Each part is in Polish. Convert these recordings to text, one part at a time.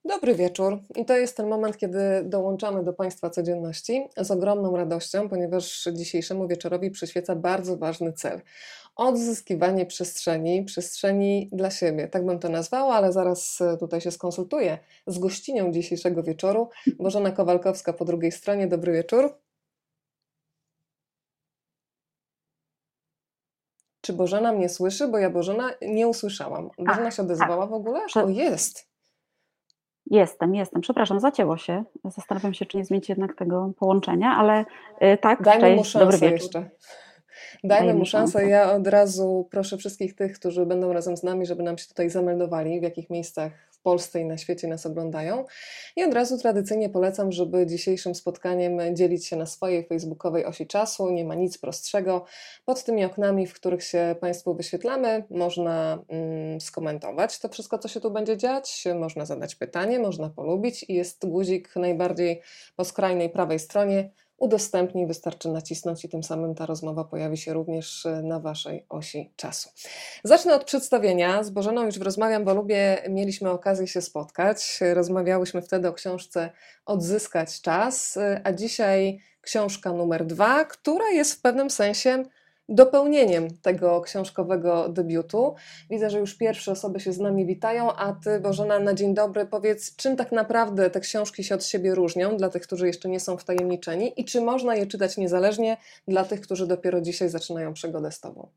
Dobry wieczór. I to jest ten moment, kiedy dołączamy do Państwa codzienności z ogromną radością, ponieważ dzisiejszemu wieczorowi przyświeca bardzo ważny cel. Odzyskiwanie przestrzeni dla siebie. Tak bym to nazwała, ale zaraz tutaj się skonsultuję z gościnią dzisiejszego wieczoru. Bożena Kowalkowska po drugiej stronie. Dobry wieczór. Czy Bożena mnie słyszy? Bo ja Bożena nie usłyszałam. Bożena się odezwała w ogóle? O, jest. Jestem. Przepraszam, zacięło się. Zastanawiam się, czy nie zmienić jednak tego połączenia, ale tak, Dajmy mu cześć, dobry szansę wieczór. jeszcze. Dajmy mu Dajemy szansę. szansę. Ja od razu proszę wszystkich tych, którzy będą razem z nami, żeby nam się tutaj zameldowali, w jakich miejscach w Polsce i na świecie nas oglądają. I od razu tradycyjnie polecam, żeby dzisiejszym spotkaniem dzielić się na swojej facebookowej osi czasu. Nie ma nic prostszego. Pod tymi oknami, w których się Państwu wyświetlamy, można skomentować to wszystko, co się tu będzie dziać. Można zadać pytanie, można polubić i jest guzik najbardziej po skrajnej prawej stronie. Udostępnij, wystarczy nacisnąć i tym samym ta rozmowa pojawi się również na Waszej osi czasu. Zacznę od przedstawienia. Z Bożeną już rozmawiam, bo mieliśmy okazję się spotkać. Rozmawiałyśmy wtedy o książce Odzyskać czas, a dzisiaj książka numer 2, która jest w pewnym sensie dopełnieniem tego książkowego debiutu. Widzę, że już pierwsze osoby się z nami witają, a Ty, Bożena, na dzień dobry powiedz, czym tak naprawdę te książki się od siebie różnią dla tych, którzy jeszcze nie są wtajemniczeni i czy można je czytać niezależnie dla tych, którzy dopiero dzisiaj zaczynają przygodę z Tobą?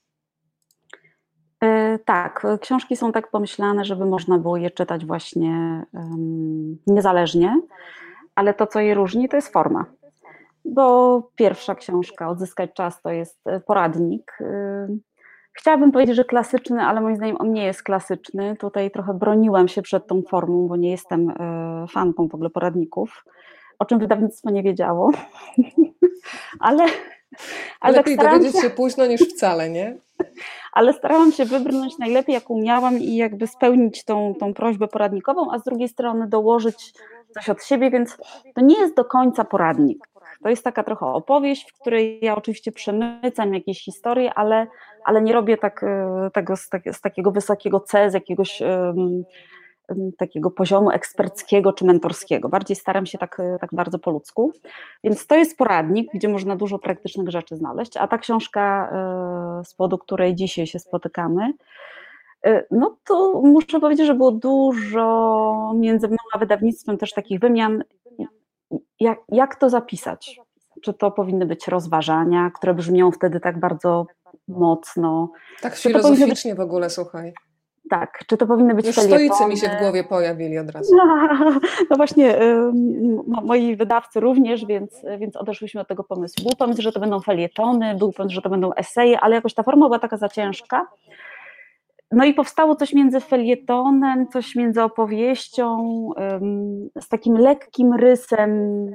Tak, książki są tak pomyślane, żeby można było je czytać właśnie niezależnie, ale to, co je różni, to jest forma. Bo pierwsza książka, Odzyskać czas, to jest poradnik. Chciałabym powiedzieć, że klasyczny, ale moim zdaniem on nie jest klasyczny. Tutaj trochę broniłam się przed tą formą, bo nie jestem fanką w ogóle poradników, o czym wydawnictwo nie wiedziało. ale, ale tak Lepiej dowiedzieć się późno niż wcale, nie? Ale starałam się wybrnąć najlepiej, jak umiałam i jakby spełnić tą prośbę poradnikową, a z drugiej strony dołożyć coś od siebie, więc to nie jest do końca poradnik. To jest taka trochę opowieść, w której ja oczywiście przemycam jakieś historie, ale nie robię tego z takiego wysokiego C, z jakiegoś takiego poziomu eksperckiego czy mentorskiego. Bardziej staram się tak bardzo po ludzku. Więc to jest poradnik, gdzie można dużo praktycznych rzeczy znaleźć, a ta książka, z powodu której dzisiaj się spotykamy, no to muszę powiedzieć, że było dużo między mną a wydawnictwem też takich wymian, jak to zapisać. Czy to powinny być rozważania, które brzmią wtedy tak bardzo mocno. Tak Czy to powinny filozoficznie w ogóle, słuchaj. Tak, czy to powinny być Już felietony? stoicy mi się w głowie pojawili od razu. No właśnie, moi wydawcy również, więc odeszliśmy od tego pomysłu. Był pomysł, że to będą felietony, był pomysł, że to będą eseje, ale jakoś ta forma była taka za ciężka. No i powstało coś między felietonem, coś między opowieścią, z takim lekkim rysem,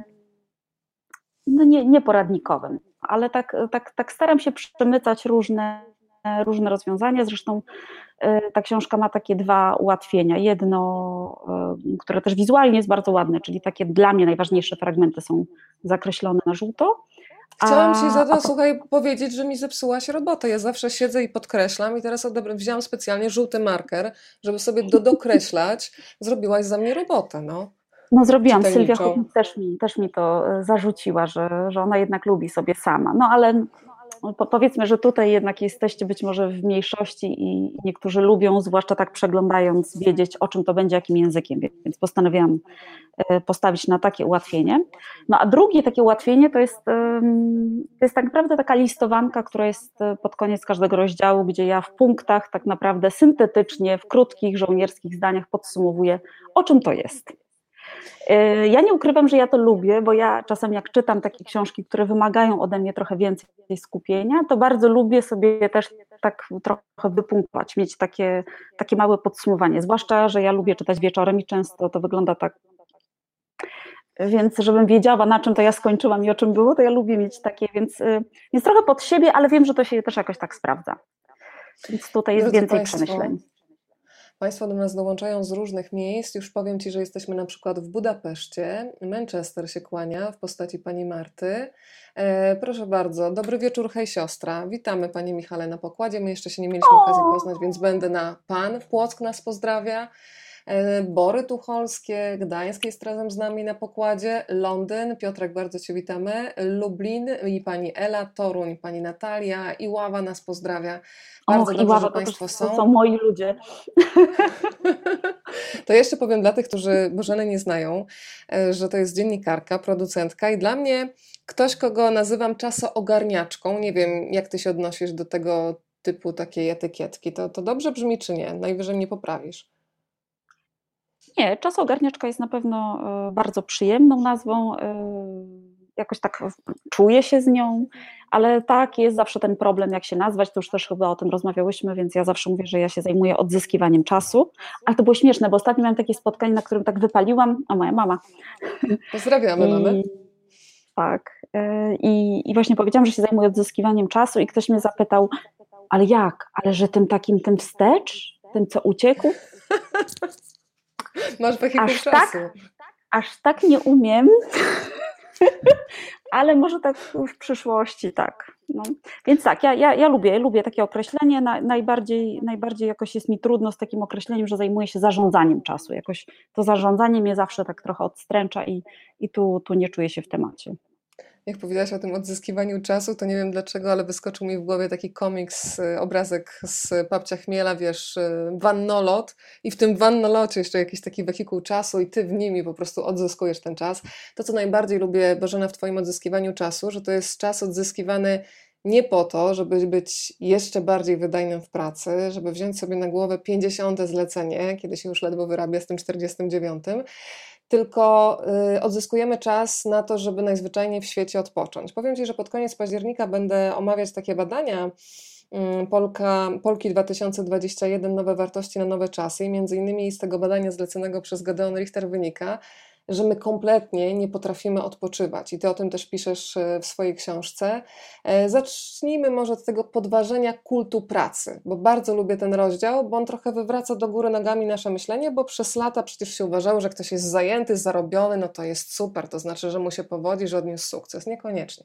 no nie poradnikowym, ale tak staram się przemycać różne rozwiązania. Zresztą ta książka ma takie dwa ułatwienia. Jedno, które też wizualnie jest bardzo ładne, czyli takie dla mnie najważniejsze fragmenty są zakreślone na żółto. Chciałam Ci za to, słuchaj, powiedzieć, że mi zepsułaś robotę. Ja zawsze siedzę i podkreślam i teraz wzięłam specjalnie żółty marker, żeby sobie dokreślać. Zrobiłaś za mnie robotę, no. No zrobiłam, Czytelniczą. Sylwia Chudnik też mi to zarzuciła, że ona jednak lubi sobie sama. No ale powiedzmy, że tutaj jednak jesteście być może w mniejszości i niektórzy lubią, zwłaszcza tak przeglądając, wiedzieć, o czym to będzie, jakim językiem, więc postanowiłam postawić na takie ułatwienie. No a drugie takie ułatwienie to jest tak naprawdę taka listowanka, która jest pod koniec każdego rozdziału, gdzie ja w punktach tak naprawdę syntetycznie, w krótkich, żołnierskich zdaniach podsumowuję, o czym to jest. Ja nie ukrywam, że ja to lubię, bo ja czasem jak czytam takie książki, które wymagają ode mnie trochę więcej skupienia, to bardzo lubię sobie też tak trochę wypunktować, mieć takie małe podsumowanie, zwłaszcza, że ja lubię czytać wieczorem i często to wygląda tak, więc żebym wiedziała, na czym to ja skończyłam i o czym było, to ja lubię mieć takie, więc trochę pod siebie, ale wiem, że to się też jakoś tak sprawdza, więc tutaj jest więcej przemyśleń. Państwo do nas dołączają z różnych miejsc. Już powiem Ci, że jesteśmy na przykład w Budapeszcie. Manchester się kłania w postaci pani Marty. Proszę bardzo, dobry wieczór, hej siostra. Witamy Panie Michale na pokładzie. My jeszcze się nie mieliśmy okazji poznać, więc będę na pan. Płock nas pozdrawia. Bory Tucholskie, Gdańsk jest razem z nami na pokładzie, Londyn, Piotrek, bardzo Cię witamy, Lublin i pani Ela, Toruń, pani Natalia, Iława nas pozdrawia. Bardzo Och, dobrze, że Iława, to też Państwo to są są. moi ludzie. To jeszcze powiem dla tych, którzy Bożeny nie znają, że to jest dziennikarka, producentka i dla mnie ktoś, kogo nazywam czasoogarniaczką. Nie wiem, jak Ty się odnosisz do tego typu takiej etykietki. To dobrze brzmi, czy nie? Najwyżej mnie poprawisz. Nie, czasogarniaczka jest na pewno bardzo przyjemną nazwą. Jakoś tak czuję się z nią, ale tak, jest zawsze ten problem, jak się nazwać, to już też chyba o tym rozmawiałyśmy, więc ja zawsze mówię, że ja się zajmuję odzyskiwaniem czasu, ale to było śmieszne, bo ostatnio miałam takie spotkanie, na którym tak wypaliłam, a moja mama. Pozdrawiamy mamy. I tak, i właśnie powiedziałam, że się zajmuję odzyskiwaniem czasu i ktoś mnie zapytał, ale jak? Ale że tym takim, tym wstecz, tym co uciekł? Masz wehikuł Aż czasu. tak? Aż tak nie umiem, ale może tak w przyszłości, tak. No. Więc tak, ja lubię takie określenie, najbardziej jakoś jest mi trudno z takim określeniem, że zajmuję się zarządzaniem czasu, jakoś to zarządzanie mnie zawsze tak trochę odstręcza i tu nie czuję się w temacie. Jak powiedziałaś o tym odzyskiwaniu czasu, to nie wiem dlaczego, ale wyskoczył mi w głowie taki komiks, obrazek z Babcia Chmiela, wiesz, wannolot i w tym wannolocie jeszcze jakiś taki wehikuł czasu i ty w nim po prostu odzyskujesz ten czas. To, co najbardziej lubię, Bożena, w twoim odzyskiwaniu czasu, że to jest czas odzyskiwany nie po to, żeby być jeszcze bardziej wydajnym w pracy, żeby wziąć sobie na głowę 50. zlecenie, kiedy się już ledwo wyrabia z tym 49., tylko odzyskujemy czas na to, żeby najzwyczajniej w świecie odpocząć. Powiem Ci, że pod koniec października będę omawiać takie badania Polki 2021 Nowe wartości na nowe czasy i między innymi z tego badania zleconego przez Gedeon Richter wynika, że my kompletnie nie potrafimy odpoczywać i Ty o tym też piszesz w swojej książce. Zacznijmy może od tego podważenia kultu pracy, bo bardzo lubię ten rozdział, bo on trochę wywraca do góry nogami nasze myślenie, bo przez lata przecież się uważało, że ktoś jest zajęty, zarobiony, no to jest super, to znaczy, że mu się powodzi, że odniósł sukces. Niekoniecznie.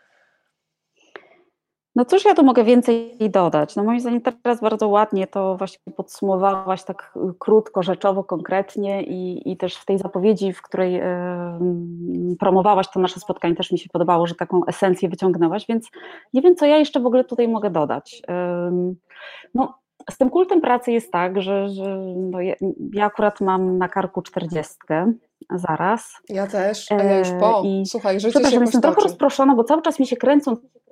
No cóż ja tu mogę więcej dodać? No moim zdaniem teraz bardzo ładnie to właśnie podsumowałaś tak krótko, rzeczowo, konkretnie i też w tej zapowiedzi, w której promowałaś to nasze spotkanie, też mi się podobało, że taką esencję wyciągnęłaś, więc nie wiem, co ja jeszcze w ogóle tutaj mogę dodać. No, z tym kultem pracy jest tak, że no ja akurat mam na karku 40 zaraz. Ja też, a ja już po. I Słuchaj, życie się przepraszam, jakoś jestem trochę toczy. rozproszona, bo cały czas mi się kręcą.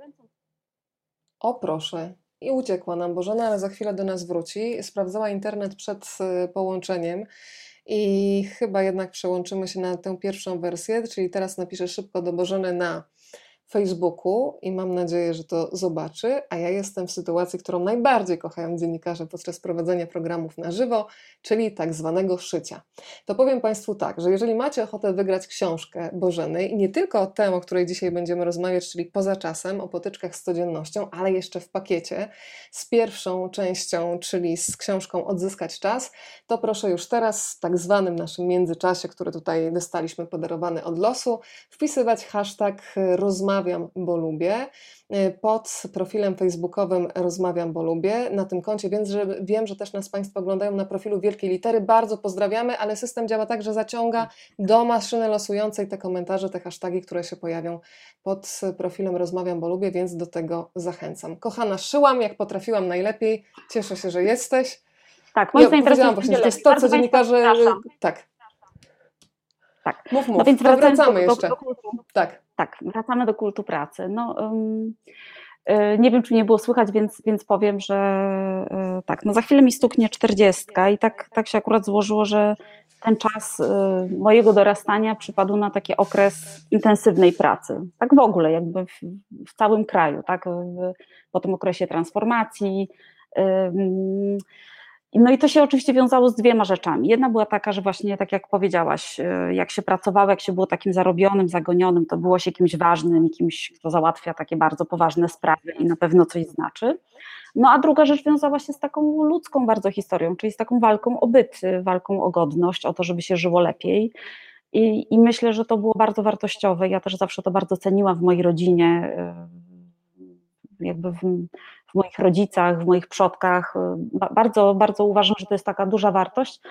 O proszę. I uciekła nam Bożena, ale za chwilę do nas wróci. Sprawdzała internet przed połączeniem i chyba jednak przełączymy się na tę pierwszą wersję, czyli teraz napiszę szybko do Bożeny na Facebooku i mam nadzieję, że to zobaczy, a ja jestem w sytuacji, którą najbardziej kochają dziennikarze podczas prowadzenia programów na żywo, czyli tak zwanego szycia. To powiem Państwu tak, że jeżeli macie ochotę wygrać książkę Bożeny i nie tylko tę, o której dzisiaj będziemy rozmawiać, czyli Poza czasem, o potyczkach z codziennością, ale jeszcze w pakiecie z pierwszą częścią, czyli z książką Odzyskać czas, to proszę już teraz w tak zwanym naszym międzyczasie, który tutaj dostaliśmy podarowany od losu, wpisywać hashtag rozmawiam, bo lubię. Pod profilem facebookowym Rozmawiam, bo lubię. Na tym koncie wiem, że też nas Państwo oglądają na profilu wielkiej litery. Bardzo pozdrawiamy, ale system działa tak, że zaciąga do maszyny losującej te komentarze, te hasztagi, które się pojawią pod profilem Rozmawiam, bo lubię, więc do tego zachęcam. Kochana, szyłam jak potrafiłam najlepiej. Cieszę się, że jesteś. Tak, moim zdaniem teraz powiedziałam właśnie, że to jest to, co dziennikarze... Tak. Tak. Mów. No więc to wracamy do jeszcze. kultu. Tak. Tak, wracamy do kultu pracy. No, nie wiem, czy nie było słychać, więc powiem, że tak, no za chwilę mi stuknie 40 i tak się akurat złożyło, że ten czas mojego dorastania przypadł na taki okres intensywnej pracy. Tak w ogóle, jakby w całym kraju, tak, po tym okresie transformacji. No i to się oczywiście wiązało z dwiema rzeczami. Jedna była taka, że właśnie tak jak powiedziałaś, jak się pracowało, jak się było takim zarobionym, zagonionym, to było się kimś ważnym, kimś, kto załatwia takie bardzo poważne sprawy i na pewno coś znaczy. No a druga rzecz wiązała się z taką ludzką bardzo historią, czyli z taką walką o byt, walką o godność, o to, żeby się żyło lepiej. I myślę, że to było bardzo wartościowe. Ja też zawsze to bardzo ceniłam w mojej rodzinie, jakby w moich rodzicach, w moich przodkach. Bardzo, bardzo uważam, że to jest taka duża wartość,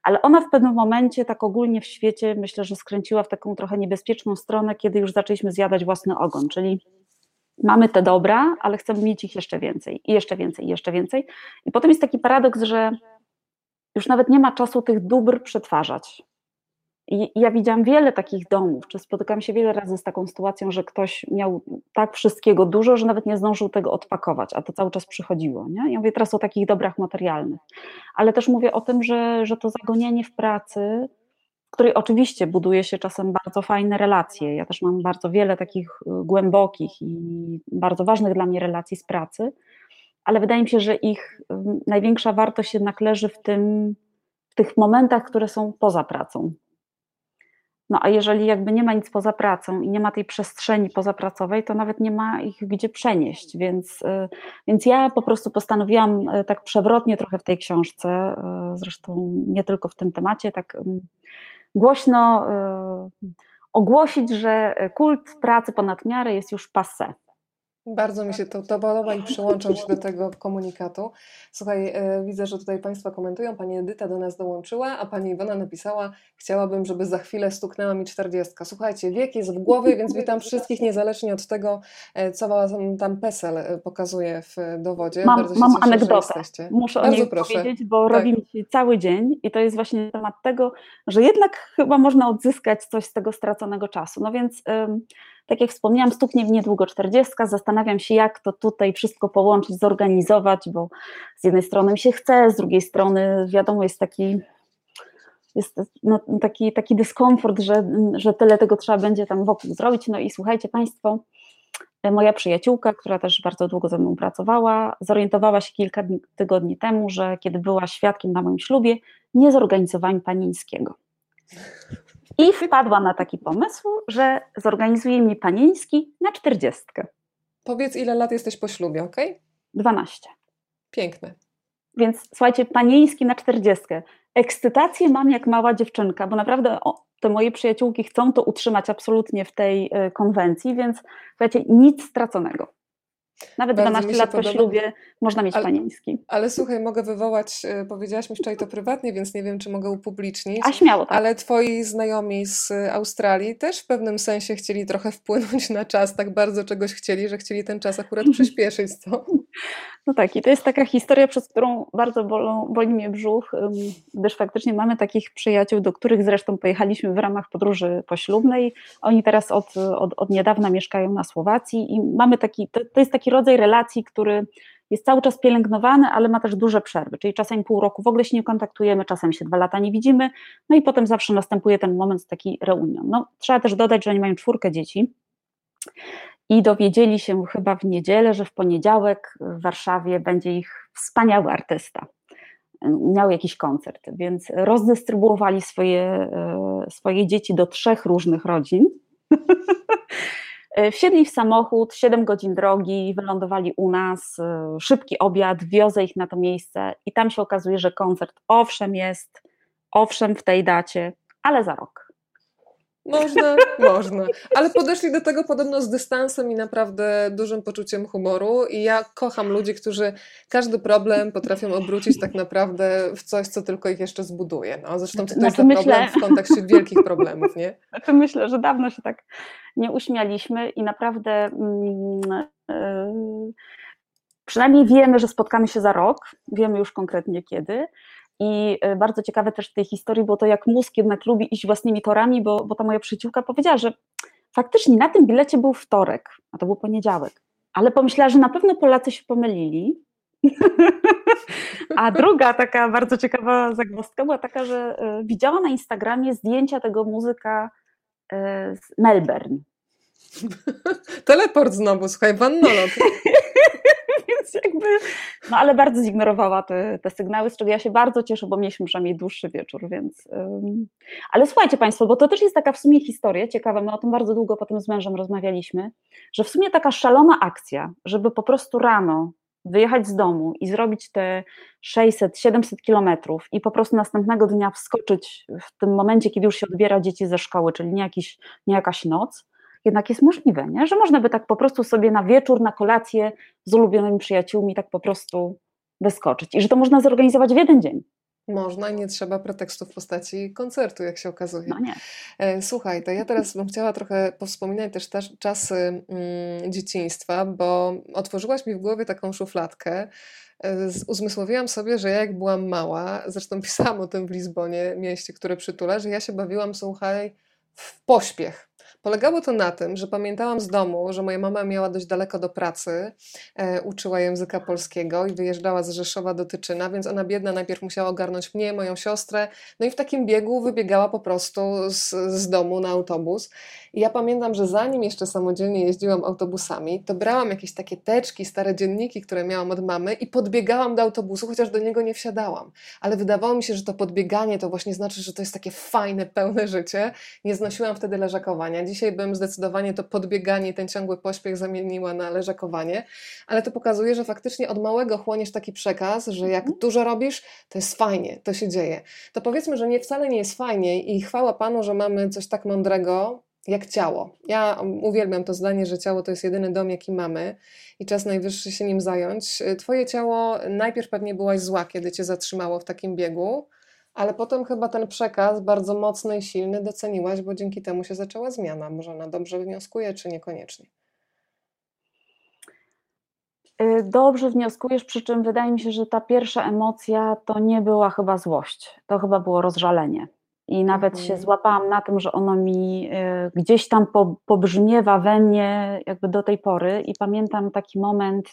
ale ona w pewnym momencie tak ogólnie w świecie myślę, że skręciła w taką trochę niebezpieczną stronę, kiedy już zaczęliśmy zjadać własny ogon, czyli mamy te dobra, ale chcemy mieć ich jeszcze więcej i jeszcze więcej i jeszcze więcej i potem jest taki paradoks, że już nawet nie ma czasu tych dóbr przetwarzać. I ja widziałam wiele takich domów, czy spotykam się wiele razy z taką sytuacją, że ktoś miał tak wszystkiego dużo, że nawet nie zdążył tego odpakować, a to cały czas przychodziło. Nie? Ja mówię teraz o takich dobrach materialnych, ale też mówię o tym, że to zagonienie w pracy, w której oczywiście buduje się czasem bardzo fajne relacje. Ja też mam bardzo wiele takich głębokich i bardzo ważnych dla mnie relacji z pracy, ale wydaje mi się, że ich największa wartość jednak leży w tych momentach, które są poza pracą. No a jeżeli jakby nie ma nic poza pracą i nie ma tej przestrzeni pozapracowej, to nawet nie ma ich gdzie przenieść, więc ja po prostu postanowiłam tak przewrotnie trochę w tej książce, zresztą nie tylko w tym temacie, tak głośno ogłosić, że kult pracy ponad miarę jest już passé. Bardzo mi się to podoba i przyłączam się do tego komunikatu. Słuchaj, widzę, że tutaj Państwo komentują. Pani Edyta do nas dołączyła, a Pani Iwona napisała: chciałabym, żeby za chwilę stuknęła mi 40. Słuchajcie, wiek jest w głowie, więc witam wszystkich, niezależnie od tego, co Wam tam PESEL pokazuje w dowodzie. Bardzo się Mam cieszę, że anegdotę, jesteście. muszę o Bardzo niej proszę. powiedzieć, bo Tak. robi mi się cały dzień i to jest właśnie temat tego, że jednak chyba można odzyskać coś z tego straconego czasu. No więc tak jak wspomniałam, stuknie w niedługo 40, zastanawiam się, jak to tutaj wszystko połączyć, zorganizować, bo z jednej strony mi się chce, z drugiej strony wiadomo jest taki dyskomfort, że tyle tego trzeba będzie tam wokół zrobić. No i słuchajcie Państwo, moja przyjaciółka, która też bardzo długo ze mną pracowała, zorientowała się kilka tygodni temu, że kiedy była świadkiem na moim ślubie, nie zorganizowałam panińskiego. I wpadła na taki pomysł, że zorganizuje mi panieński na 40. Powiedz, ile lat jesteś po ślubie, ok? 12. Piękne. Więc słuchajcie, panieński na 40. Ekscytację mam jak mała dziewczynka, bo naprawdę te moje przyjaciółki chcą to utrzymać absolutnie w tej konwencji, więc słuchajcie, nic straconego. Nawet Bardzo 12 mi się lat po podoba. ślubie można mieć panieński. Ale słuchaj, mogę wywołać, powiedziałaś mi wczoraj to prywatnie, więc nie wiem, czy mogę upublicznić, A śmiało, tak. ale twoi znajomi z Australii też w pewnym sensie chcieli trochę wpłynąć na czas, tak bardzo czegoś chcieli, że chcieli ten czas akurat przyspieszyć, co? No tak, i to jest taka historia, przez którą bardzo boli mnie brzuch, gdyż faktycznie mamy takich przyjaciół, do których zresztą pojechaliśmy w ramach podróży poślubnej. Oni teraz od niedawna mieszkają na Słowacji i mamy to jest taki rodzaj relacji, który jest cały czas pielęgnowany, ale ma też duże przerwy, czyli czasem pół roku w ogóle się nie kontaktujemy, czasem się 2 lata nie widzimy, no i potem zawsze następuje ten moment, taki reunion. No, trzeba też dodać, że oni mają 4 dzieci. I dowiedzieli się chyba w niedzielę, że w poniedziałek w Warszawie będzie ich wspaniały artysta. Miał jakiś koncert, więc rozdystrybuowali swoje dzieci do 3 różnych rodzin. Wsiedli w samochód, 7 godzin drogi, wylądowali u nas, szybki obiad, wiozę ich na to miejsce i tam się okazuje, że koncert owszem jest, owszem w tej dacie, ale za rok. Można, ale podeszli do tego podobno z dystansem i naprawdę dużym poczuciem humoru i ja kocham ludzi, którzy każdy problem potrafią obrócić tak naprawdę w coś, co tylko ich jeszcze zbuduje. No, zresztą to jest problem w kontekście wielkich problemów, nie? Myślę, że dawno się tak nie uśmialiśmy i naprawdę przynajmniej wiemy, że spotkamy się za rok, wiemy już konkretnie kiedy. I bardzo ciekawe też w tej historii było to, jak mózg jednak lubi iść własnymi torami, bo ta moja przyjaciółka powiedziała, że faktycznie na tym bilecie był wtorek, a to był poniedziałek, ale pomyślała, że na pewno Polacy się pomylili. A druga taka bardzo ciekawa zagwozdka była taka, że widziała na Instagramie zdjęcia tego muzyka z Melbourne. Teleport znowu, słuchaj, wannolot. Więc jakby, no ale bardzo zignorowała te sygnały, z czego ja się bardzo cieszę, bo mieliśmy przynajmniej dłuższy wieczór, więc... Ale słuchajcie Państwo, bo to też jest taka w sumie historia ciekawa, my o tym bardzo długo potem z mężem rozmawialiśmy, że w sumie taka szalona akcja, żeby po prostu rano wyjechać z domu i zrobić te 600-700 kilometrów i po prostu następnego dnia wskoczyć w tym momencie, kiedy już się odbiera dzieci ze szkoły, czyli nie jakaś noc, jednak jest możliwe, nie? Że można by tak po prostu sobie na wieczór, na kolację z ulubionymi przyjaciółmi tak po prostu wyskoczyć i że to można zorganizować w jeden dzień. Można i nie trzeba pretekstu w postaci koncertu, jak się okazuje. No nie. Słuchaj, to ja teraz bym chciała trochę powspominać też czasy dzieciństwa, bo otworzyłaś mi w głowie taką szufladkę. Uzmysłowiłam sobie, że ja jak byłam mała, zresztą pisałam o tym w Lizbonie, mieście, które przytulę, że ja się bawiłam, słuchaj, w pośpiech. Polegało to na tym, że pamiętałam z domu, że moja mama miała dość daleko do pracy, uczyła języka polskiego i wyjeżdżała z Rzeszowa do Tyczyna, więc ona biedna najpierw musiała ogarnąć mnie, moją siostrę, no i w takim biegu wybiegała po prostu z domu na autobus. I ja pamiętam, że zanim jeszcze samodzielnie jeździłam autobusami, to brałam jakieś takie teczki, stare dzienniki, które miałam od mamy i podbiegałam do autobusu, chociaż do niego nie wsiadałam. Ale wydawało mi się, że to podbieganie to właśnie znaczy, że to jest takie fajne, pełne życie. Nie znosiłam wtedy leżakowania. Dzisiaj bym zdecydowanie to podbieganie, ten ciągły pośpiech zamieniła na leżakowanie, ale to pokazuje, że faktycznie od małego chłoniesz taki przekaz, że jak dużo robisz, to jest fajnie, to się dzieje. To powiedzmy, że wcale nie jest fajnie i chwała Panu, że mamy coś tak mądrego jak ciało. Ja uwielbiam to zdanie, że ciało to jest jedyny dom, jaki mamy i czas najwyższy się nim zająć. Twoje ciało najpierw pewnie byłaś zła, kiedy cię zatrzymało w takim biegu, ale potem chyba ten przekaz bardzo mocny i silny doceniłaś, bo dzięki temu się zaczęła zmiana. Może ona dobrze wnioskuje, czy niekoniecznie? Dobrze wnioskujesz, przy czym wydaje mi się, że ta pierwsza emocja to nie była chyba złość, to chyba było rozżalenie. I nawet się Mhm. złapałam na tym, że ono mi gdzieś tam pobrzmiewa we mnie jakby do tej pory i pamiętam taki moment,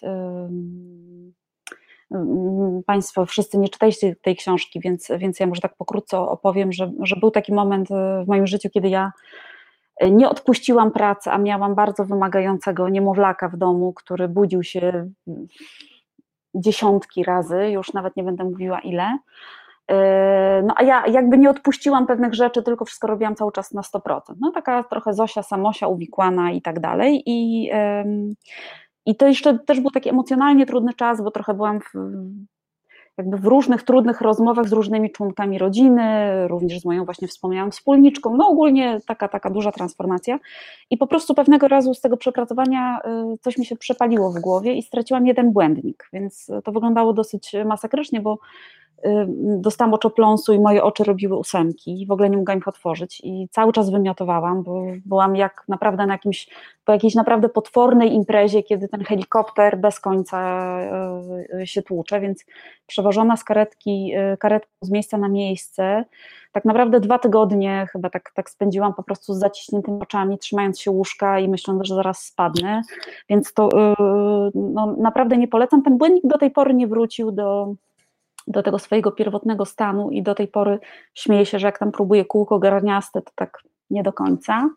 Państwo wszyscy nie czytaliście tej książki, więc ja może tak pokrótce opowiem, że był taki moment w moim życiu, kiedy ja nie odpuściłam pracy, a miałam bardzo wymagającego niemowlaka w domu, który budził się dziesiątki razy, już nawet nie będę mówiła ile. No a ja jakby nie odpuściłam pewnych rzeczy, tylko wszystko robiłam cały czas na 100%. No taka trochę Zosia, Samosia, uwikłana i tak dalej. I to jeszcze też był taki emocjonalnie trudny czas, bo trochę byłam jakby w różnych trudnych rozmowach z różnymi członkami rodziny, również z moją właśnie wspomnianą wspólniczką, no ogólnie taka duża transformacja i po prostu pewnego razu z tego przepracowania coś mi się przepaliło w głowie i straciłam jeden błędnik, więc to wyglądało dosyć masakrycznie, bo dostałam oczopląsu i moje oczy robiły ósemki, w ogóle nie mogłam ich otworzyć i cały czas wymiotowałam, bo byłam jak naprawdę po jakiejś naprawdę potwornej imprezie, kiedy ten helikopter bez końca się tłucze, więc przewożona z karetką z miejsca na miejsce, tak naprawdę 2 tygodnie chyba tak spędziłam po prostu z zaciśniętymi oczami, trzymając się łóżka i myśląc, że zaraz spadnę, więc to no, naprawdę nie polecam. Ten błędnik do tej pory nie wrócił do tego swojego pierwotnego stanu i do tej pory śmieję się, że jak tam próbuję kółko garniaste, to tak nie do końca.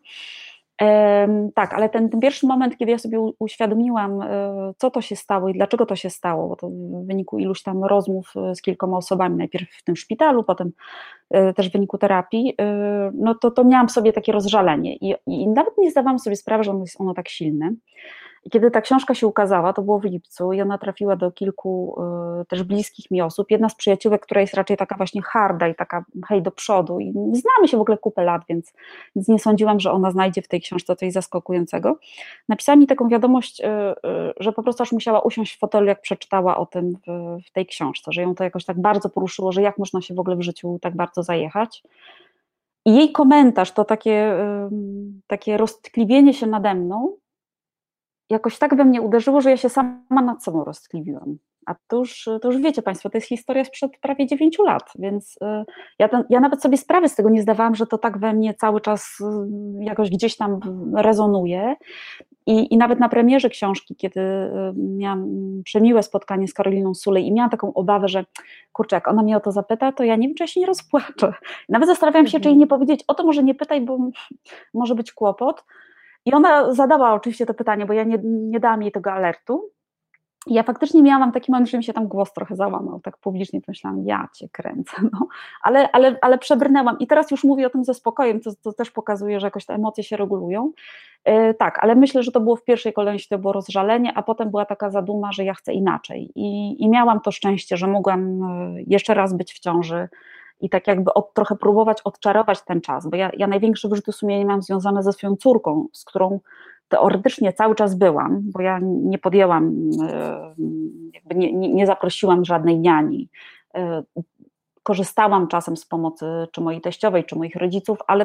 Tak, ale ten pierwszy moment, kiedy ja sobie uświadomiłam, co to się stało i dlaczego to się stało, bo to w wyniku iluś tam rozmów z kilkoma osobami, najpierw w tym szpitalu, potem też w wyniku terapii, no to miałam w sobie takie rozżalenie i nawet nie zdawałam sobie sprawy, że ono tak silne. I kiedy ta książka się ukazała, to było w lipcu i ona trafiła do kilku też bliskich mi osób. Jedna z przyjaciółek, która jest raczej taka właśnie harda i taka hej do przodu i znamy się w ogóle kupę lat, więc nie sądziłam, że ona znajdzie w tej książce coś zaskakującego. Napisała mi taką wiadomość, że po prostu aż musiała usiąść w fotelu, jak przeczytała o tym w tej książce, że ją to jakoś tak bardzo poruszyło, że jak można się w ogóle w życiu tak bardzo zajechać. I jej komentarz, to takie roztkliwienie się nade mną, jakoś tak we mnie uderzyło, że ja się sama nad sobą roztkliwiłam. A to już wiecie Państwo, to jest historia sprzed prawie 9 lat, więc ja nawet sobie sprawy z tego nie zdawałam, że to tak we mnie cały czas jakoś gdzieś tam rezonuje. I nawet na premierze książki, kiedy miałam przemiłe spotkanie z Karoliną Sulej i miałam taką obawę, że kurczę, jak ona mnie o to zapyta, to ja nie wiem, czy ja się nie rozpłaczę. Nawet zastanawiałam się, czy jej nie powiedzieć, o to może nie pytaj, bo może być kłopot. I ona zadała oczywiście to pytanie, bo ja nie dałam jej tego alertu. I ja faktycznie miałam taki moment, że mi się tam głos trochę załamał, tak publicznie myślałam, ja cię kręcę, no. Ale przebrnęłam i teraz już mówię o tym ze spokojem, co też pokazuje, że jakoś te emocje się regulują. Tak, ale myślę, że to było w pierwszej kolejności, to było rozżalenie, a potem była taka zaduma, że ja chcę inaczej. I miałam to szczęście, że mogłam jeszcze raz być w ciąży i tak jakby trochę próbować odczarować ten czas, bo ja największe wyrzuty sumienia miałam związane ze swoją córką, z którą teoretycznie cały czas byłam, bo ja nie podjęłam, jakby nie zaprosiłam żadnej niani. korzystałam czasem z pomocy czy mojej teściowej, czy moich rodziców, ale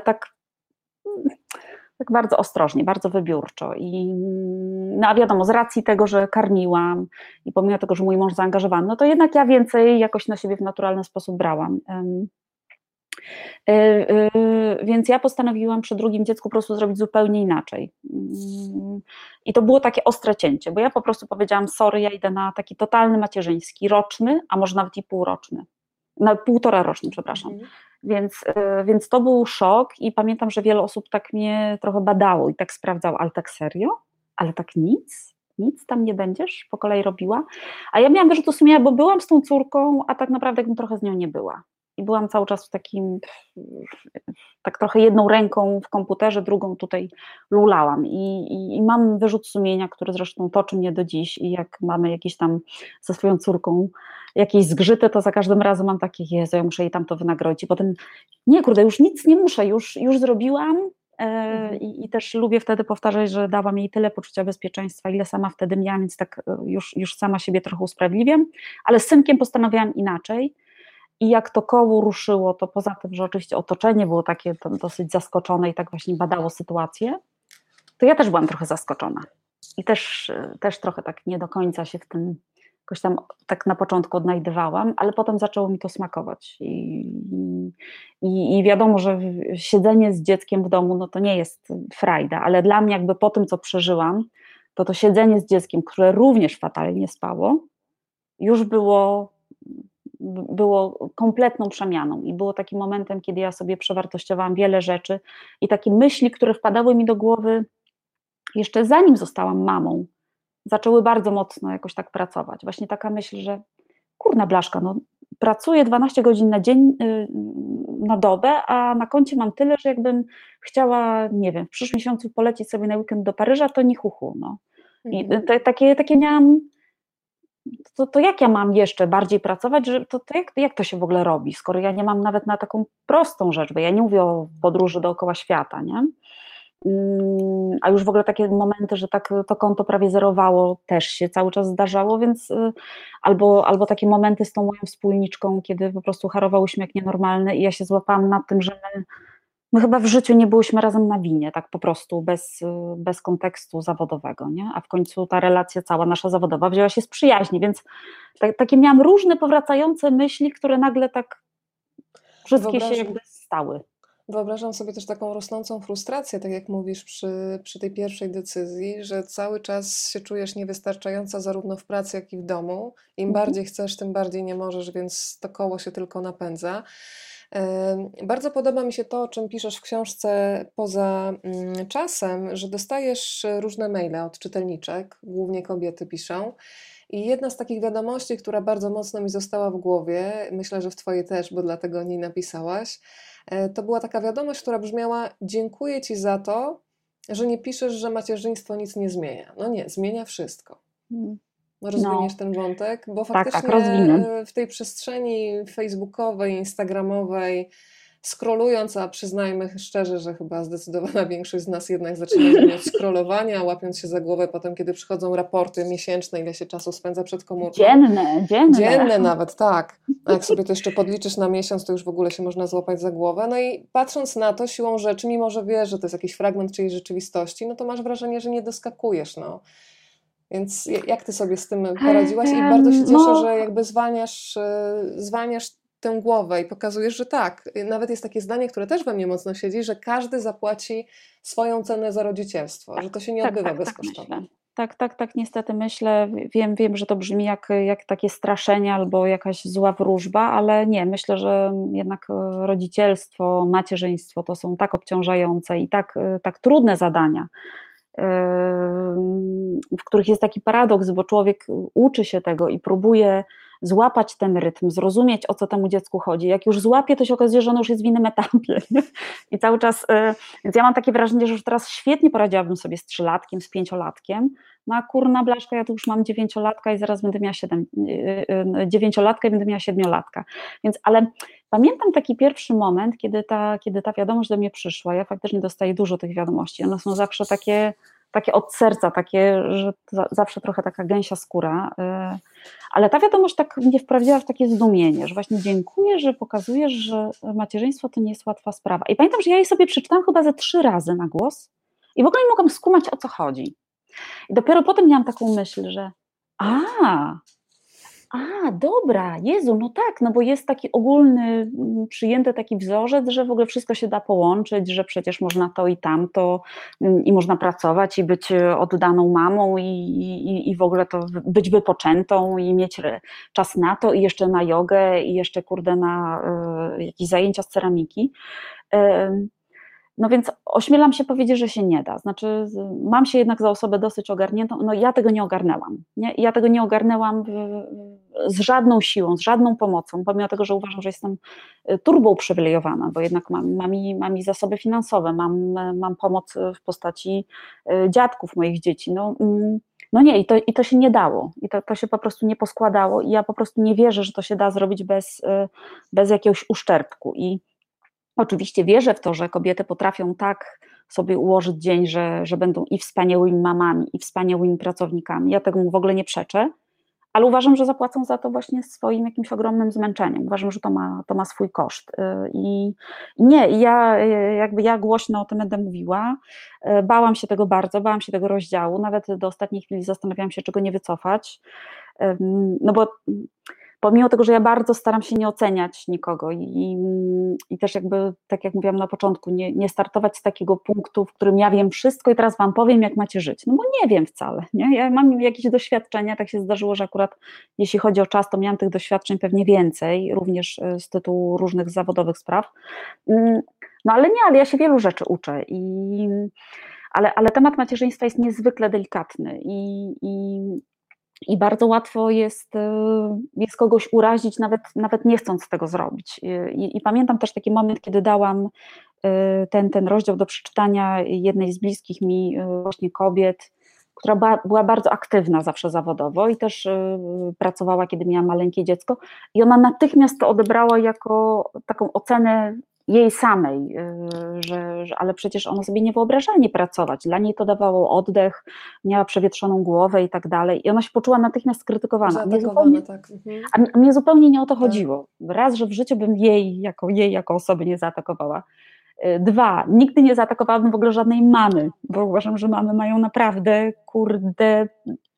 tak bardzo ostrożnie, bardzo wybiórczo. No a wiadomo, z racji tego, że karmiłam i pomimo tego, że mój mąż zaangażowany, no to jednak ja więcej jakoś na siebie w naturalny sposób brałam. Więc ja postanowiłam przy drugim dziecku po prostu zrobić zupełnie inaczej. I to było takie ostre cięcie, bo ja po prostu powiedziałam, sorry, ja idę na taki totalny macierzyński, roczny, a może nawet i półroczny. Na półtora roczny, przepraszam. Więc to był szok i pamiętam, że wiele osób tak mnie trochę badało i tak sprawdzało, ale tak serio? Ale tak nic tam nie będziesz po kolei robiła? A ja miałam wyrzutu sumienia, bo byłam z tą córką, a tak naprawdę jakbym trochę z nią nie była. I byłam cały czas w takim, tak trochę jedną ręką w komputerze, drugą tutaj lulałam. I mam wyrzut sumienia, który zresztą toczy mnie do dziś i jak mamy jakieś tam ze swoją córką jakieś zgrzyty, to za każdym razem mam takie, Jezu, ja muszę jej tam to wynagrodzić. I potem, nie kurde, już nic nie muszę, już zrobiłam. I też lubię wtedy powtarzać, że dałam jej tyle poczucia bezpieczeństwa, ile sama wtedy miałam, więc tak już sama siebie trochę usprawiedliwiam, ale z synkiem postanowiłam inaczej. I jak to koło ruszyło, to poza tym, że oczywiście otoczenie było takie dosyć zaskoczone i tak właśnie badało sytuację, to ja też byłam trochę zaskoczona. I też trochę tak nie do końca się w tym jakoś tam tak na początku odnajdywałam, ale potem zaczęło mi to smakować. I wiadomo, że siedzenie z dzieckiem w domu, no to nie jest frajda, ale dla mnie jakby po tym, co przeżyłam, to siedzenie z dzieckiem, które również fatalnie spało, już było kompletną przemianą i było takim momentem, kiedy ja sobie przewartościowałam wiele rzeczy i takie myśli, które wpadały mi do głowy jeszcze zanim zostałam mamą, zaczęły bardzo mocno jakoś tak pracować. Właśnie taka myśl, że kurna blaszka, no pracuję 12 godzin na dzień, na dobę, a na koncie mam tyle, że jakbym chciała, nie wiem, w przyszłym miesiącu polecieć sobie na weekend do Paryża, to ni chuchu, no. I takie miałam, to jak ja mam jeszcze bardziej pracować, że jak to się w ogóle robi, skoro ja nie mam nawet na taką prostą rzecz, bo ja nie mówię o podróży dookoła świata, nie? A już w ogóle takie momenty, że tak to konto prawie zerowało, też się cały czas zdarzało, więc albo takie momenty z tą moją wspólniczką, kiedy po prostu harowałyśmy jak nienormalne i ja się złapałam na tym, że my chyba w życiu nie byłyśmy razem na winie, tak po prostu, bez kontekstu zawodowego, nie? A w końcu ta relacja cała nasza zawodowa wzięła się z przyjaźni, więc takie miałam różne powracające myśli, które nagle tak wszystkie się jakby stały. Wyobrażam sobie też taką rosnącą frustrację, tak jak mówisz przy tej pierwszej decyzji, że cały czas się czujesz niewystarczająca zarówno w pracy, jak i w domu. Im bardziej chcesz, tym bardziej nie możesz, więc to koło się tylko napędza. Bardzo podoba mi się to, o czym piszesz w książce poza czasem, że dostajesz różne maile od czytelniczek, głównie kobiety piszą. I jedna z takich wiadomości, która bardzo mocno mi została w głowie, myślę, że w twojej też, bo dlatego o niej napisałaś, to była taka wiadomość, która brzmiała: dziękuję ci za to, że nie piszesz, że macierzyństwo nic nie zmienia. No nie, zmienia wszystko. Rozwiniesz ten wątek, bo faktycznie w tej przestrzeni facebookowej, instagramowej, scrollując, a przyznajmy szczerze, że chyba zdecydowana większość z nas jednak zaczyna od scrollowania, łapiąc się za głowę potem, kiedy przychodzą raporty miesięczne, ile się czasu spędza przed komórką. Dzienne nawet, tak. A jak sobie to jeszcze podliczysz na miesiąc, to już w ogóle się można złapać za głowę. No i patrząc na to siłą rzeczy, mimo że wiesz, że to jest jakiś fragment czyjejś rzeczywistości, no to masz wrażenie, że nie doskakujesz, no. Więc jak ty sobie z tym poradziłaś? I bardzo się cieszę, że jakby zwalniasz tę głowę i pokazujesz, że tak, nawet jest takie zdanie, które też we mnie mocno siedzi, że każdy zapłaci swoją cenę za rodzicielstwo, że to się nie odbywa bezkosztowo. Tak, niestety myślę, wiem, że to brzmi jak takie straszenie albo jakaś zła wróżba, ale nie, myślę, że jednak rodzicielstwo, macierzyństwo to są tak obciążające i tak trudne zadania, w których jest taki paradoks, bo człowiek uczy się tego i próbuje złapać ten rytm, zrozumieć, o co temu dziecku chodzi. Jak już złapie, to się okazuje, że ono już jest w innym etapie. I cały czas, więc ja mam takie wrażenie, że już teraz świetnie poradziłabym sobie z 3-latkiem, z 5-latkiem, no a kurna blaszka, ja tu już mam 9-latka i zaraz będę miała 9-latka i będę miała 7-latka. Więc, ale pamiętam taki pierwszy moment, kiedy ta wiadomość do mnie przyszła. Ja faktycznie dostaję dużo tych wiadomości. One są zawsze takie takie od serca, takie, że zawsze trochę taka gęsia skóra, ale ta wiadomość tak mnie wprawiła w takie zdumienie, że właśnie dziękuję, że pokazujesz, że macierzyństwo to nie jest łatwa sprawa. I pamiętam, że ja jej sobie przeczytałam chyba ze 3 razy na głos i w ogóle nie mogłam skumać, o co chodzi. I dopiero potem miałam taką myśl, że a, dobra, Jezu, no tak, no bo jest taki ogólny, przyjęty taki wzorzec, że w ogóle wszystko się da połączyć, że przecież można to i tamto i można pracować i być oddaną mamą i w ogóle to być wypoczętą i mieć czas na to i jeszcze na jogę i jeszcze kurde na jakieś zajęcia z ceramiki. No więc ośmielam się powiedzieć, że się nie da. Znaczy, mam się jednak za osobę dosyć ogarniętą. No ja tego nie ogarnęłam. Nie? Ja tego nie ogarnęłam z żadną siłą, z żadną pomocą, pomimo tego, że uważam, że jestem turbo uprzywilejowana, bo jednak mam i zasoby finansowe, mam pomoc w postaci dziadków moich dzieci. No nie, i to się nie dało. I to się po prostu nie poskładało i ja po prostu nie wierzę, że to się da zrobić bez jakiegoś uszczerbku. I oczywiście wierzę w to, że kobiety potrafią tak sobie ułożyć dzień, że będą i wspaniałymi mamami, i wspaniałymi pracownikami. Ja tego w ogóle nie przeczę, ale uważam, że zapłacą za to właśnie swoim jakimś ogromnym zmęczeniem. Uważam, że to ma swój koszt. Ja głośno o tym będę mówiła. Bałam się tego bardzo, bałam się tego rozdziału. Nawet do ostatniej chwili zastanawiałam się, czego nie wycofać. No bo pomimo tego, że ja bardzo staram się nie oceniać nikogo i też jakby, tak jak mówiłam na początku, nie startować z takiego punktu, w którym ja wiem wszystko i teraz wam powiem, jak macie żyć. No bo nie wiem wcale. Nie? Ja mam jakieś doświadczenia, tak się zdarzyło, że akurat jeśli chodzi o czas, to miałam tych doświadczeń pewnie więcej, również z tytułu różnych zawodowych spraw. No ale ja się wielu rzeczy uczę ale temat macierzyństwa jest niezwykle delikatny i bardzo łatwo jest kogoś urazić, nawet nie chcąc tego zrobić. I pamiętam też taki moment, kiedy dałam ten rozdział do przeczytania jednej z bliskich mi właśnie kobiet, która była bardzo aktywna zawsze zawodowo i też pracowała, kiedy miała maleńkie dziecko. I ona natychmiast to odebrała jako taką ocenę jej samej, ale przecież ona sobie nie wyobrażała nie pracować. Dla niej to dawało oddech, miała przewietrzoną głowę i tak dalej. I ona się poczuła natychmiast skrytykowana. Zaatakowana, tak. A mnie zupełnie nie o to Tak. chodziło. Raz, że w życiu bym jej jako osoby nie zaatakowała. 2, nigdy nie zaatakowałabym w ogóle żadnej mamy, bo uważam, że mamy mają naprawdę, kurde,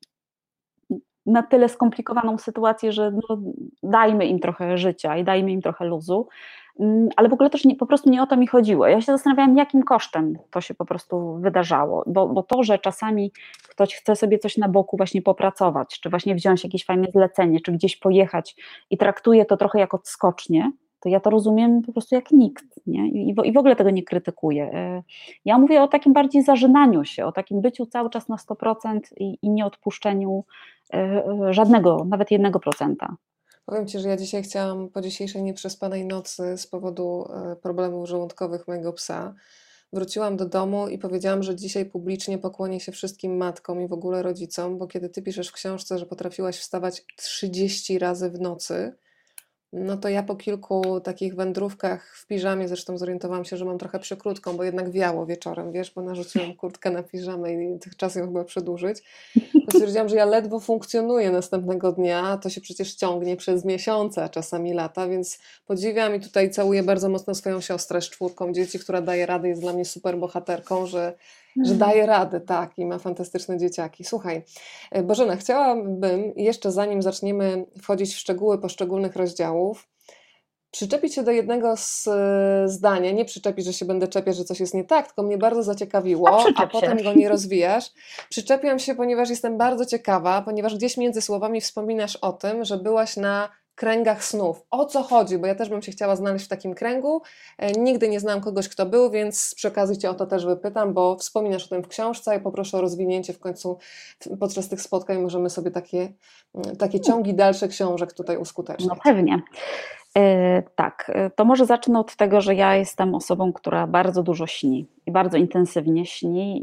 na tyle skomplikowaną sytuację, że dajmy im trochę życia i dajmy im trochę luzu, ale w ogóle też po prostu nie o to mi chodziło. Ja się zastanawiałam, jakim kosztem to się po prostu wydarzało, bo to, że czasami ktoś chce sobie coś na boku właśnie popracować, czy właśnie wziąć jakieś fajne zlecenie, czy gdzieś pojechać i traktuje to trochę jak odskocznie, to ja to rozumiem po prostu jak nikt, nie? I w ogóle tego nie krytykuję. Ja mówię o takim bardziej zażynaniu się, o takim byciu cały czas na 100% i nieodpuszczeniu żadnego, nawet 1%. Powiem Ci, że ja dzisiaj chciałam po dzisiejszej nieprzespanej nocy z powodu problemów żołądkowych mojego psa. Wróciłam do domu i powiedziałam, że dzisiaj publicznie pokłonię się wszystkim matkom i w ogóle rodzicom, bo kiedy Ty piszesz w książce, że potrafiłaś wstawać 30 razy w nocy, no to ja po kilku takich wędrówkach w piżamie, zresztą zorientowałam się, że mam trochę przykrótką, bo jednak wiało wieczorem, wiesz, bo narzuciłam kurtkę na piżamę i tych czas ją chyba przedłużyć. To stwierdziłam, że ja ledwo funkcjonuję następnego dnia, to się przecież ciągnie przez miesiące, a czasami lata, więc podziwiam i tutaj całuję bardzo mocno swoją siostrę z 4 dzieci, która daje radę, jest dla mnie super bohaterką, że daje radę, tak, i ma fantastyczne dzieciaki. Słuchaj, Bożena, chciałabym jeszcze zanim zaczniemy wchodzić w szczegóły poszczególnych rozdziałów, przyczepić się do jednego z zdania, nie przyczepić, że się będę czepiać, że coś jest nie tak, tylko mnie bardzo zaciekawiło, a potem go nie rozwijasz. Przyczepiam się, ponieważ jestem bardzo ciekawa, ponieważ gdzieś między słowami wspominasz o tym, że byłaś na kręgach snów. O co chodzi? Bo ja też bym się chciała znaleźć w takim kręgu. Nigdy nie znałam kogoś, kto był, więc przy okazji Cię o to też wypytam, bo wspominasz o tym w książce i poproszę o rozwinięcie w końcu podczas tych spotkań. Możemy sobie takie ciągi dalsze książek tutaj uskutecznić. No pewnie. Tak, to może zacznę od tego, że ja jestem osobą, która bardzo dużo śni i bardzo intensywnie śni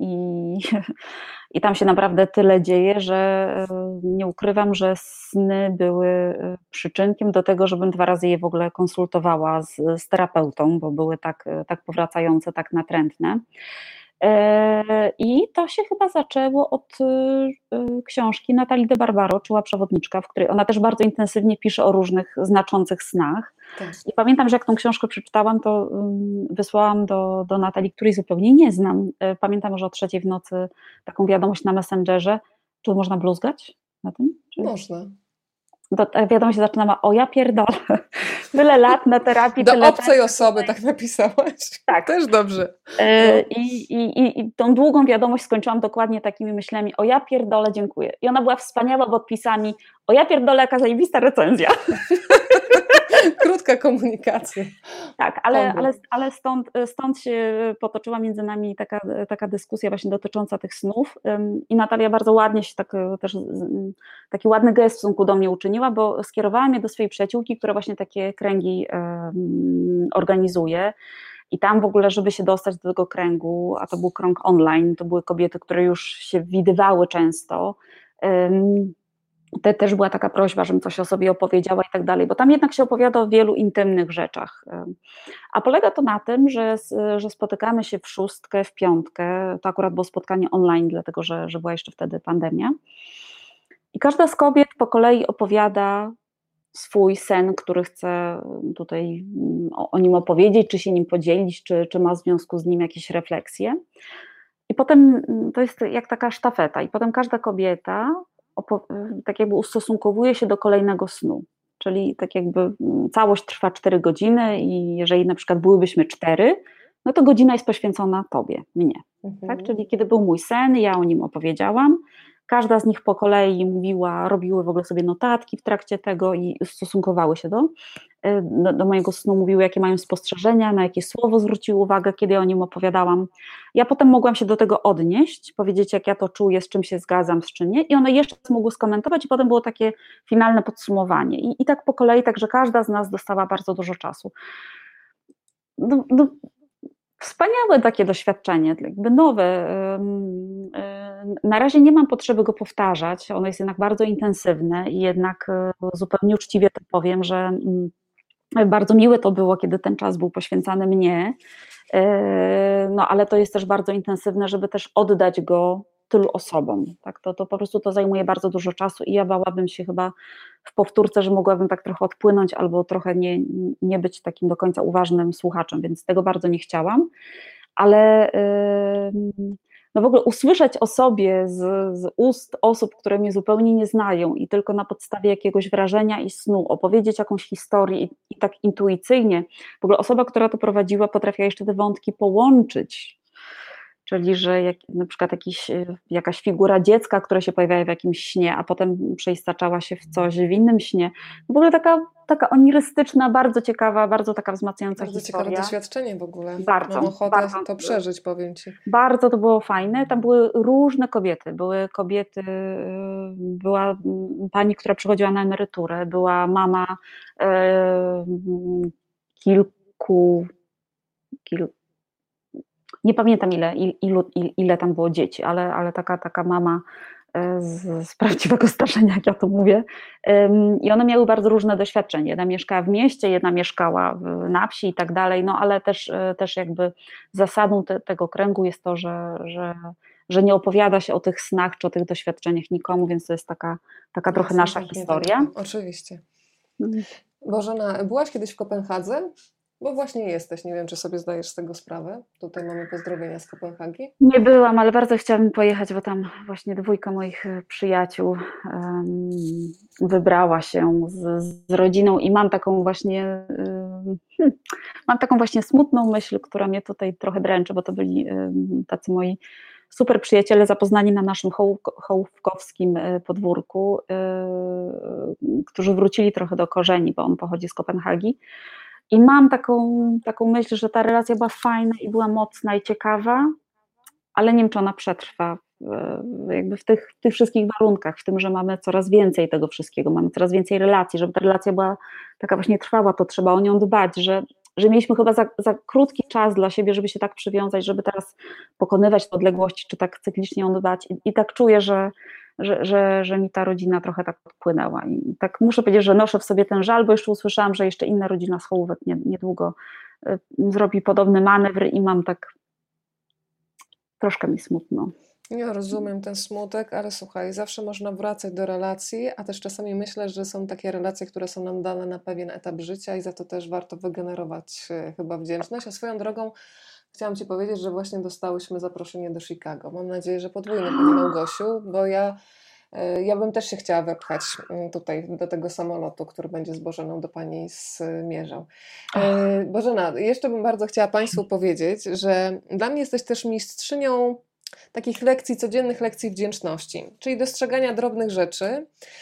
i tam się naprawdę tyle dzieje, że nie ukrywam, że sny były przyczynkiem do tego, żebym 2 razy je w ogóle konsultowała z terapeutą, bo były tak powracające, tak natrętne. I to się chyba zaczęło od książki Natalii de Barbaro, Czuła przewodniczka, w której ona też bardzo intensywnie pisze o różnych znaczących snach. Tak. I pamiętam, że jak tą książkę przeczytałam, to wysłałam do Natalii, której zupełnie nie znam. Pamiętam, że o 3:00 w nocy taką wiadomość na Messengerze. Czy można bluzgać na tym? Czy... Można. Ta wiadomość się zaczynała: o ja pierdolę, tyle lat na terapii. Do tyle obcej lat, osoby tak napisałaś. Tak. Też dobrze. I tą długą wiadomość skończyłam dokładnie takimi myślami: o ja pierdolę, dziękuję. I ona była wspaniała podpisami: o ja pierdolę, jaka zajebista recenzja. Krótka komunikacja. Tak, ale stąd się potoczyła między nami taka dyskusja właśnie dotycząca tych snów i Natalia bardzo ładnie się też taki ładny gest w stosunku do mnie uczyniła, bo skierowała mnie do swojej przyjaciółki, która właśnie takie kręgi organizuje. I tam w ogóle, żeby się dostać do tego kręgu, a to był krąg online, to były kobiety, które już się widywały często, też była taka prośba, żebym coś o sobie opowiedziała i tak dalej, bo tam jednak się opowiada o wielu intymnych rzeczach. A polega to na tym, że spotykamy się w 6, w 5, to akurat było spotkanie online, dlatego że była jeszcze wtedy pandemia. I każda z kobiet po kolei opowiada swój sen, który chce tutaj o nim opowiedzieć, czy się nim podzielić, czy ma w związku z nim jakieś refleksje. I potem to jest jak taka sztafeta i potem każda kobieta tak jakby ustosunkowuje się do kolejnego snu. Czyli tak jakby całość trwa 4 godziny i jeżeli na przykład byłybyśmy 4, no to godzina jest poświęcona tobie, mnie. Tak? Czyli kiedy był mój sen, ja o nim opowiedziałam, każda z nich po kolei mówiła, robiły w ogóle sobie notatki w trakcie tego i stosunkowały się do mojego snu, mówiły, jakie mają spostrzeżenia, na jakie słowo zwróciły uwagę, kiedy ja o nim opowiadałam. Ja potem mogłam się do tego odnieść, powiedzieć, jak ja to czuję, z czym się zgadzam, z czym nie, i one jeszcze raz mogły skomentować i potem było takie finalne podsumowanie. I tak po kolei, tak że każda z nas dostała bardzo dużo czasu. Wspaniałe takie doświadczenie, jakby nowe. Na razie nie mam potrzeby go powtarzać, ono jest jednak bardzo intensywne i jednak zupełnie uczciwie to powiem, że bardzo miłe to było, kiedy ten czas był poświęcany mnie, no ale to jest też bardzo intensywne, żeby też oddać go tylu osobom. Tak? To po prostu to zajmuje bardzo dużo czasu i ja bałabym się chyba w powtórce, że mogłabym tak trochę odpłynąć albo trochę nie być takim do końca uważnym słuchaczem, więc tego bardzo nie chciałam, ale no w ogóle usłyszeć o sobie z ust osób, które mnie zupełnie nie znają i tylko na podstawie jakiegoś wrażenia i snu opowiedzieć jakąś historię i tak intuicyjnie, w ogóle osoba, która to prowadziła, potrafiła jeszcze te wątki połączyć, czyli że na przykład jakaś figura dziecka, która się pojawia w jakimś śnie, a potem przeistaczała się w coś w innym śnie. W ogóle taka onirystyczna, bardzo ciekawa, bardzo taka wzmacniająca bardzo historia. Bardzo ciekawe doświadczenie w ogóle. Bardzo. Mam ochotę to przeżyć, powiem Ci. Bardzo to było fajne. Tam były różne kobiety. Była pani, która przychodziła na emeryturę, była mama nie pamiętam ile tam było dzieci, ale taka mama z prawdziwego zdarzenia, jak ja to mówię. I one miały bardzo różne doświadczenia. Jedna mieszkała w mieście, jedna mieszkała na wsi i tak dalej, no ale też jakby zasadą tego kręgu jest to, że nie opowiada się o tych snach czy o tych doświadczeniach nikomu, więc to jest taka trochę nasza historia. Oczywiście. Bożena, byłaś kiedyś w Kopenhadze? Bo właśnie jesteś, nie wiem, czy sobie zdajesz z tego sprawę. Tutaj mamy pozdrowienia z Kopenhagi. Nie byłam, ale bardzo chciałabym pojechać, bo tam właśnie 2 moich przyjaciół wybrała się z rodziną i mam taką właśnie smutną myśl, która mnie tutaj trochę dręczy, bo to byli tacy moi super przyjaciele zapoznani na naszym hołówkowskim podwórku, którzy wrócili trochę do korzeni, bo on pochodzi z Kopenhagi. I mam taką myśl, że ta relacja była fajna i była mocna i ciekawa, ale nie wiem, czy ona przetrwa jakby w tych wszystkich warunkach, w tym, że mamy coraz więcej tego wszystkiego, mamy coraz więcej relacji, żeby ta relacja była taka właśnie trwała, to trzeba o nią dbać, że mieliśmy chyba za krótki czas dla siebie, żeby się tak przywiązać, żeby teraz pokonywać te odległości, czy tak cyklicznie ją dbać i tak czuję, że mi ta rodzina trochę tak odpłynęła i tak muszę powiedzieć, że noszę w sobie ten żal, bo jeszcze usłyszałam, że jeszcze inna rodzina z Hołówek niedługo zrobi podobny manewr i mam tak troszkę mi smutno. Ja rozumiem ten smutek, ale słuchaj, zawsze można wracać do relacji, a też czasami myślę, że są takie relacje, które są nam dane na pewien etap życia i za to też warto wygenerować chyba wdzięczność. A swoją drogą chciałam Ci powiedzieć, że właśnie dostałyśmy zaproszenie do Chicago. Mam nadzieję, że podwójne, Pani Małgosiu, bo ja bym też się chciała wepchać tutaj do tego samolotu, który będzie z Bożeną do Pani zmierzał. Bożena, jeszcze bym bardzo chciała Państwu powiedzieć, że dla mnie jesteś też mistrzynią takich lekcji, codziennych lekcji wdzięczności, czyli dostrzegania drobnych rzeczy,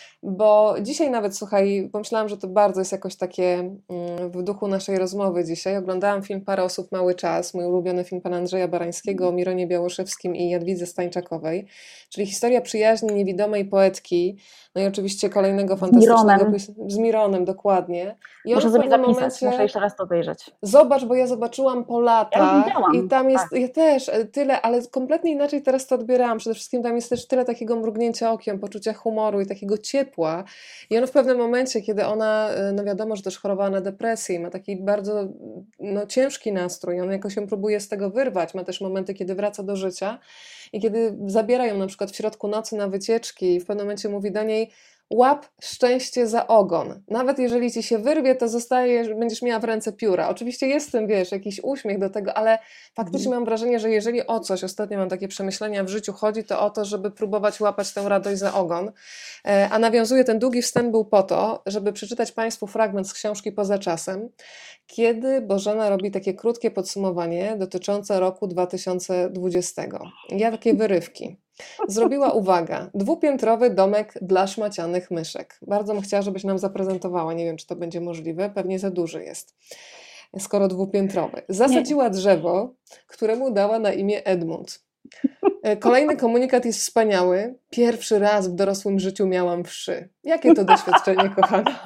bo dzisiaj nawet, słuchaj, pomyślałam, że to bardzo jest jakoś takie w duchu naszej rozmowy dzisiaj. Oglądałam film Parę osób, mały czas, mój ulubiony film pana Andrzeja Barańskiego o Mironie Białoszewskim i Jadwidze Stańczakowej, czyli historia przyjaźni niewidomej poetki, no i oczywiście kolejnego fantastycznego... Z Mironem, dokładnie. I Muszę on w sobie pewnym zapisać, muszę jeszcze raz to obejrzeć. Zobacz, bo ja zobaczyłam po latach i tam jest, tak. ja też tyle, ale kompletnie inaczej teraz to odbierałam. Przede wszystkim tam jest też tyle takiego mrugnięcia okiem, poczucia humoru i takiego ciepła. I on w pewnym momencie, kiedy ona, no wiadomo, że też chorowała na depresję i ma taki bardzo ciężki nastrój, on jakoś ją próbuje z tego wyrwać. Ma też momenty, kiedy wraca do życia i kiedy zabiera ją na przykład w środku nocy na wycieczki i w pewnym momencie mówi do niej: łap szczęście za ogon. Nawet jeżeli ci się wyrwie, to zostaje, będziesz miała w ręce pióra. Oczywiście jest w tym, wiesz, jakiś uśmiech do tego, ale faktycznie mam wrażenie, że jeżeli o coś, ostatnio mam takie przemyślenia w życiu, chodzi to o to, żeby próbować łapać tę radość za ogon. A nawiązuję, ten długi wstęp był po to, żeby przeczytać Państwu fragment z książki Poza czasem, kiedy Bożena robi takie krótkie podsumowanie dotyczące roku 2020. Ja takie wyrywki. Zrobiła, uwaga, 2-piętrowy domek dla szmacianych myszek. Bardzo bym chciała, żebyś nam zaprezentowała. Nie wiem, czy to będzie możliwe. Pewnie za duży jest, skoro 2-piętrowy. Zasadziła drzewo, któremu dała na imię Edmund. Kolejny komunikat jest wspaniały. Pierwszy raz w dorosłym życiu miałam wszy. Jakie to doświadczenie, kochana?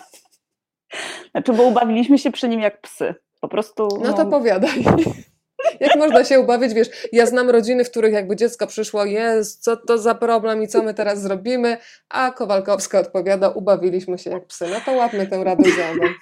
Znaczy, bo ubawiliśmy się przy nim jak psy. Po prostu... No to powiadaj. Jak można się ubawić, wiesz, ja znam rodziny, w których jakby dziecko przyszło, jest, co to za problem i co my teraz zrobimy, a Kowalkowska odpowiada: ubawiliśmy się jak psy. No to łapmy tę radość za ogon.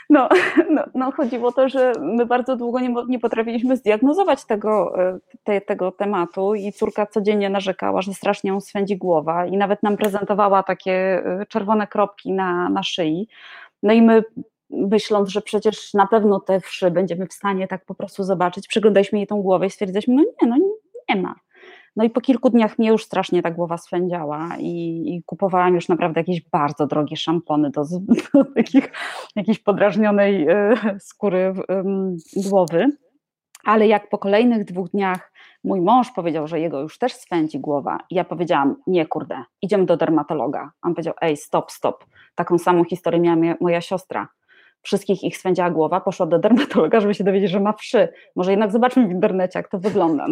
No, chodziło o to, że my bardzo długo nie potrafiliśmy zdiagnozować tego tematu i córka codziennie narzekała, że strasznie ją swędzi głowa i nawet nam prezentowała takie czerwone kropki na szyi. No i my, myśląc, że przecież na pewno te wszy będziemy w stanie tak po prostu zobaczyć, przyglądaliśmy jej tą głowę i stwierdziliśmy, nie ma. No i po kilku dniach mnie już strasznie ta głowa swędziała i kupowałam już naprawdę jakieś bardzo drogie szampony do jakiejś podrażnionej skóry głowy. Ale jak po kolejnych 2 dniach mój mąż powiedział, że jego już też swędzi głowa, i ja powiedziałam: nie, kurde, idziemy do dermatologa. On powiedział: ej, stop, taką samą historię miała moja siostra. Wszystkich ich swędziała głowa, poszła do dermatologa, żeby się dowiedzieć, że ma wszy. Może jednak zobaczmy w internecie, jak to wygląda.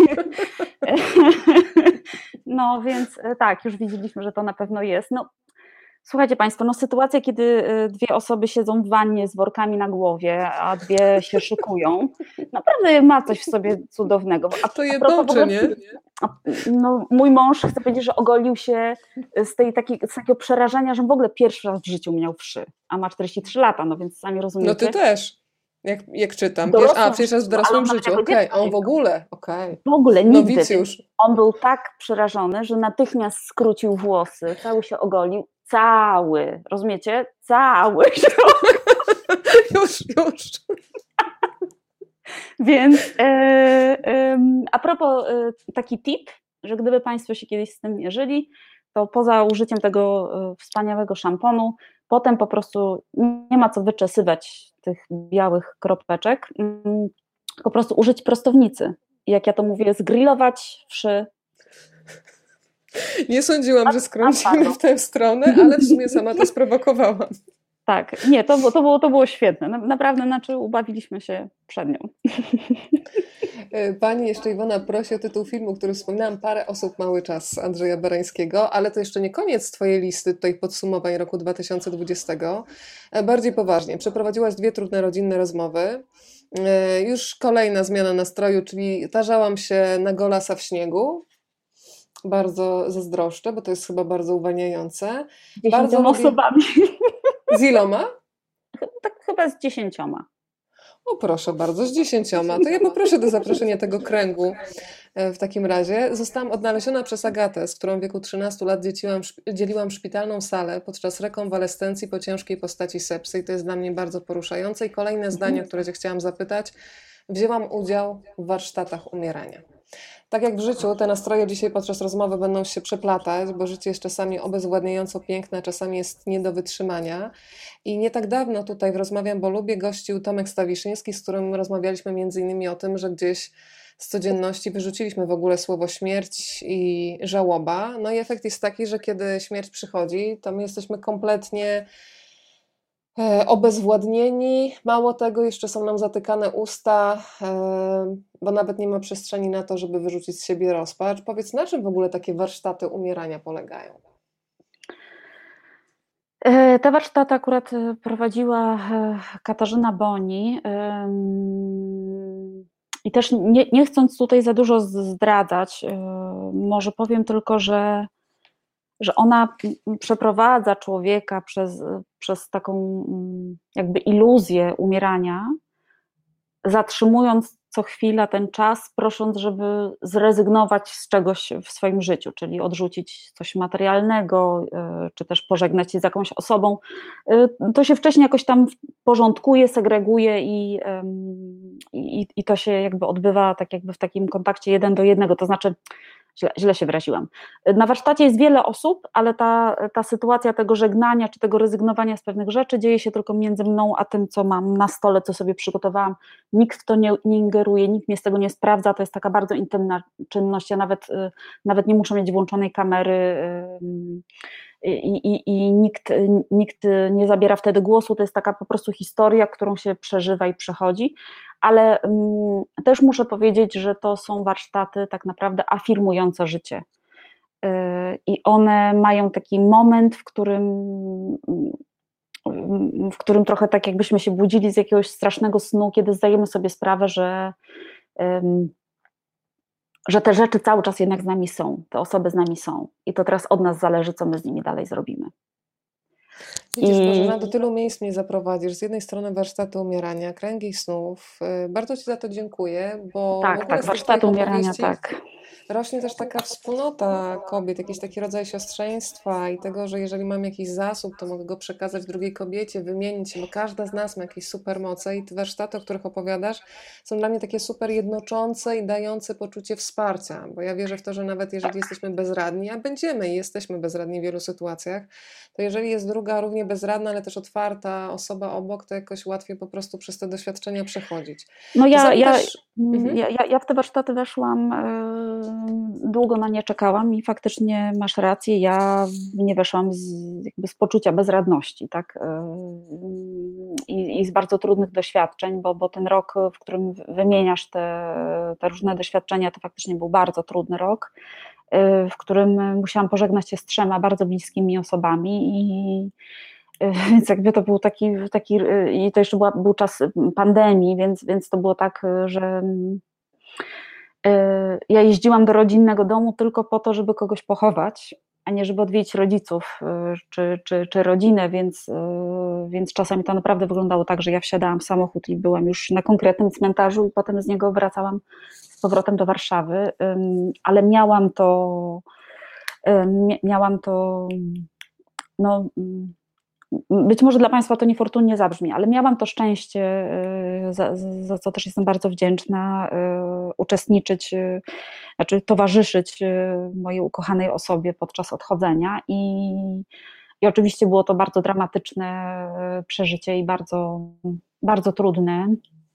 No więc tak, już widzieliśmy, że to na pewno jest. No, słuchajcie Państwo, sytuacja, kiedy 2 osoby siedzą w wannie z workami na głowie, a 2 się szykują, naprawdę ma coś w sobie cudownego. To jednoczy, nie? No, mój mąż, chcę powiedzieć, że ogolił się z takiego przerażenia, że w ogóle pierwszy raz w życiu miał wszy, a ma 43 lata, no więc sami rozumiecie. No ty też, jak czytam. Przecież raz w dorosłym życiu, okej. On w ogóle, okej. W ogóle nigdy. Nowicjusz. On był tak przerażony, że natychmiast skrócił włosy, cały się ogolił, cały, rozumiecie? Cały się Już. Więc a propos, taki tip, że gdyby Państwo się kiedyś z tym mierzyli, to poza użyciem tego wspaniałego szamponu, potem po prostu nie ma co wyczesywać tych białych kropeczek, po prostu użyć prostownicy. Jak ja to mówię, zgrillować wszy. Nie sądziłam, że skręcimy w tę stronę, ale w sumie sama to sprowokowałam. Tak, nie, to było świetne. Naprawdę, ubawiliśmy się przed nią. Pani jeszcze Iwona prosi o tytuł filmu, który wspominałam, Parę osób, mały czas, Andrzeja Barańskiego, ale to jeszcze nie koniec Twojej listy tutaj podsumowań roku 2020. Bardziej poważnie, przeprowadziłaś 2 trudne rodzinne rozmowy. Już kolejna zmiana nastroju, czyli tarzałam się na golasa w śniegu. Bardzo zazdroszczę, bo to jest chyba bardzo uwalniające. 10 osobami. Z iloma? Tak chyba z 10. O proszę bardzo, z 10. To ja poproszę do zaproszenia tego kręgu W takim razie zostałam odnaleziona przez Agatę, z którą w wieku 13 lat dzieliłam szpitalną salę podczas rekonwalescencji po ciężkiej postaci sepsy i to jest dla mnie bardzo poruszające. I kolejne zdanie, o które Cię chciałam zapytać. Wzięłam udział w warsztatach umierania. Tak jak w życiu, te nastroje dzisiaj podczas rozmowy będą się przeplatać, bo życie jest czasami obezwładniająco piękne, a czasami jest nie do wytrzymania. I nie tak dawno tutaj w Rozmawiam, bo lubię gościł Tomek Stawiszyński, z którym rozmawialiśmy między innymi o tym, że gdzieś z codzienności wyrzuciliśmy w ogóle słowo śmierć i żałoba. No i efekt jest taki, że kiedy śmierć przychodzi, to my jesteśmy kompletnie obezwładnieni. Mało tego, jeszcze są nam zatykane usta, bo nawet nie ma przestrzeni na to, żeby wyrzucić z siebie rozpacz. Powiedz, na czym w ogóle takie warsztaty umierania polegają? Te warsztaty akurat prowadziła Katarzyna Boni. I też nie chcąc tutaj za dużo zdradzać, może powiem tylko, że ona przeprowadza człowieka przez taką jakby iluzję umierania, zatrzymując co chwila ten czas, prosząc, żeby zrezygnować z czegoś w swoim życiu, czyli odrzucić coś materialnego, czy też pożegnać się z jakąś osobą. To się wcześniej jakoś tam porządkuje, segreguje i to się jakby odbywa tak jakby w takim kontakcie 1 do 1, to znaczy źle się wyraziłam. Na warsztacie jest wiele osób, ale ta sytuacja tego żegnania czy tego rezygnowania z pewnych rzeczy dzieje się tylko między mną a tym, co mam na stole, co sobie przygotowałam. Nikt w to nie ingeruje, nikt mnie z tego nie sprawdza, to jest taka bardzo intymna czynność, ja nawet nie muszę mieć włączonej kamery i nikt nie zabiera wtedy głosu, to jest taka po prostu historia, którą się przeżywa i przechodzi, ale też muszę powiedzieć, że to są warsztaty tak naprawdę afirmujące życie i one mają taki moment, w którym trochę tak jakbyśmy się budzili z jakiegoś strasznego snu, kiedy zdajemy sobie sprawę, że te rzeczy cały czas jednak z nami są, te osoby z nami są i to teraz od nas zależy, co my z nimi dalej zrobimy. Widzisz, Bożena, do tylu miejsc mnie zaprowadzisz. Z jednej strony warsztaty umierania, kręgi snów. Bardzo Ci za to dziękuję, bo w ogóle z tych warsztaty Twoich umierania, opowieści tak. rośnie też taka wspólnota kobiet, jakiś taki rodzaj siostrzeństwa i tego, że jeżeli mam jakiś zasób, to mogę go przekazać drugiej kobiecie, wymienić się, bo każda z nas ma jakieś supermoce i te warsztaty, o których opowiadasz, są dla mnie takie super jednoczące i dające poczucie wsparcia, bo ja wierzę w to, że nawet jeżeli jesteśmy bezradni, a będziemy i jesteśmy bezradni w wielu sytuacjach, to jeżeli jest druga równie bezradna, ale też otwarta osoba obok, to jakoś łatwiej po prostu przez te doświadczenia przechodzić. No Też... ja w te warsztaty weszłam, długo na nie czekałam i faktycznie masz rację, ja nie weszłam z poczucia bezradności, tak? I z bardzo trudnych doświadczeń, bo ten rok, w którym wymieniasz te różne doświadczenia, to faktycznie był bardzo trudny rok, w którym musiałam pożegnać się z 3 bardzo bliskimi osobami więc jakby to był taki i to jeszcze był czas pandemii, więc to było tak, że ja jeździłam do rodzinnego domu tylko po to, żeby kogoś pochować, a nie żeby odwiedzić rodziców czy rodzinę, więc czasami to naprawdę wyglądało tak, że ja wsiadałam w samochód i byłam już na konkretnym cmentarzu i potem z niego wracałam z powrotem do Warszawy, ale miałam to no, być może dla Państwa to niefortunnie zabrzmi, ale miałam to szczęście, za co też jestem bardzo wdzięczna, uczestniczyć, znaczy towarzyszyć mojej ukochanej osobie podczas odchodzenia i oczywiście było to bardzo dramatyczne przeżycie i bardzo, bardzo trudne.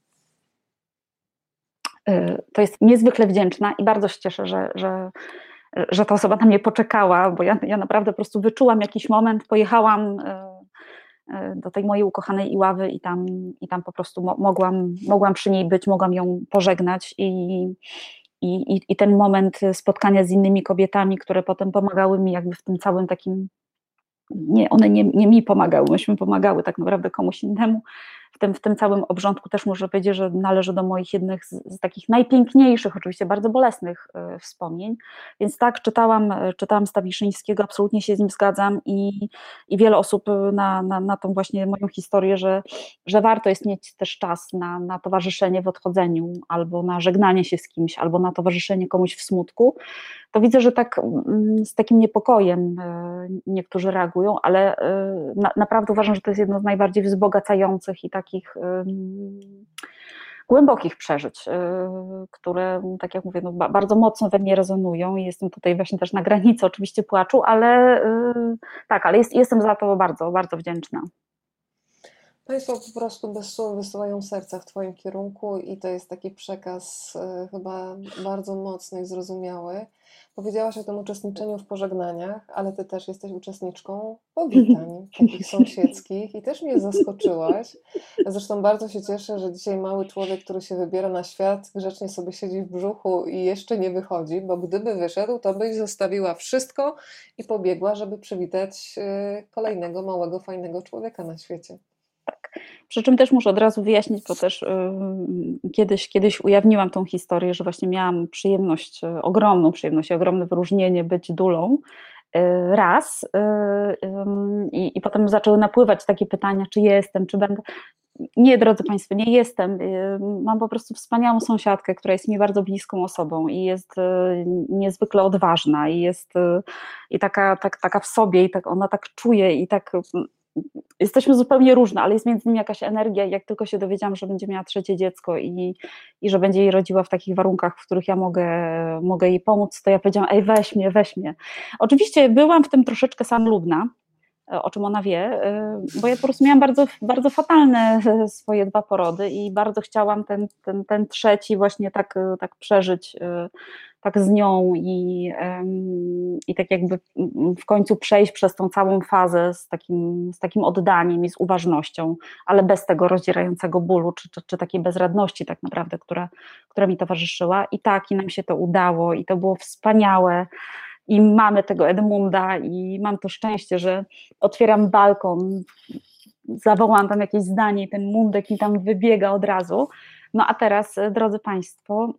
To jest niezwykle wdzięczna i bardzo się cieszę, że ta osoba na mnie poczekała, bo ja naprawdę po prostu wyczułam jakiś moment, pojechałam do tej mojej ukochanej Iławy i tam po prostu mogłam przy niej być, mogłam ją pożegnać i ten moment spotkania z innymi kobietami, które potem pomagały mi jakby w tym całym takim, one nie mi pomagały, myśmy pomagały tak naprawdę komuś innemu, w tym całym obrządku też muszę powiedzieć, że należy do moich jednych z takich najpiękniejszych, oczywiście bardzo bolesnych wspomnień. Więc tak, czytałam Stawiszyńskiego, absolutnie się z nim zgadzam i wiele osób na tą właśnie moją historię, że warto jest mieć też czas na towarzyszenie w odchodzeniu, albo na żegnanie się z kimś, albo na towarzyszenie komuś w smutku, to widzę, że tak z takim niepokojem niektórzy reagują, ale naprawdę uważam, że to jest jedno z najbardziej wzbogacających i takich głębokich przeżyć, które, tak jak mówię, no, bardzo mocno we mnie rezonują i jestem tutaj właśnie też na granicy oczywiście płaczu, ale tak, ale jestem za to bardzo, bardzo wdzięczna. Państwo po prostu bez słów wysyłają serca w Twoim kierunku i to jest taki przekaz chyba bardzo mocny i zrozumiały. Powiedziałaś o tym uczestniczeniu w pożegnaniach, ale Ty też jesteś uczestniczką powitań takich sąsiedzkich i też mnie zaskoczyłaś. Zresztą bardzo się cieszę, że dzisiaj mały człowiek, który się wybiera na świat, grzecznie sobie siedzi w brzuchu i jeszcze nie wychodzi, bo gdyby wyszedł, to byś zostawiła wszystko i pobiegła, żeby przywitać kolejnego małego, fajnego człowieka na świecie. Przy czym też muszę od razu wyjaśnić, bo też kiedyś ujawniłam tą historię, że właśnie miałam przyjemność, ogromną przyjemność i ogromne wyróżnienie być dulą raz i potem zaczęły napływać takie pytania, czy jestem, czy będę. Nie, drodzy Państwo, nie jestem. Mam po prostu wspaniałą sąsiadkę, która jest mi bardzo bliską osobą i jest niezwykle odważna i jest i taka w sobie i tak ona tak czuje i tak jesteśmy zupełnie różne, ale jest między nimi jakaś energia i jak tylko się dowiedziałam, że będzie miała trzecie dziecko i że będzie jej rodziła w takich warunkach, w których ja mogę jej pomóc, to ja powiedziałam, ej, weź mnie. Oczywiście byłam w tym troszeczkę samolubna, o czym ona wie, bo ja po prostu miałam bardzo, bardzo fatalne swoje 2 porody i bardzo chciałam ten trzeci właśnie tak przeżyć, tak z nią i tak jakby w końcu przejść przez tą całą fazę z takim oddaniem i z uważnością, ale bez tego rozdzierającego bólu, czy takiej bezradności tak naprawdę, która mi towarzyszyła. I tak, i nam się to udało i to było wspaniałe. I mamy tego Edmunda i mam to szczęście, że otwieram balkon, zawołam tam jakieś zdanie i ten Mundek mi tam wybiega od razu. No a teraz, drodzy Państwo,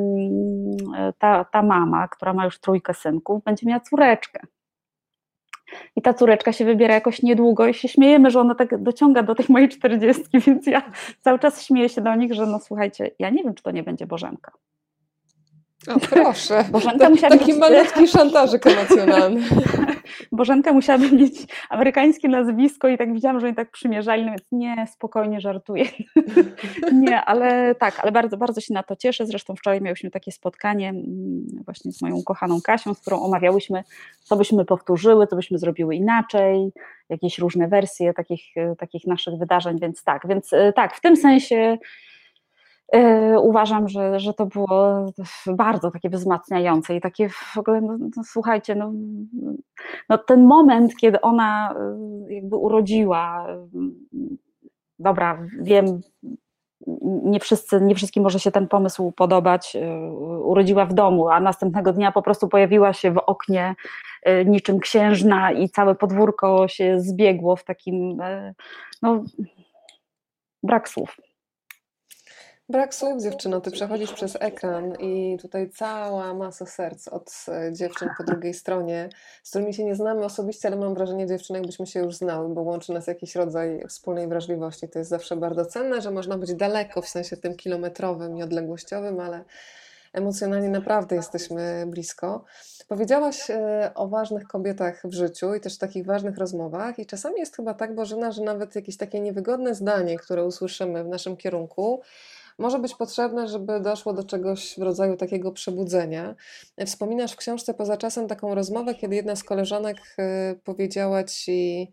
ta mama, która ma już 3 synków, będzie miała córeczkę. I ta córeczka się wybiera jakoś niedługo i się śmiejemy, że ona tak dociąga do tej mojej 40, więc ja cały czas śmieję się do nich, że no słuchajcie, ja nie wiem, czy to nie będzie Bożenka. O, proszę, Bożenka taki malutki szantażyk emocjonalny. Bożenka musiałaby mieć amerykańskie nazwisko i tak widziałam, że oni tak przymierzali, no więc nie, spokojnie żartuję. Nie, ale tak, ale bardzo, bardzo się na to cieszę. Zresztą wczoraj miałyśmy takie spotkanie właśnie z moją kochaną Kasią, z którą omawiałyśmy, co byśmy powtórzyły, co byśmy zrobiły inaczej, jakieś różne wersje takich naszych wydarzeń, więc tak, w tym sensie uważam, że to było bardzo takie wzmacniające i takie w ogóle, no, słuchajcie, no ten moment, kiedy ona jakby urodziła, dobra, wiem, nie wszystkim może się ten pomysł podobać, urodziła w domu, a następnego dnia po prostu pojawiła się w oknie niczym księżna i całe podwórko się zbiegło w takim, no, brak słów. Brak słów, dziewczyno, ty przechodzisz przez ekran i tutaj cała masa serc od dziewczyn po drugiej stronie, z którymi się nie znamy osobiście, ale mam wrażenie, dziewczyny, jakbyśmy się już znały, bo łączy nas jakiś rodzaj wspólnej wrażliwości. To jest zawsze bardzo cenne, że można być daleko, w sensie tym kilometrowym i odległościowym, ale emocjonalnie naprawdę jesteśmy blisko. Powiedziałaś o ważnych kobietach w życiu i też takich ważnych rozmowach i czasami jest chyba tak, Bożyna, że nawet jakieś takie niewygodne zdanie, które usłyszymy w naszym kierunku, może być potrzebne, żeby doszło do czegoś w rodzaju takiego przebudzenia. Wspominasz w książce Poza czasem taką rozmowę, kiedy jedna z koleżanek powiedziała ci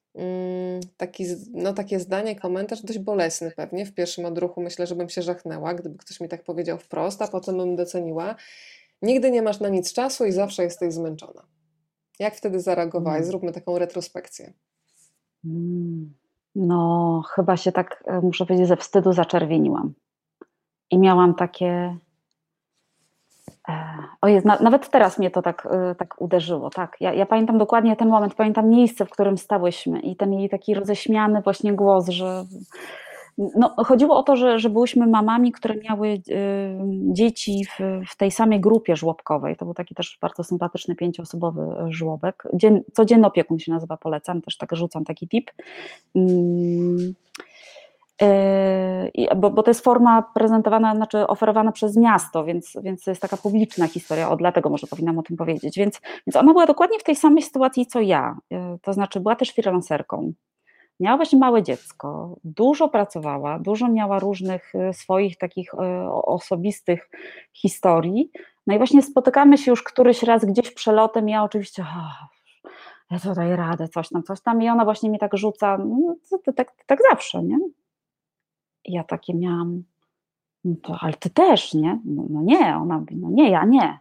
takie zdanie, komentarz dość bolesny pewnie. W pierwszym odruchu myślę, że bym się żachnęła, gdyby ktoś mi tak powiedział wprost, a potem bym doceniła. Nigdy nie masz na nic czasu i zawsze jesteś zmęczona. Jak wtedy zareagowałaś? Zróbmy taką retrospekcję. No, chyba się tak, muszę powiedzieć, ze wstydu zaczerwieniłam. I miałam takie... nawet teraz mnie to tak uderzyło. Tak. Ja pamiętam dokładnie ten moment, pamiętam miejsce, w którym stałyśmy i ten jej taki roześmiany właśnie głos, No, chodziło o to, że byłyśmy mamami, które miały dzieci w tej samej grupie żłobkowej. To był taki też bardzo sympatyczny 5-osobowy żłobek. Codzienny opiekun się nazywa, polecam, też tak rzucam taki tip. Mm, bo to jest forma prezentowana, znaczy oferowana przez miasto, więc to jest taka publiczna historia, dlatego może powinnam o tym powiedzieć. Więc ona była dokładnie w tej samej sytuacji co ja, to znaczy była też freelancerką. Miała właśnie małe dziecko, dużo pracowała, dużo miała różnych swoich takich osobistych historii. No i właśnie spotykamy się już któryś raz gdzieś przelotem. Ja oczywiście, ja tutaj radę, coś tam. I ona właśnie mi tak rzuca, no tak zawsze, nie? I ja takie miałam, no to, ale ty też, nie? No nie, ona mówi, no nie, ja nie.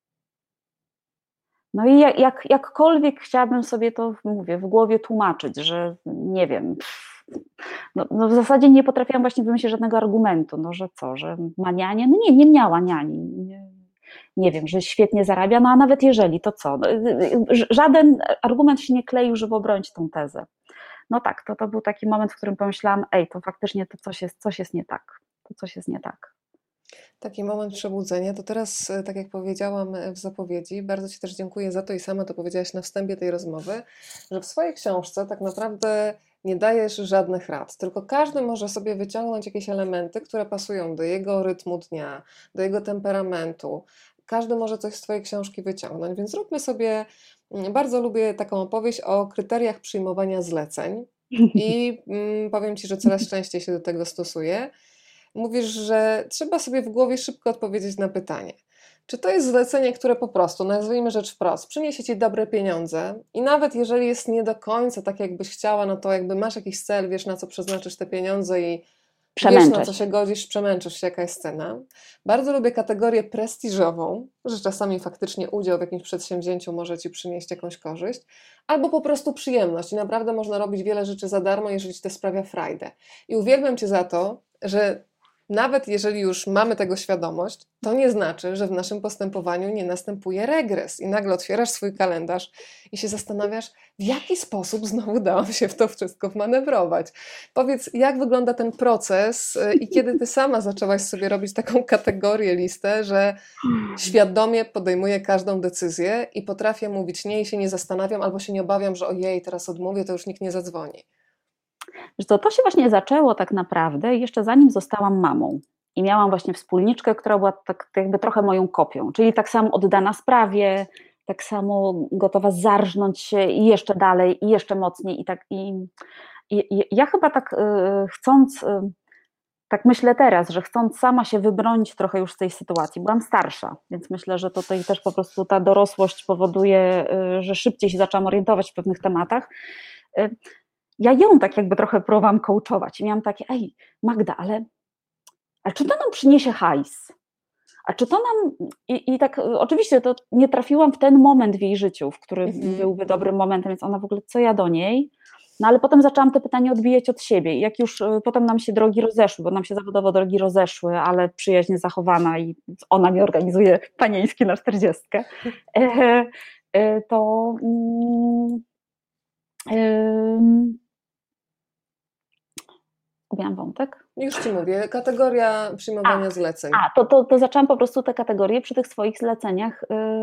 No i jakkolwiek chciałabym sobie to, mówię, w głowie tłumaczyć, że nie wiem, no w zasadzie nie potrafiłam właśnie wymyślić żadnego argumentu, no że co, że ma nianię? No nie miała niani. Nie wiem, że świetnie zarabia, no a nawet jeżeli, to co? Żaden argument się nie kleił, żeby obronić tą tezę. No tak, to był taki moment, w którym pomyślałam, to faktycznie to coś jest nie tak. To coś jest nie tak. Taki moment przebudzenia, to teraz, tak jak powiedziałam w zapowiedzi, bardzo Ci też dziękuję za to i sama to powiedziałaś na wstępie tej rozmowy, że w swojej książce tak naprawdę nie dajesz żadnych rad, tylko każdy może sobie wyciągnąć jakieś elementy, które pasują do jego rytmu dnia, do jego temperamentu. Każdy może coś z Twojej książki wyciągnąć, więc zróbmy sobie, bardzo lubię taką opowieść o kryteriach przyjmowania zleceń i powiem Ci, że coraz częściej się do tego stosuję. Mówisz, że trzeba sobie w głowie szybko odpowiedzieć na pytanie, czy to jest zlecenie, które po prostu, nazwijmy rzecz wprost, przyniesie Ci dobre pieniądze i nawet jeżeli jest nie do końca tak, jakbyś chciała, no to jakby masz jakiś cel, wiesz na co przeznaczysz te pieniądze i wiesz na co się godzisz, przemęczysz się, jaka jest cena. Bardzo lubię kategorię prestiżową, że czasami faktycznie udział w jakimś przedsięwzięciu może Ci przynieść jakąś korzyść, albo po prostu przyjemność i naprawdę można robić wiele rzeczy za darmo, jeżeli Ci to sprawia frajdę. I uwielbiam Cię za to, że nawet jeżeli już mamy tego świadomość, to nie znaczy, że w naszym postępowaniu nie następuje regres i nagle otwierasz swój kalendarz i się zastanawiasz, w jaki sposób znowu dałam się w to wszystko wmanewrować. Powiedz, jak wygląda ten proces i kiedy Ty sama zaczęłaś sobie robić taką kategorię, listę, że świadomie podejmuję każdą decyzję i potrafię mówić nie i się nie zastanawiam albo się nie obawiam, że ojej, teraz odmówię, to już nikt nie zadzwoni. To się właśnie zaczęło tak naprawdę jeszcze zanim zostałam mamą. I miałam właśnie wspólniczkę, która była tak jakby trochę moją kopią, czyli tak samo oddana sprawie, tak samo gotowa zarżnąć się i jeszcze dalej, i jeszcze mocniej. I ja chyba tak chcąc, tak myślę teraz, że chcąc sama się wybronić trochę już z tej sytuacji, byłam starsza, więc myślę, że tutaj też po prostu ta dorosłość powoduje, że szybciej się zaczęłam orientować w pewnych tematach. Ja ją tak jakby trochę próbowałam coachować i miałam takie, Magda, ale czy to nam przyniesie hajs? A czy to nam... I tak oczywiście to nie trafiłam w ten moment w jej życiu, w który byłby dobrym momentem, więc ona w ogóle, co ja do niej? No ale potem zaczęłam te pytania odbijać od siebie i jak już potem nam się drogi rozeszły, bo nam się zawodowo drogi rozeszły, ale przyjaźń zachowana i ona mi organizuje panieński na 40, to... Gubiłam wątek? Już Ci mówię, kategoria przyjmowania zleceń. To zaczęłam po prostu te kategorie przy tych swoich zleceniach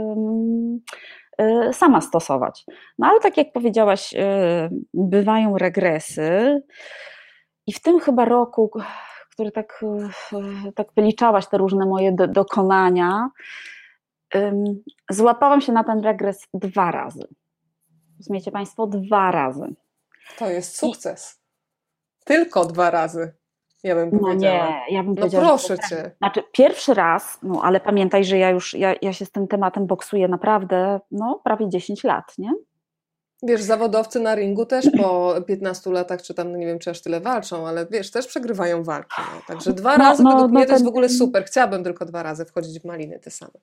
sama stosować. No ale tak jak powiedziałaś, bywają regresy i w tym chyba roku, który tak wyliczałaś te różne moje dokonania, złapałam się na ten regres 2 razy. Rozumiecie Państwo? 2 razy. To jest sukces. Tylko 2 razy, ja bym powiedziała. No nie, ja bym powiedziała, proszę Cię. Znaczy pierwszy raz, no ale pamiętaj, że ja się z tym tematem boksuję naprawdę, prawie 10 lat, nie? Wiesz, zawodowcy na ringu też po 15 latach, czy tam, nie wiem, czy aż tyle walczą, ale wiesz, też przegrywają walki. No. Także 2 razy według mnie to jest w ogóle super. Chciałabym tylko 2 razy wchodzić w maliny te same.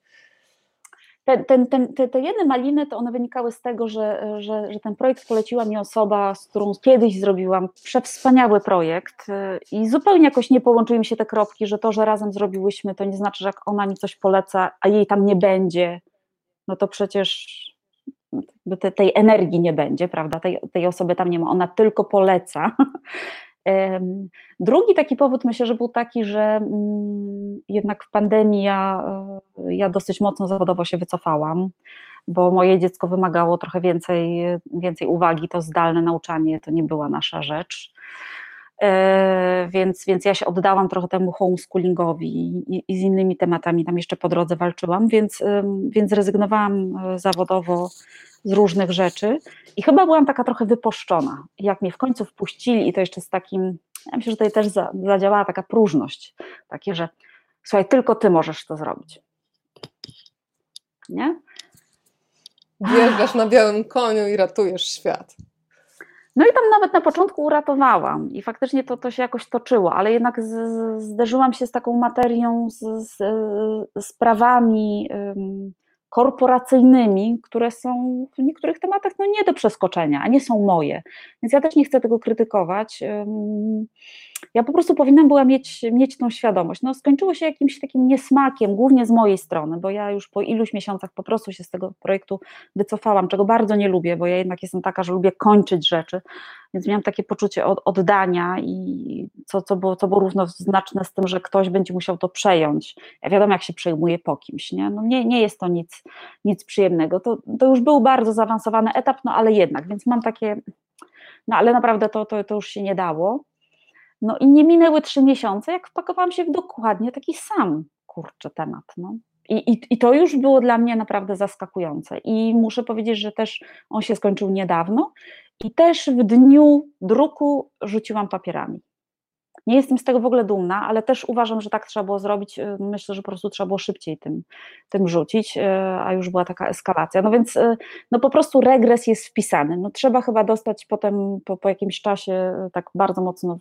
Te jedne maliny, to one wynikały z tego, że ten projekt poleciła mi osoba, z którą kiedyś zrobiłam przewspaniały projekt i zupełnie jakoś nie połączyły mi się te kropki, że to, że razem zrobiłyśmy, to nie znaczy, że jak ona mi coś poleca, a jej tam nie będzie, no to przecież tej energii nie będzie, prawda, tej osoby tam nie ma, ona tylko poleca. Drugi taki powód myślę, że był taki, że jednak w pandemii ja dosyć mocno zawodowo się wycofałam, bo moje dziecko wymagało trochę więcej uwagi, to zdalne nauczanie to nie była nasza rzecz. Więc ja się oddałam trochę temu homeschoolingowi i z innymi tematami tam jeszcze po drodze walczyłam, więc zrezygnowałam zawodowo z różnych rzeczy i chyba byłam taka trochę wypuszczona. Jak mnie w końcu wpuścili i to jeszcze z takim, ja myślę, że tutaj też zadziałała taka próżność, takie, że słuchaj, tylko ty możesz to zrobić. Nie? Wjeżdżasz na białym koniu i ratujesz świat. No i tam nawet na początku uratowałam i faktycznie to się jakoś toczyło, ale jednak zderzyłam się z taką materią, z sprawami korporacyjnymi, które są w niektórych tematach nie do przeskoczenia, a nie są moje. Więc ja też nie chcę tego krytykować. Ja po prostu powinnam była mieć tą świadomość. No, skończyło się jakimś takim niesmakiem, głównie z mojej strony, bo ja już po iluś miesiącach po prostu się z tego projektu wycofałam, czego bardzo nie lubię, bo ja jednak jestem taka, że lubię kończyć rzeczy, więc miałam takie poczucie oddania i co było równoznaczne z tym, że ktoś będzie musiał to przejąć. Ja wiadomo, jak się przejmuje po kimś, nie? No nie jest to nic przyjemnego. To już był bardzo zaawansowany etap, no ale jednak, więc mam takie, no ale naprawdę to już się nie dało. No i nie minęły 3 miesiące, jak wpakowałam się w dokładnie taki sam, temat. No. I to już było dla mnie naprawdę zaskakujące. I muszę powiedzieć, że też on się skończył niedawno i też w dniu druku rzuciłam papierami. Nie jestem z tego w ogóle dumna, ale też uważam, że tak trzeba było zrobić. Myślę, że po prostu trzeba było szybciej tym rzucić, a już była taka eskalacja. No więc no po prostu regres jest wpisany. No trzeba chyba dostać potem po jakimś czasie tak bardzo mocno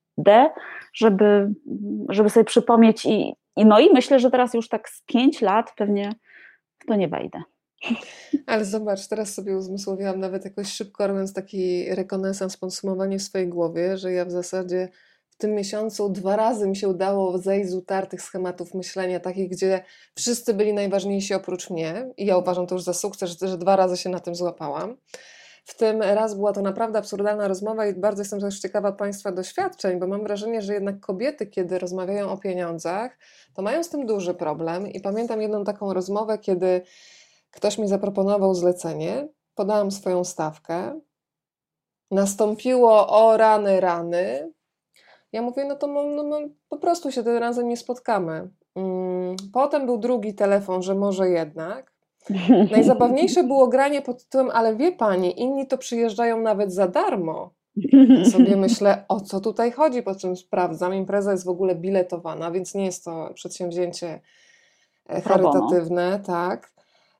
żeby sobie przypomnieć no i myślę, że teraz już tak z 5 lat pewnie w to nie wejdę. Ale zobacz, teraz sobie uzmysłowiłam nawet jakoś szybko, robiąc taki rekonesans, podsumowanie w swojej głowie, że ja w zasadzie w tym miesiącu 2 razy mi się udało zejść z utartych schematów myślenia, takich, gdzie wszyscy byli najważniejsi oprócz mnie i ja uważam to już za sukces, że 2 razy się na tym złapałam. W tym raz była to naprawdę absurdalna rozmowa i bardzo jestem też ciekawa Państwa doświadczeń, bo mam wrażenie, że jednak kobiety, kiedy rozmawiają o pieniądzach, to mają z tym duży problem i pamiętam jedną taką rozmowę, kiedy ktoś mi zaproponował zlecenie, podałam swoją stawkę, nastąpiło o rany. Ja mówię, no to po prostu się tym razem nie spotkamy. Potem był drugi telefon, że może jednak. Najzabawniejsze było granie pod tytułem, ale wie pani, inni to przyjeżdżają nawet za darmo. Ja sobie myślę, o co tutaj chodzi, po czym sprawdzam, impreza jest w ogóle biletowana, więc nie jest to przedsięwzięcie charytatywne, tak.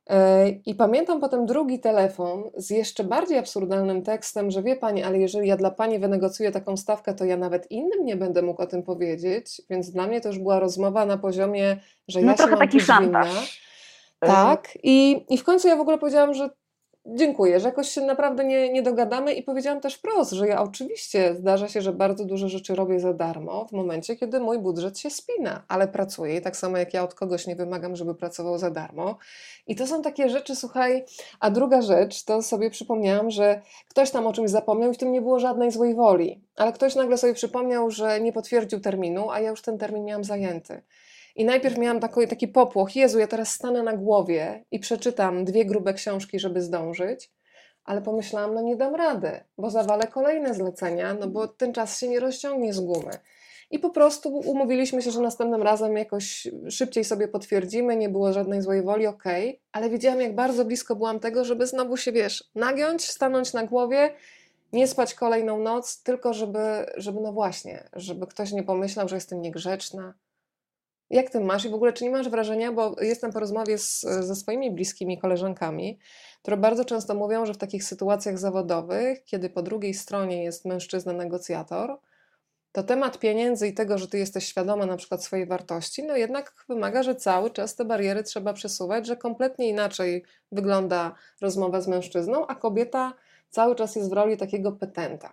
I pamiętam potem drugi telefon z jeszcze bardziej absurdalnym tekstem, że wie pani, ale jeżeli ja dla pani wynegocjuję taką stawkę, to ja nawet innym nie będę mógł o tym powiedzieć, więc dla mnie to już była rozmowa na poziomie, że ja się mam taki czuć winna. szantaż. Tak, i w końcu ja w ogóle powiedziałam, że dziękuję, że jakoś się naprawdę nie dogadamy i powiedziałam też wprost, że ja oczywiście zdarza się, że bardzo dużo rzeczy robię za darmo w momencie, kiedy mój budżet się spina, ale pracuję i tak samo jak ja od kogoś nie wymagam, żeby pracował za darmo. I to są takie rzeczy, słuchaj, a druga rzecz, to sobie przypomniałam, że ktoś tam o czymś zapomniał i w tym nie było żadnej złej woli, ale ktoś nagle sobie przypomniał, że nie potwierdził terminu, a ja już ten termin miałam zajęty. I najpierw miałam taki popłoch, Jezu, ja teraz stanę na głowie i przeczytam 2 grube książki, żeby zdążyć, ale pomyślałam, no nie dam rady, bo zawalę kolejne zlecenia, no bo ten czas się nie rozciągnie z gumy. I po prostu umówiliśmy się, że następnym razem jakoś szybciej sobie potwierdzimy, nie było żadnej złej woli, okej, ale widziałam, jak bardzo blisko byłam tego, żeby znowu się, nagiąć, stanąć na głowie, nie spać kolejną noc, tylko żeby no właśnie, żeby ktoś nie pomyślał, że jestem niegrzeczna. Jak ty masz i w ogóle czy nie masz wrażenia, bo jestem po rozmowie ze swoimi bliskimi koleżankami, które bardzo często mówią, że w takich sytuacjach zawodowych, kiedy po drugiej stronie jest mężczyzna negocjator, to temat pieniędzy i tego, że ty jesteś świadoma na przykład swojej wartości, no jednak wymaga, że cały czas te bariery trzeba przesuwać, że kompletnie inaczej wygląda rozmowa z mężczyzną, a kobieta cały czas jest w roli takiego petenta.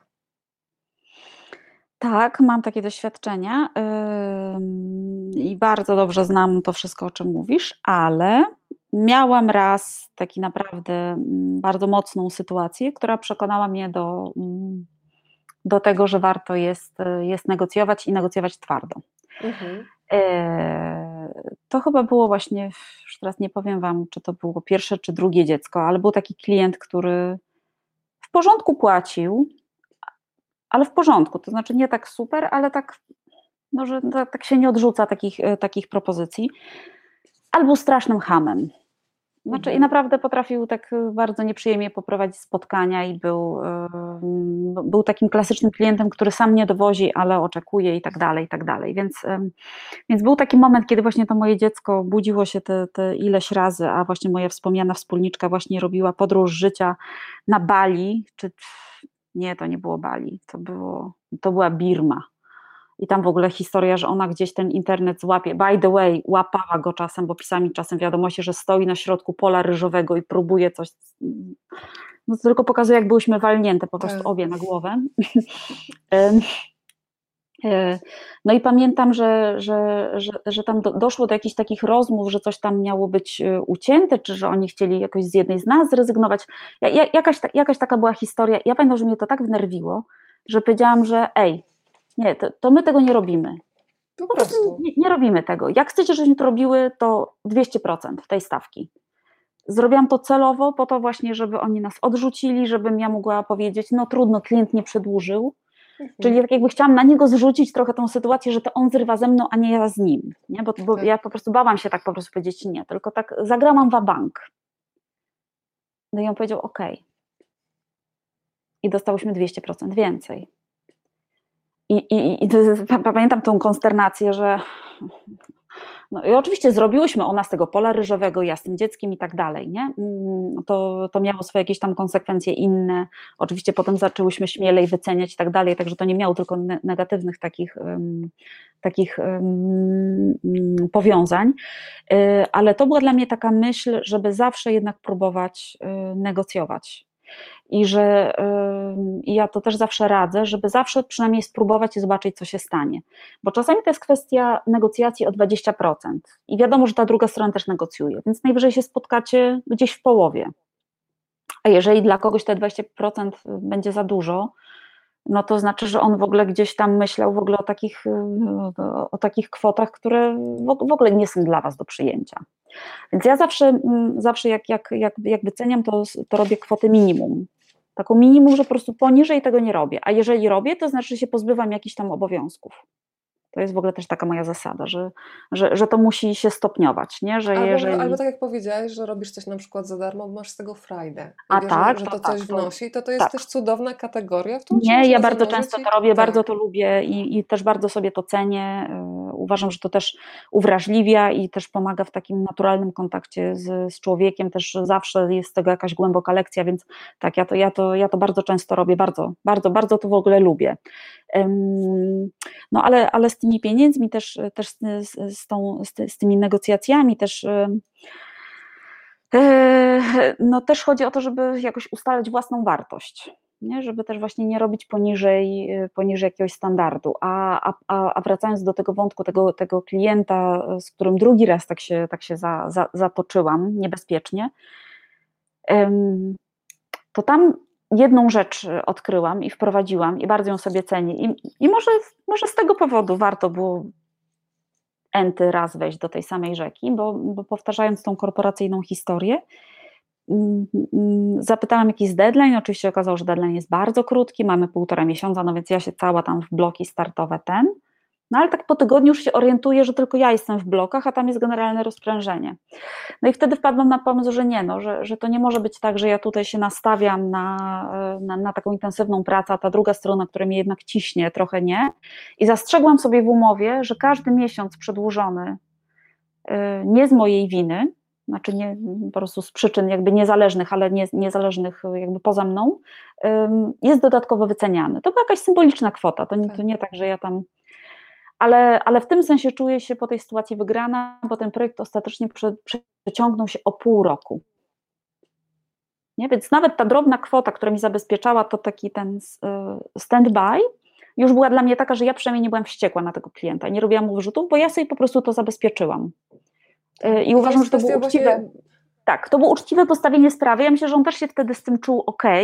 Tak, mam takie doświadczenia i bardzo dobrze znam to wszystko, o czym mówisz, ale miałam raz taki naprawdę bardzo mocną sytuację, która przekonała mnie do tego, że warto jest negocjować i negocjować twardo. Mhm. To chyba było właśnie, już teraz nie powiem Wam, czy to było pierwsze, czy drugie dziecko, ale był taki klient, który w porządku płacił, ale w porządku, to znaczy nie tak super, ale tak, no, że tak się nie odrzuca takich propozycji, albo strasznym hamem. Znaczy, i naprawdę potrafił tak bardzo nieprzyjemnie poprowadzić spotkania i był takim klasycznym klientem, który sam nie dowozi, ale oczekuje i tak dalej, i tak dalej. Więc był taki moment, kiedy właśnie to moje dziecko budziło się te ileś razy, a właśnie moja wspomniana wspólniczka właśnie robiła podróż życia na Bali, nie, to nie było Bali, to była Birma. I tam w ogóle historia, że ona gdzieś ten internet złapie. By the way, łapała go czasem, bo pisała mi czasem wiadomości, że stoi na środku pola ryżowego i próbuje coś. No to tylko pokazuje, jak byłyśmy walnięte po prostu obie na głowę. No i pamiętam, że tam doszło do jakichś takich rozmów, że coś tam miało być ucięte, czy że oni chcieli jakoś z jednej z nas zrezygnować. Jakaś taka była historia. Ja pamiętam, że mnie to tak wnerwiło, że powiedziałam, że nie, to my tego nie robimy. Po prostu. Nie robimy tego. Jak chcecie, żebyśmy to robiły, to 200% tej stawki. Zrobiłam to celowo po to właśnie, żeby oni nas odrzucili, żebym ja mogła powiedzieć, no trudno, klient nie przedłużył. Czyli tak jakby chciałam na niego zrzucić trochę tą sytuację, że to on zrywa ze mną, a nie ja z nim. Nie? Bo ja po prostu bałam się tak po prostu powiedzieć nie, tylko tak zagrałam wa-bank. No i on powiedział okej. I dostałyśmy 200% więcej. I pamiętam tą konsternację, że no i oczywiście zrobiłyśmy ona z tego pola ryżowego, ja z tym dzieckiem i tak dalej, nie? To miało swoje jakieś tam konsekwencje inne, oczywiście potem zaczęłyśmy śmielej wyceniać i tak dalej, także to nie miało tylko negatywnych takich powiązań, ale to była dla mnie taka myśl, żeby zawsze jednak próbować negocjować. I ja to też zawsze radzę, żeby zawsze przynajmniej spróbować i zobaczyć, co się stanie. Bo czasami to jest kwestia negocjacji o 20% i wiadomo, że ta druga strona też negocjuje, więc najwyżej się spotkacie gdzieś w połowie. A jeżeli dla kogoś te 20% będzie za dużo, no to znaczy, że on w ogóle gdzieś tam myślał w ogóle o takich kwotach, które w ogóle nie są dla was do przyjęcia. Więc ja zawsze jak wyceniam, to robię kwotę minimum. Taką minimum, że po prostu poniżej tego nie robię. A jeżeli robię, to znaczy, że się pozbywam jakichś tam obowiązków. To jest w ogóle też taka moja zasada, że to musi się stopniować, nie? Że Albo tak jak powiedziałeś, że robisz coś na przykład za darmo, bo masz z tego frajdę. I A wiesz, tak, że to tak, coś wnosi, to jest tak. też cudowna kategoria, w którą się Nie, można ja bardzo zanurzyć często to robię, tak. bardzo to lubię i też bardzo sobie to cenię. Uważam, że to też uwrażliwia i też pomaga w takim naturalnym kontakcie z człowiekiem, też zawsze jest z tego jakaś głęboka lekcja, więc tak, ja to bardzo często robię, bardzo to w ogóle lubię. No ale z tymi pieniędzmi też z tymi negocjacjami też no też chodzi o to, żeby jakoś ustalać własną wartość, nie? Żeby też właśnie nie robić poniżej jakiegoś standardu, a wracając do tego wątku, tego klienta, z którym drugi raz tak się zatoczyłam niebezpiecznie, to tam jedną rzecz odkryłam i wprowadziłam i bardzo ją sobie cenię i może z tego powodu warto było raz wejść do tej samej rzeki, bo powtarzając tą korporacyjną historię, zapytałam jakiś deadline, oczywiście okazało, że deadline jest bardzo krótki, mamy 1,5 miesiąca, no więc ja się cała tam w bloki startowe no ale tak po tygodniu już się orientuję, że tylko ja jestem w blokach, a tam jest generalne rozprężenie. No i wtedy wpadłam na pomysł, że nie, że to nie może być tak, że ja tutaj się nastawiam na taką intensywną pracę, a ta druga strona, która mnie jednak ciśnie, trochę nie. I zastrzegłam sobie w umowie, że każdy miesiąc przedłużony nie z mojej winy, znaczy nie po prostu z przyczyn jakby niezależnych, ale niezależnych jakby poza mną, jest dodatkowo wyceniany. To była jakaś symboliczna kwota, to nie tak, że ja tam... Ale w tym sensie czuję się po tej sytuacji wygrana, bo ten projekt ostatecznie przeciągnął się o pół roku. Nie? Więc nawet ta drobna kwota, która mi zabezpieczała to taki ten stand-by, już była dla mnie taka, że ja przynajmniej nie byłam wściekła na tego klienta, nie robiłam mu wyrzutów, bo ja sobie po prostu to zabezpieczyłam. I uważam, że to było uczciwe. Tak, to było uczciwe postawienie sprawy. Ja myślę, że on też się wtedy z tym czuł okej,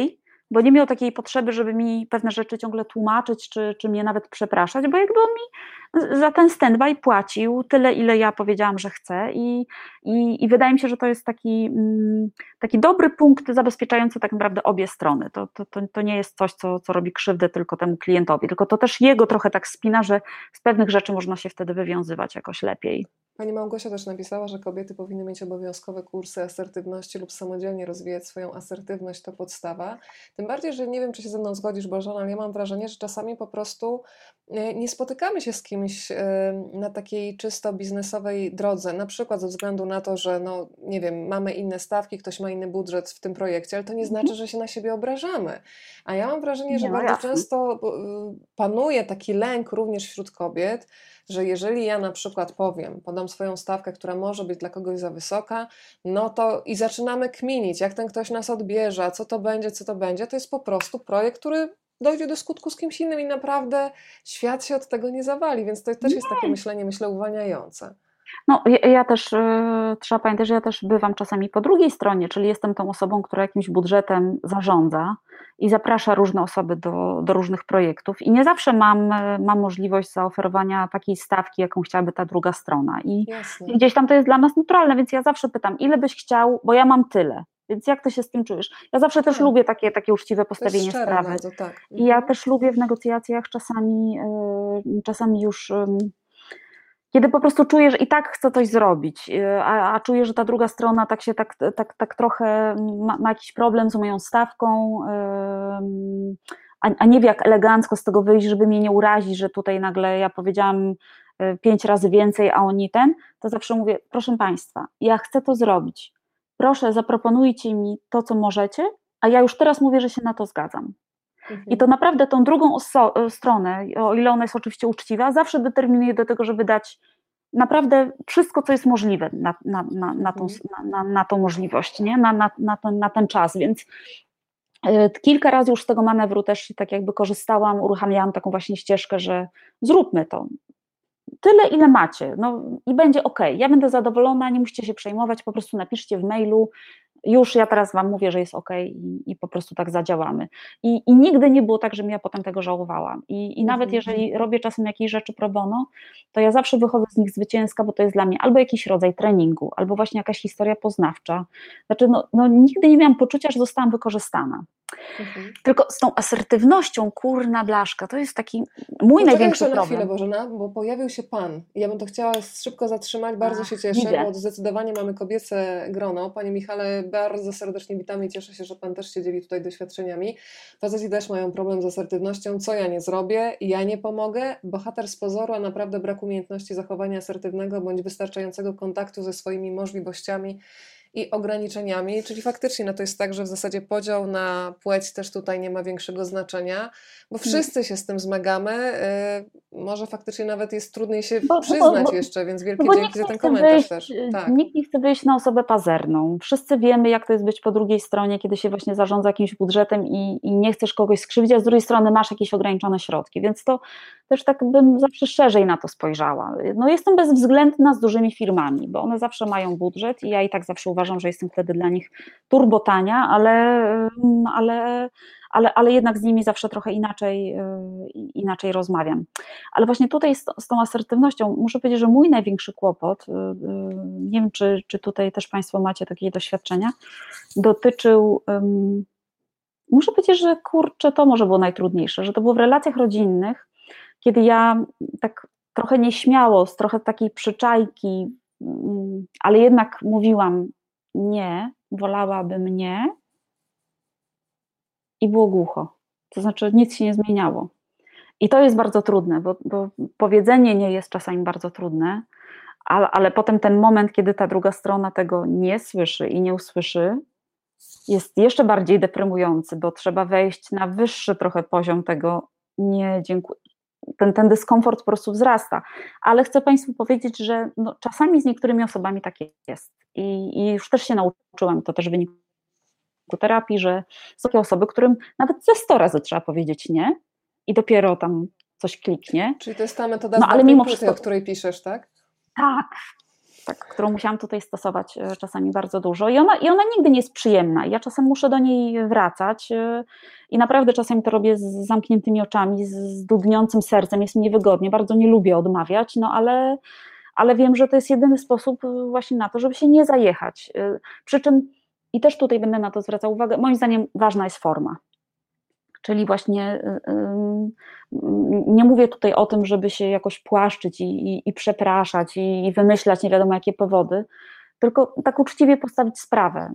bo nie miał takiej potrzeby, żeby mi pewne rzeczy ciągle tłumaczyć, czy mnie nawet przepraszać, bo jakby on mi za ten stand-by płacił tyle, ile ja powiedziałam, że chcę i wydaje mi się, że to jest taki dobry punkt zabezpieczający tak naprawdę obie strony. To nie jest coś, co robi krzywdę tylko temu klientowi, tylko to też jego trochę tak spina, że z pewnych rzeczy można się wtedy wywiązywać jakoś lepiej. Pani Małgosia też napisała, że kobiety powinny mieć obowiązkowe kursy asertywności lub samodzielnie rozwijać swoją asertywność, to podstawa. Tym bardziej, że nie wiem, czy się ze mną zgodzisz, Bożena, ale ja mam wrażenie, że czasami po prostu nie spotykamy się z kimś na takiej czysto biznesowej drodze, na przykład ze względu na to, że no nie wiem, mamy inne stawki, ktoś ma inny budżet w tym projekcie, ale to nie znaczy, że się na siebie obrażamy. A ja mam wrażenie, że bardzo często panuje taki lęk również wśród kobiet, że jeżeli ja na przykład podam swoją stawkę, która może być dla kogoś za wysoka, no to i zaczynamy kminić, jak ten ktoś nas odbierze, a co to będzie, to jest po prostu projekt, który dojdzie do skutku z kimś innym i naprawdę świat się od tego nie zawali, więc to też jest takie myślenie, myślę, uwalniające. No, ja też, trzeba pamiętać, że ja też bywam czasami po drugiej stronie, czyli jestem tą osobą, która jakimś budżetem zarządza i zaprasza różne osoby do różnych projektów i nie zawsze mam możliwość zaoferowania takiej stawki, jaką chciałaby ta druga strona i gdzieś tam to jest dla nas naturalne, więc ja zawsze pytam, ile byś chciał, bo ja mam tyle. Więc jak ty się z tym czujesz? Ja zawsze też lubię takie uczciwe postawienie sprawy. Bardzo, tak. I ja też lubię w negocjacjach czasami już kiedy po prostu czuję, że i tak chcę coś zrobić, a czuję, że ta druga strona tak trochę ma jakiś problem z moją stawką, a nie wie jak elegancko z tego wyjść, żeby mnie nie urazić, że tutaj nagle ja powiedziałam 5 razy więcej, a oni to zawsze mówię, proszę Państwa, ja chcę to zrobić, proszę zaproponujcie mi to, co możecie, a ja już teraz mówię, że się na to zgadzam. I to naprawdę tą drugą stronę, o ile ona jest oczywiście uczciwa, zawsze determinuje do tego, żeby dać naprawdę wszystko, co jest możliwe na tą możliwość, nie? Na ten czas, więc kilka razy już z tego manewru też tak jakby korzystałam, uruchamiałam taką właśnie ścieżkę, że zróbmy to. Tyle, ile macie, no i będzie ok, ja będę zadowolona, nie musicie się przejmować, po prostu napiszcie w mailu, już ja teraz wam mówię, że jest ok i po prostu tak zadziałamy. I nigdy nie było tak, żebym ja potem tego żałowałam. I nawet jeżeli robię czasem jakieś rzeczy pro bono, to ja zawsze wychodzę z nich zwycięska, bo to jest dla mnie albo jakiś rodzaj treningu, albo właśnie jakaś historia poznawcza. Znaczy, no nigdy nie miałam poczucia, że zostałam wykorzystana. Tylko z tą asertywnością, kurna blaszka, to jest taki mój największy problem. Na chwilę, Bożena, bo pojawił się Pan. Ja bym to chciała szybko zatrzymać, bardzo się cieszę, bo zdecydowanie mamy kobiece grono. Panie Michale, bardzo serdecznie witamy i cieszę się, że Pan też się dzieli tutaj doświadczeniami. Faceci też mają problem z asertywnością, co ja nie zrobię, ja nie pomogę. Bohater z pozoru, a naprawdę brak umiejętności zachowania asertywnego bądź wystarczającego kontaktu ze swoimi możliwościami i ograniczeniami, czyli faktycznie no to jest tak, że w zasadzie podział na płeć też tutaj nie ma większego znaczenia, bo wszyscy się z tym zmagamy, może faktycznie nawet jest trudniej się przyznać jeszcze, więc wielkie dzięki za ten komentarz też. Tak. Nikt nie chce wyjść na osobę pazerną, wszyscy wiemy jak to jest być po drugiej stronie, kiedy się właśnie zarządza jakimś budżetem i nie chcesz kogoś skrzywdzić, a z drugiej strony masz jakieś ograniczone środki, więc to też tak bym zawsze szerzej na to spojrzała. No jestem bezwzględna z dużymi firmami, bo one zawsze mają budżet i ja i tak zawsze uważam, że jestem wtedy dla nich turbo tania, ale jednak z nimi zawsze trochę inaczej rozmawiam. Ale właśnie tutaj z tą asertywnością muszę powiedzieć, że mój największy kłopot, nie wiem czy tutaj też Państwo macie takie doświadczenia, dotyczył, muszę powiedzieć, że kurczę, to może było najtrudniejsze, że to było w relacjach rodzinnych, kiedy ja tak trochę nieśmiało, z trochę takiej przyczajki, ale jednak mówiłam nie, wolałabym nie i było głucho. To znaczy nic się nie zmieniało. I to jest bardzo trudne, bo powiedzenie nie jest czasami bardzo trudne, ale potem ten moment, kiedy ta druga strona tego nie słyszy i nie usłyszy, jest jeszcze bardziej deprymujący, bo trzeba wejść na wyższy trochę poziom tego nie, dziękuję. Ten dyskomfort po prostu wzrasta, ale chcę Państwu powiedzieć, że no, czasami z niektórymi osobami tak jest i już też się nauczyłam, to też wynika z terapii, że są takie osoby, którym nawet ze 100 razy trzeba powiedzieć nie i dopiero tam coś kliknie. Czyli to jest ta metoda ale mimo wszystko, o której piszesz, tak? Tak, tak, którą musiałam tutaj stosować czasami bardzo dużo i ona nigdy nie jest przyjemna. Ja czasem muszę do niej wracać i naprawdę czasami to robię z zamkniętymi oczami, z dudniącym sercem, jest mi niewygodnie, bardzo nie lubię odmawiać, no ale wiem, że to jest jedyny sposób właśnie na to, żeby się nie zajechać. Przy czym, i też tutaj będę na to zwracał uwagę, moim zdaniem ważna jest forma. Czyli właśnie nie mówię tutaj o tym, żeby się jakoś płaszczyć i przepraszać i wymyślać nie wiadomo jakie powody, tylko tak uczciwie postawić sprawę.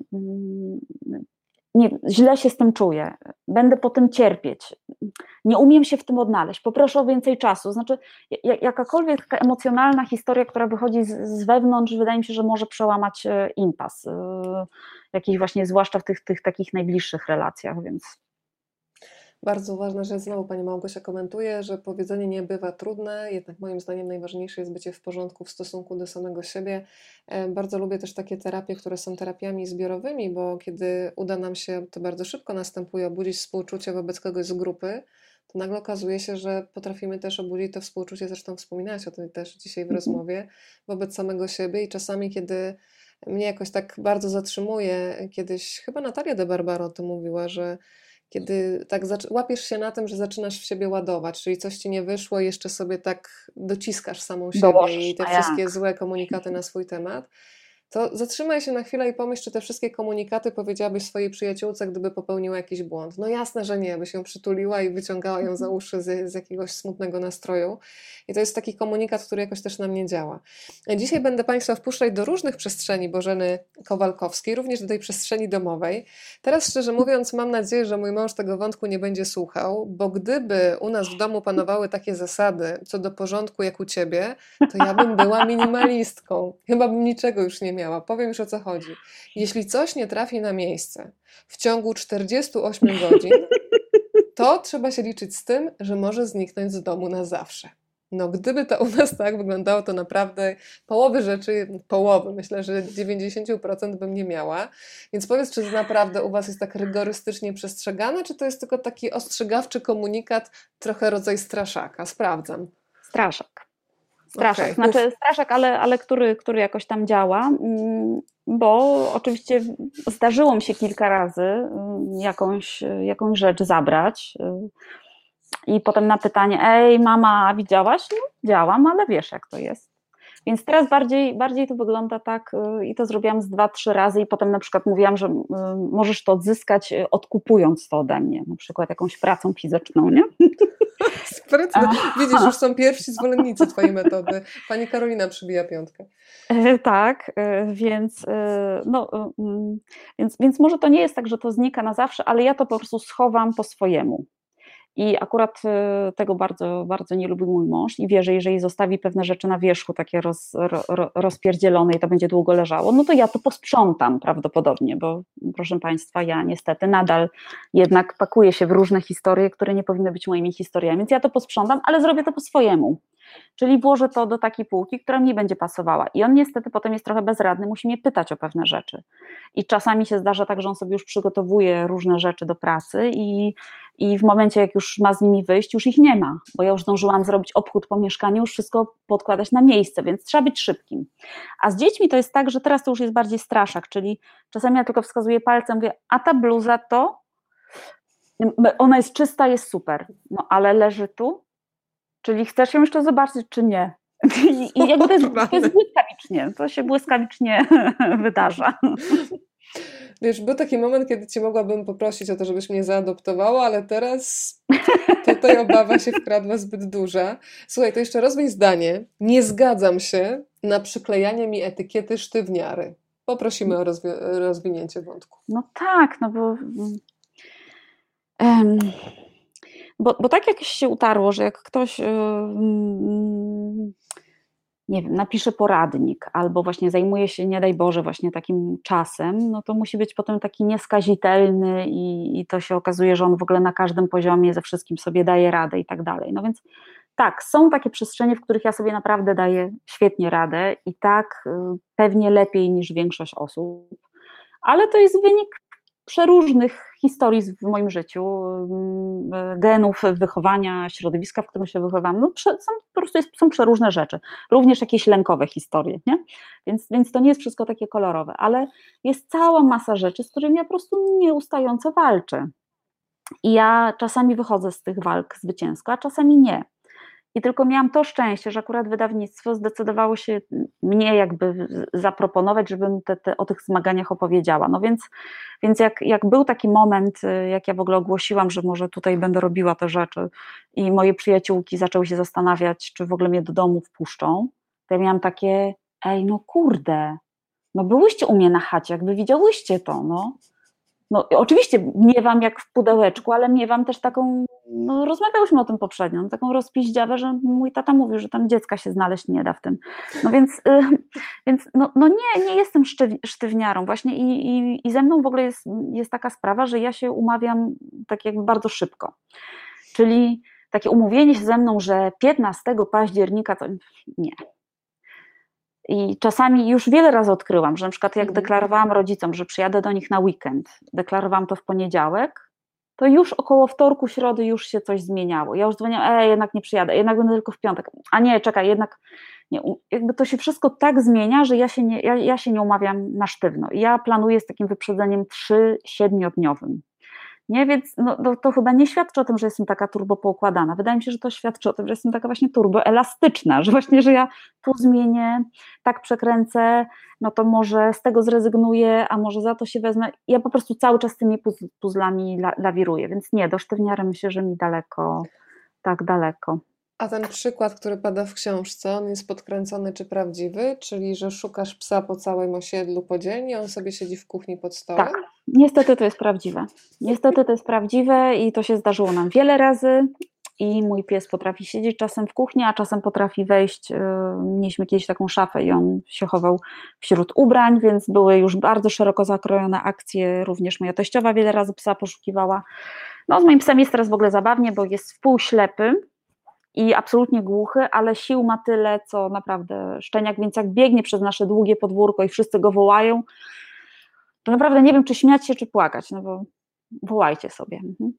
Nie, źle się z tym czuję, będę po tym cierpieć, nie umiem się w tym odnaleźć, poproszę o więcej czasu. Znaczy, jakakolwiek taka emocjonalna historia, która wychodzi z wewnątrz, wydaje mi się, że może przełamać impas, jakiś właśnie, zwłaszcza w tych takich najbliższych relacjach, więc... Bardzo ważna rzecz, znowu Pani Małgosia komentuje, że powiedzenie nie bywa trudne, jednak moim zdaniem najważniejsze jest bycie w porządku w stosunku do samego siebie. Bardzo lubię też takie terapie, które są terapiami zbiorowymi, bo kiedy uda nam się, to bardzo szybko następuje, obudzić współczucie wobec kogoś z grupy, to nagle okazuje się, że potrafimy też obudzić to współczucie, zresztą wspominałaś o tym też dzisiaj w rozmowie, wobec samego siebie i czasami, kiedy mnie jakoś tak bardzo zatrzymuje, kiedyś chyba Natalia de Barbaro o tym mówiła, że kiedy tak łapiesz się na tym, że zaczynasz w siebie ładować, czyli coś ci nie wyszło i jeszcze sobie tak dociskasz samą siebie i te wszystkie złe komunikaty na swój temat, to zatrzymaj się na chwilę i pomyśl, czy te wszystkie komunikaty powiedziałabyś swojej przyjaciółce, gdyby popełniła jakiś błąd. No jasne, że nie, byś ją przytuliła i wyciągała ją za uszy z jakiegoś smutnego nastroju. I to jest taki komunikat, który jakoś też na mnie działa. Dzisiaj będę Państwa wpuszczać do różnych przestrzeni Bożeny Kowalkowskiej, również do tej przestrzeni domowej. Teraz szczerze mówiąc mam nadzieję, że mój mąż tego wątku nie będzie słuchał, bo gdyby u nas w domu panowały takie zasady co do porządku jak u Ciebie, to ja bym była minimalistką. Chyba bym niczego już nie miała. Powiem już o co chodzi. Jeśli coś nie trafi na miejsce w ciągu 48 godzin, to trzeba się liczyć z tym, że może zniknąć z domu na zawsze. No gdyby to u nas tak wyglądało, to naprawdę połowy, myślę, że 90% bym nie miała. Więc powiedz, czy to naprawdę u Was jest tak rygorystycznie przestrzegane, czy to jest tylko taki ostrzegawczy komunikat, trochę rodzaj straszaka? Sprawdzam. Straszak, Okay. znaczy straszak, ale który jakoś tam działa, bo oczywiście zdarzyło mi się kilka razy jakąś rzecz zabrać i potem na pytanie, ej mama, widziałaś? No widziałam, ale wiesz jak to jest. Więc teraz bardziej to wygląda tak i to zrobiłam z 2-3 razy i potem na przykład mówiłam, że możesz to odzyskać odkupując to ode mnie, na przykład jakąś pracą fizyczną, nie? Sprytne. Widzisz, już są pierwsi zwolennicy Twojej metody. Pani Karolina przybija piątkę. Tak, więc może to nie jest tak, że to znika na zawsze, ale ja to po prostu schowam po swojemu. I akurat tego bardzo, bardzo nie lubi mój mąż i wie, że jeżeli zostawi pewne rzeczy na wierzchu takie rozpierdzielone i to będzie długo leżało, no to ja to posprzątam prawdopodobnie, bo proszę Państwa, ja niestety nadal jednak pakuję się w różne historie, które nie powinny być moimi historiami, więc ja to posprzątam, ale zrobię to po swojemu. Czyli włożę to do takiej półki, która mi będzie pasowała. I on niestety potem jest trochę bezradny, musi mnie pytać o pewne rzeczy. I czasami się zdarza tak, że on sobie już przygotowuje różne rzeczy do pracy i w momencie, jak już ma z nimi wyjść, już ich nie ma, bo ja już zdążyłam zrobić obchód po mieszkaniu, już wszystko podkładać na miejsce, więc trzeba być szybkim. A z dziećmi to jest tak, że teraz to już jest bardziej straszak, czyli czasami ja tylko wskazuję palcem, mówię, a ta bluza to, ona jest czysta, jest super, no ale leży tu, czyli chcesz ją jeszcze zobaczyć, czy nie? I jakby to jest błyskawicznie, to się błyskawicznie wydarza. Wiesz, był taki moment, kiedy Cię mogłabym poprosić o to, żebyś mnie zaadoptowała, ale teraz tutaj obawa się wkradła zbyt duża. Słuchaj, to jeszcze rozwiń zdanie. Nie zgadzam się na przyklejanie mi etykiety sztywniary. Poprosimy o rozwinięcie wątku. No tak, no bo tak jak się utarło, że jak ktoś nie wiem, napisze poradnik albo właśnie zajmuje się, nie daj Boże, właśnie takim czasem, no to musi być potem taki nieskazitelny i to się okazuje, że on w ogóle na każdym poziomie ze wszystkim sobie daje radę i tak dalej. No więc tak, są takie przestrzenie, w których ja sobie naprawdę daję świetnie radę i tak pewnie lepiej niż większość osób, ale to jest wynik przeróżnych historii w moim życiu, genów, wychowania, środowiska, w którym się wychowałam, no po prostu są przeróżne rzeczy, również jakieś lękowe historie, nie? Więc to nie jest wszystko takie kolorowe, ale jest cała masa rzeczy, z którymi ja po prostu nieustająco walczę. I ja czasami wychodzę z tych walk zwycięsko, a czasami nie. I tylko miałam to szczęście, że akurat wydawnictwo zdecydowało się mnie jakby zaproponować, żebym o tych zmaganiach opowiedziała. No więc jak był taki moment, jak ja w ogóle ogłosiłam, że może tutaj będę robiła te rzeczy i moje przyjaciółki zaczęły się zastanawiać, czy w ogóle mnie do domu wpuszczą, to ja miałam takie, ej, no kurde, no byłyście u mnie na chacie, jakby widziałyście to, no. No oczywiście miewam jak w pudełeczku, ale miewam też taką, no rozmawiałyśmy o tym poprzednio, no, taką rozpiździawę, że mój tata mówił, że tam dziecka się znaleźć nie da w tym. No więc no nie jestem sztywniarą właśnie i ze mną w ogóle jest taka sprawa, że ja się umawiam tak jakby bardzo szybko. Czyli takie umówienie się ze mną, że 15 października to nie. I czasami już wiele razy odkryłam, że na przykład jak deklarowałam rodzicom, że przyjadę do nich na weekend, deklarowałam to w poniedziałek, to już około wtorku, środy już się coś zmieniało. Ja już dzwoniłam, jednak nie przyjadę, jednak będę tylko w piątek. A nie, czekaj, jednak nie. Jakby to się wszystko tak zmienia, że ja się nie umawiam na sztywno. I ja planuję z takim wyprzedzeniem 3-7-dniowym. Nie, więc to chyba nie świadczy o tym, że jestem taka turbo poukładana. Wydaje mi się, że to świadczy o tym, że jestem taka właśnie turbo elastyczna, że właśnie, że ja tu zmienię, tak przekręcę, no to może z tego zrezygnuję, a może za to się wezmę. Ja po prostu cały czas z tymi puzzlami lawiruję, więc nie, do sztywniary myślę, że mi daleko, tak daleko. A ten przykład, który pada w książce, on jest podkręcony czy prawdziwy? Czyli, że szukasz psa po całym osiedlu podzielnie, on sobie siedzi w kuchni pod stołem? Tak, niestety to jest prawdziwe. Niestety to jest prawdziwe i to się zdarzyło nam wiele razy i mój pies potrafi siedzieć czasem w kuchni, a czasem potrafi wejść, mieliśmy kiedyś taką szafę i on się chował wśród ubrań, więc były już bardzo szeroko zakrojone akcje, również moja teściowa wiele razy psa poszukiwała. No z moim psem jest teraz w ogóle zabawnie, bo jest wpółślepy i absolutnie głuchy, ale sił ma tyle, co naprawdę szczeniak, więc jak biegnie przez nasze długie podwórko i wszyscy go wołają, to naprawdę nie wiem, czy śmiać się, czy płakać, no bo wołajcie sobie.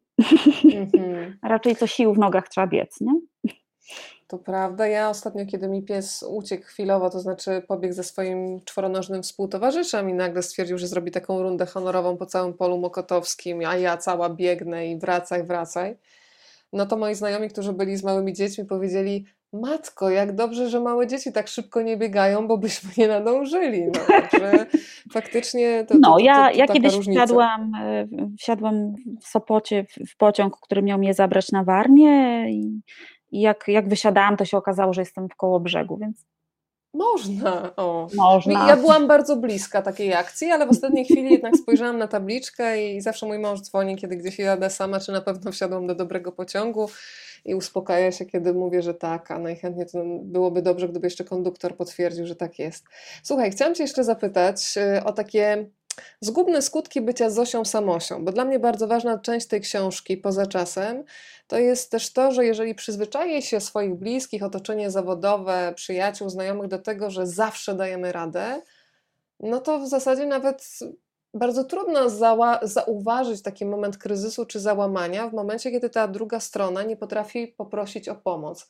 Raczej co sił w nogach trzeba biec, nie? To prawda. Ja ostatnio, kiedy mi pies uciekł chwilowo, to znaczy pobiegł ze swoim czworonożnym współtowarzyszem i nagle stwierdził, że zrobi taką rundę honorową po całym polu mokotowskim, a ja cała biegnę i wracaj. No to moi znajomi, którzy byli z małymi dziećmi, powiedzieli: matko, jak dobrze, że małe dzieci tak szybko nie biegają, bo byśmy nie nadążyli. No, także faktycznie to ja taka kiedyś różnica. wsiadłam w Sopocie w pociąg, który miał mnie zabrać na Warmię i jak wysiadałam, to się okazało, że jestem w Kołobrzegu, więc Można, o. można. Ja byłam bardzo bliska takiej akcji, ale w ostatniej chwili jednak spojrzałam na tabliczkę i zawsze mój mąż dzwoni, kiedy gdzieś jadę sama, czy na pewno wsiadłam do dobrego pociągu i uspokaja się, kiedy mówię, że tak, a najchętniej to byłoby dobrze, gdyby jeszcze konduktor potwierdził, że tak jest. Słuchaj, chciałam Cię jeszcze zapytać o takie zgubne skutki bycia Zosią Samosią, bo dla mnie bardzo ważna część tej książki poza czasem to jest też to, że jeżeli przyzwyczaje się swoich bliskich, otoczenie zawodowe, przyjaciół, znajomych do tego, że zawsze dajemy radę, no to w zasadzie nawet bardzo trudno zauważyć taki moment kryzysu czy załamania w momencie, kiedy ta druga strona nie potrafi poprosić o pomoc.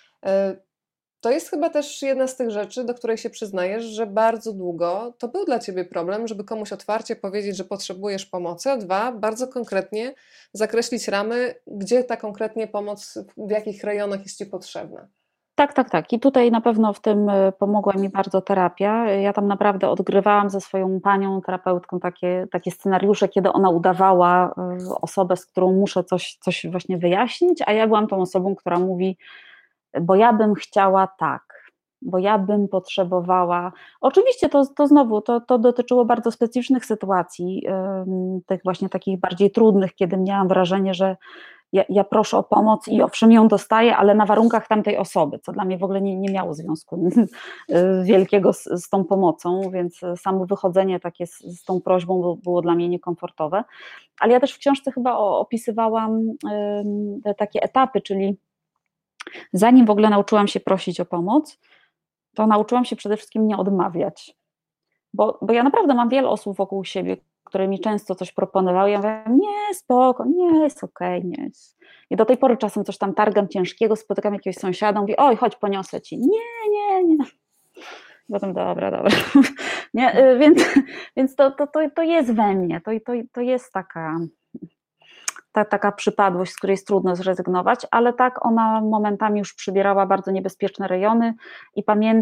To jest chyba też jedna z tych rzeczy, do której się przyznajesz, że bardzo długo to był dla Ciebie problem, żeby komuś otwarcie powiedzieć, że potrzebujesz pomocy, a dwa, bardzo konkretnie zakreślić ramy, gdzie ta konkretnie pomoc, w jakich rejonach jest Ci potrzebna. Tak. I tutaj na pewno w tym pomogła mi bardzo terapia. Ja tam naprawdę odgrywałam ze swoją panią terapeutką takie scenariusze, kiedy ona udawała osobę, z którą muszę coś właśnie wyjaśnić, a ja byłam tą osobą, która mówi: bo ja bym chciała tak, bo ja bym potrzebowała. Oczywiście to znowu, to dotyczyło bardzo specyficznych sytuacji, tych właśnie takich bardziej trudnych, kiedy miałam wrażenie, że ja proszę o pomoc i owszem ją dostaję, ale na warunkach tamtej osoby, co dla mnie w ogóle nie miało związku wielkiego z tą pomocą, więc samo wychodzenie takie z tą prośbą było dla mnie niekomfortowe. Ale ja też w książce chyba opisywałam takie etapy, czyli zanim w ogóle nauczyłam się prosić o pomoc, to nauczyłam się przede wszystkim nie odmawiać. Bo ja naprawdę mam wiele osób wokół siebie, który mi często coś proponował, ja mówię, nie, spoko, nie, jest okej, nie jest. I do tej pory czasem coś tam targam ciężkiego, spotykam jakiegoś sąsiada, mówi, oj, chodź, poniosę ci. Nie, nie, nie. Potem dobra. Nie, więc to jest we mnie, to jest taka przypadłość, z której jest trudno zrezygnować, ale tak ona momentami już przybierała bardzo niebezpieczne rejony i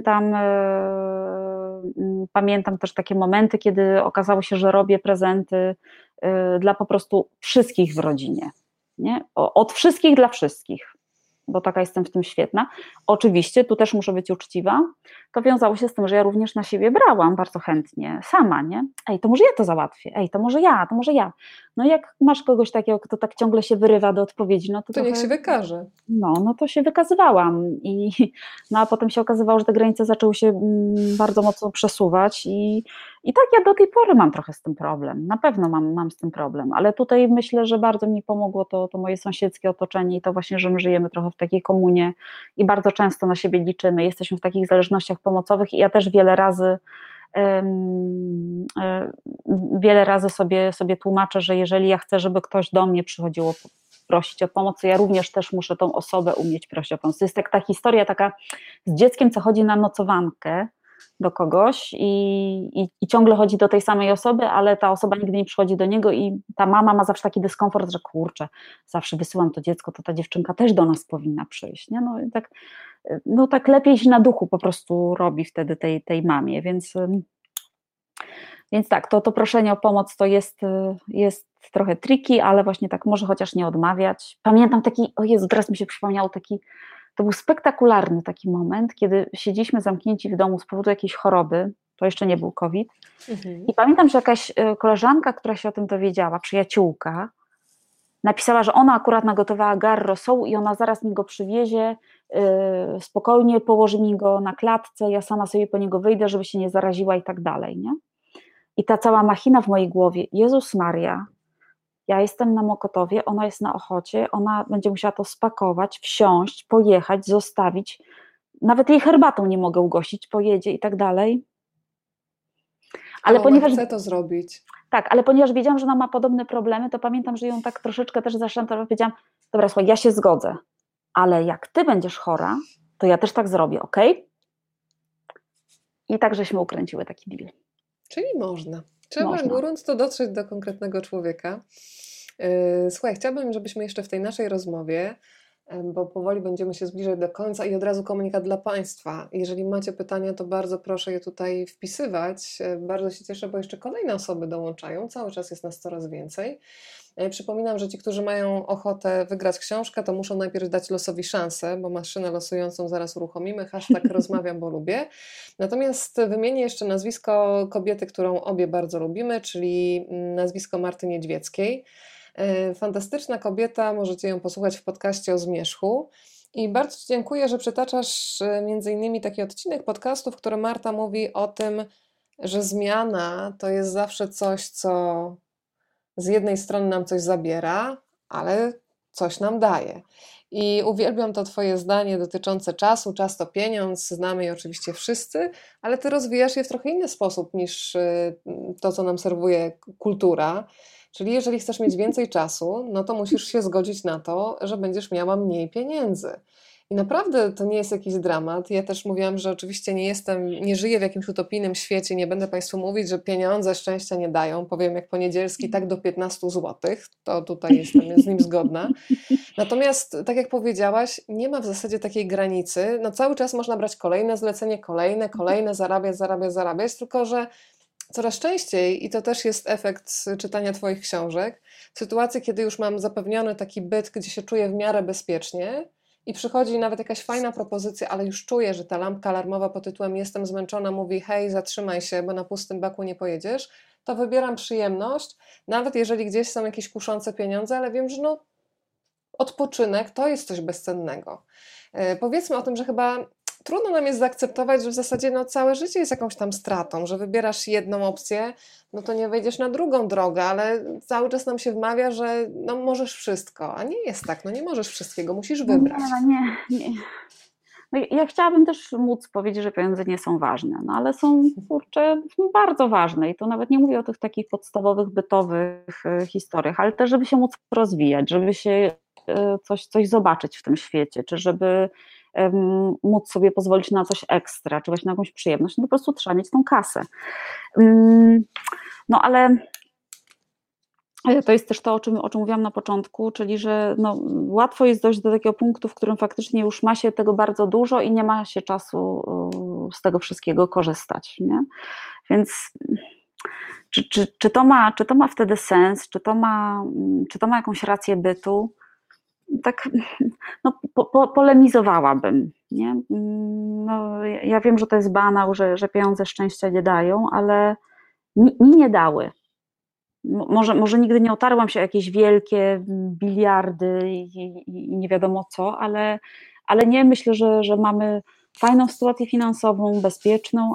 pamiętam też takie momenty, kiedy okazało się, że robię prezenty dla po prostu wszystkich w rodzinie. Nie? Od wszystkich dla wszystkich, bo taka jestem w tym świetna. Oczywiście, tu też muszę być uczciwa, to wiązało się z tym, że ja również na siebie brałam bardzo chętnie, sama, nie? Ej, to może ja to załatwię, ej, to może ja. No jak masz kogoś takiego, kto tak ciągle się wyrywa do odpowiedzi, no to To niech trochę, się wykaże. no to się wykazywałam no a potem się okazywało, że te granice zaczęły się bardzo mocno przesuwać i tak ja do tej pory mam trochę z tym problem, na pewno mam z tym problem, ale tutaj myślę, że bardzo mi pomogło to moje sąsiedzkie otoczenie i to właśnie, że my żyjemy trochę w takiej komunie i bardzo często na siebie liczymy, jesteśmy w takich zależnościach pomocowych i ja też wiele razy sobie tłumaczę, że jeżeli ja chcę, żeby ktoś do mnie przychodziło prosić o pomoc, to ja również też muszę tą osobę umieć prosić o pomoc. To jest ta historia taka z dzieckiem, co chodzi na nocowankę do kogoś i ciągle chodzi do tej samej osoby, ale ta osoba nigdy nie przychodzi do niego i ta mama ma zawsze taki dyskomfort, że kurczę, zawsze wysyłam to dziecko, to ta dziewczynka też do nas powinna przyjść. Nie? No tak lepiej się na duchu po prostu robi wtedy tej mamie, więc tak, to proszenie o pomoc to jest trochę tricky, ale właśnie tak może chociaż nie odmawiać. Pamiętam o Jezu, teraz mi się przypomniał to był spektakularny taki moment, kiedy siedzieliśmy zamknięci w domu z powodu jakiejś choroby, to jeszcze nie był COVID. I pamiętam, że jakaś koleżanka, która się o tym dowiedziała, przyjaciółka, napisała, że ona akurat nagotowała gar rosołu i ona zaraz mi go przywiezie, spokojnie położy mi go na klatce, ja sama sobie po niego wyjdę, żeby się nie zaraziła i tak dalej, nie? I ta cała machina w mojej głowie, Jezus Maria, ja jestem na Mokotowie, ona jest na Ochocie, ona będzie musiała to spakować, wsiąść, pojechać, zostawić, nawet jej herbatą nie mogę ugościć, pojedzie i tak dalej. Ale ponieważ chcę to zrobić. Tak, ale ponieważ wiedziałam, że ona ma podobne problemy, to pamiętam, że ją tak troszeczkę też zaszczętowałam, powiedziałam, dobra, słuchaj, ja się zgodzę, ale jak ty będziesz chora, to ja też tak zrobię, okej? I tak żeśmy ukręciły taki deal. Czyli można. Trzeba górując to dotrzeć do konkretnego człowieka. Słuchaj, chciałabym, żebyśmy jeszcze w tej naszej rozmowie, bo powoli będziemy się zbliżać do końca i od razu komunikat dla Państwa. Jeżeli macie pytania, to bardzo proszę je tutaj wpisywać. Bardzo się cieszę, bo jeszcze kolejne osoby dołączają. Cały czas jest nas coraz więcej. Przypominam, że ci, którzy mają ochotę wygrać książkę, to muszą najpierw dać losowi szansę, bo maszynę losującą zaraz uruchomimy. Hashtag rozmawiam, bo lubię. Natomiast wymienię jeszcze nazwisko kobiety, którą obie bardzo lubimy, czyli nazwisko Marty Niedźwieckiej. Fantastyczna kobieta, możecie ją posłuchać w podcaście o zmierzchu. I bardzo Ci dziękuję, że przytaczasz między innymi taki odcinek podcastu, w którym Marta mówi o tym, że zmiana to jest zawsze coś, co z jednej strony nam coś zabiera, ale coś nam daje. I uwielbiam to Twoje zdanie dotyczące czasu. Czas to pieniądz, znamy je oczywiście wszyscy, ale Ty rozwijasz je w trochę inny sposób niż to, co nam serwuje kultura. Czyli jeżeli chcesz mieć więcej czasu, no to musisz się zgodzić na to, że będziesz miała mniej pieniędzy. I naprawdę to nie jest jakiś dramat. Ja też mówiłam, że oczywiście nie żyję w jakimś utopijnym świecie, nie będę Państwu mówić, że pieniądze szczęścia nie dają. Powiem jak Poniedzielski, tak do 15 zł, to tutaj jestem z nim zgodna. Natomiast, tak jak powiedziałaś, nie ma w zasadzie takiej granicy. No cały czas można brać kolejne zlecenie, kolejne, zarabiać, tylko że coraz częściej, i to też jest efekt czytania Twoich książek, w sytuacji, kiedy już mam zapewniony taki byt, gdzie się czuję w miarę bezpiecznie i przychodzi nawet jakaś fajna propozycja, ale już czuję, że ta lampka alarmowa pod tytułem jestem zmęczona mówi hej, zatrzymaj się, bo na pustym baku nie pojedziesz, to wybieram przyjemność, nawet jeżeli gdzieś są jakieś kuszące pieniądze, ale wiem, że odpoczynek to jest coś bezcennego. Powiedzmy o tym, że chyba trudno nam jest zaakceptować, że w zasadzie całe życie jest jakąś tam stratą, że wybierasz jedną opcję, no to nie wejdziesz na drugą drogę, ale cały czas nam się wmawia, że możesz wszystko, a nie jest tak, nie możesz wszystkiego, musisz wybrać. Nie. No ja chciałabym też móc powiedzieć, że pieniądze nie są ważne, no ale są, kurczę, bardzo ważne i to nawet nie mówię o tych takich podstawowych, bytowych historiach, ale też, żeby się móc rozwijać, żeby się coś zobaczyć w tym świecie, czy żeby móc sobie pozwolić na coś ekstra, czy właśnie na jakąś przyjemność, no po prostu trzeba mieć tą kasę. No ale to jest też to, o czym mówiłam na początku, czyli że no, łatwo jest dojść do takiego punktu, w którym faktycznie już ma się tego bardzo dużo i nie ma się czasu z tego wszystkiego korzystać. Nie? Więc czy to ma wtedy sens, czy to ma jakąś rację bytu? Tak no, polemizowałabym. Nie? No, ja wiem, że to jest banał, że pieniądze szczęścia nie dają, ale mi nie dały. Może nigdy nie otarłam się o jakieś wielkie biliardy i nie wiadomo co, ale nie, myślę, że mamy fajną sytuację finansową, bezpieczną,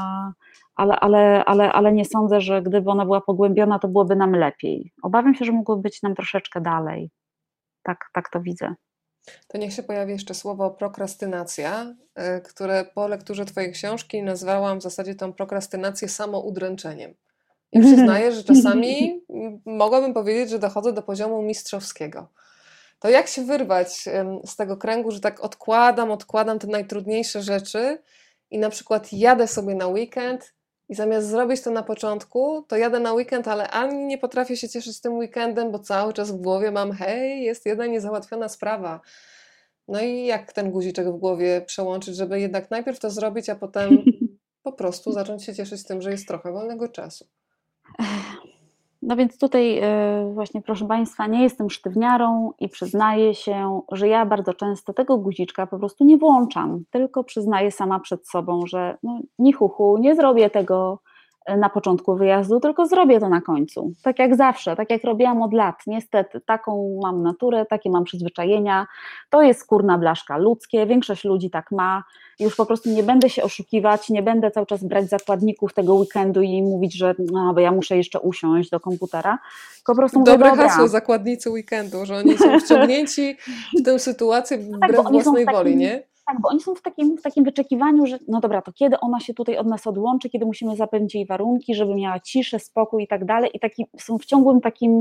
ale nie sądzę, że gdyby ona była pogłębiona, to byłoby nam lepiej. Obawiam się, że mogłoby być nam troszeczkę dalej. Tak to widzę. To niech się pojawi jeszcze słowo prokrastynacja, które po lekturze Twojej książki nazwałam w zasadzie tą prokrastynację samoudręczeniem. I przyznaję, że czasami mogłabym powiedzieć, że dochodzę do poziomu mistrzowskiego. To jak się wyrwać z tego kręgu, że tak odkładam te najtrudniejsze rzeczy i na przykład jadę sobie na weekend i zamiast zrobić to na początku, to jadę na weekend, ale ani nie potrafię się cieszyć tym weekendem, bo cały czas w głowie mam, hej, jest jedna niezałatwiona sprawa. No i jak ten guziczek w głowie przełączyć, żeby jednak najpierw to zrobić, a potem po prostu zacząć się cieszyć tym, że jest trochę wolnego czasu. No więc tutaj właśnie, proszę Państwa, nie jestem sztywniarą i przyznaję się, że ja bardzo często tego guziczka po prostu nie włączam, tylko przyznaję sama przed sobą, że no, nie zrobię tego na początku wyjazdu, tylko zrobię to na końcu. Tak jak zawsze, tak jak robiłam od lat. Niestety, taką mam naturę, takie mam przyzwyczajenia. To jest skórna blaszka ludzkie, większość ludzi tak ma. Już po prostu nie będę się oszukiwać, nie będę cały czas brać zakładników tego weekendu i mówić, że no, bo ja muszę jeszcze usiąść do komputera. Tylko po prostu mówię, Dobre dobra. hasło, zakładnicy weekendu, że oni są wciągnięci w tę sytuację wbrew własnej woli, nie? Tak, bo oni są w takim wyczekiwaniu, że no dobra, to kiedy ona się tutaj od nas odłączy, kiedy musimy zapewnić jej warunki, żeby miała ciszę, spokój i tak dalej. I są w ciągłym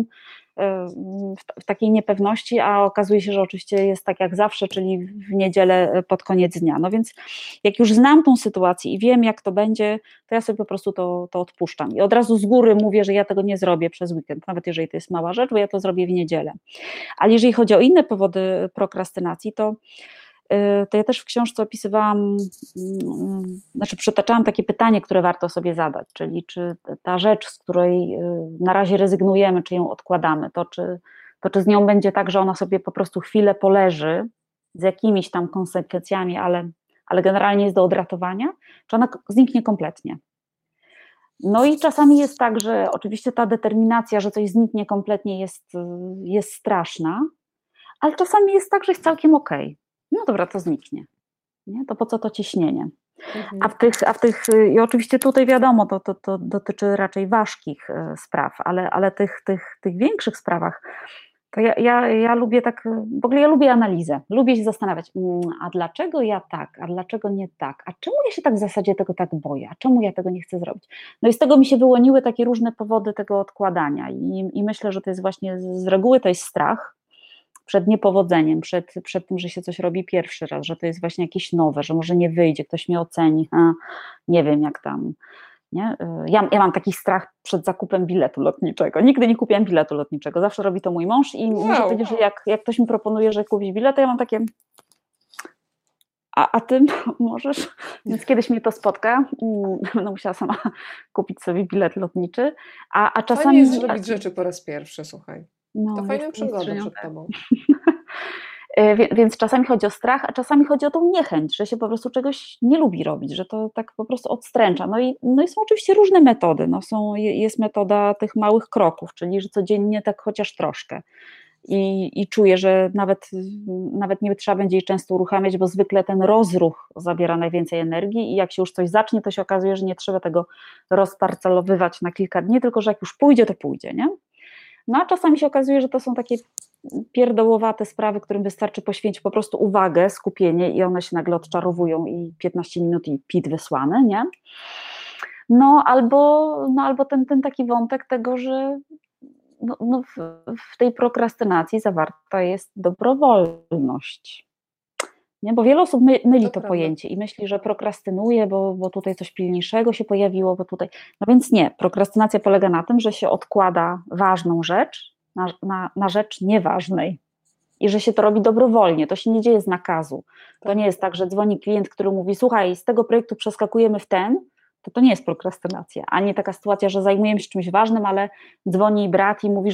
w takiej niepewności, a okazuje się, że oczywiście jest tak jak zawsze, czyli w niedzielę pod koniec dnia. No więc jak już znam tą sytuację i wiem, jak to będzie, to ja sobie po prostu to odpuszczam. I od razu z góry mówię, że ja tego nie zrobię przez weekend, nawet jeżeli to jest mała rzecz, bo ja to zrobię w niedzielę. Ale jeżeli chodzi o inne powody prokrastynacji, to ja też w książce opisywałam, znaczy przytaczałam takie pytanie, które warto sobie zadać, czyli czy ta rzecz, z której na razie rezygnujemy, czy ją odkładamy, to czy z nią będzie tak, że ona sobie po prostu chwilę poleży z jakimiś tam konsekwencjami, ale generalnie jest do odratowania, czy ona zniknie kompletnie. No i czasami jest tak, że oczywiście ta determinacja, że coś zniknie kompletnie jest straszna, ale czasami jest tak, że jest całkiem okej. No dobra, to zniknie. Nie? To po co to ciśnienie? I oczywiście tutaj wiadomo, to dotyczy raczej ważkich spraw, ale tych większych sprawach, to ja lubię tak, w ogóle ja lubię analizę, lubię się zastanawiać, a dlaczego ja tak, a dlaczego nie tak, a czemu ja się tak w zasadzie tego tak boję, a czemu ja tego nie chcę zrobić? No i z tego mi się wyłoniły takie różne powody tego odkładania i myślę, że to jest właśnie z reguły to jest strach przed niepowodzeniem, przed tym, że się coś robi pierwszy raz, że to jest właśnie jakieś nowe, że może nie wyjdzie, ktoś mnie oceni, nie wiem jak tam. Nie? Ja mam taki strach przed zakupem biletu lotniczego. Nigdy nie kupiłam biletu lotniczego, zawsze robi to mój mąż i muszę powiedzieć, że jak ktoś mi proponuje, że kupić bilet, to ja mam takie a ty możesz? Więc kiedyś mnie to spotka, będę musiała sama kupić sobie bilet lotniczy, a czasami... Fajnie jest zrobić rzeczy po raz pierwszy, słuchaj. No, to fajną przygodę przed tobą. Więc czasami chodzi o strach, a czasami chodzi o tą niechęć, że się po prostu czegoś nie lubi robić, że to tak po prostu odstręcza. No i są oczywiście różne metody. Jest metoda tych małych kroków, czyli że codziennie tak chociaż troszkę. I czuję, że nawet nie trzeba będzie jej często uruchamiać, bo zwykle ten rozruch zabiera najwięcej energii i jak się już coś zacznie, to się okazuje, że nie trzeba tego rozparcelowywać na kilka dni, tylko że jak już pójdzie, to pójdzie, nie? No a czasami się okazuje, że to są takie pierdołowate sprawy, którym wystarczy poświęcić po prostu uwagę, skupienie i one się nagle odczarowują i 15 minut i pit wysłany, nie? No albo ten taki wątek tego, że w tej prokrastynacji zawarta jest dobrowolność. Nie? Bo wiele osób myli To to prawda. pojęcie i myśli, że prokrastynuje, bo tutaj coś pilniejszego się pojawiło, bo tutaj. No więc nie, prokrastynacja polega na tym, że się odkłada ważną rzecz na rzecz nieważnej. I że się to robi dobrowolnie, to się nie dzieje z nakazu. To Tak. nie jest tak, że dzwoni klient, który mówi: słuchaj, z tego projektu przeskakujemy w ten, to nie jest prokrastynacja, a nie taka sytuacja, że zajmujemy się czymś ważnym, ale dzwoni brat i mówi,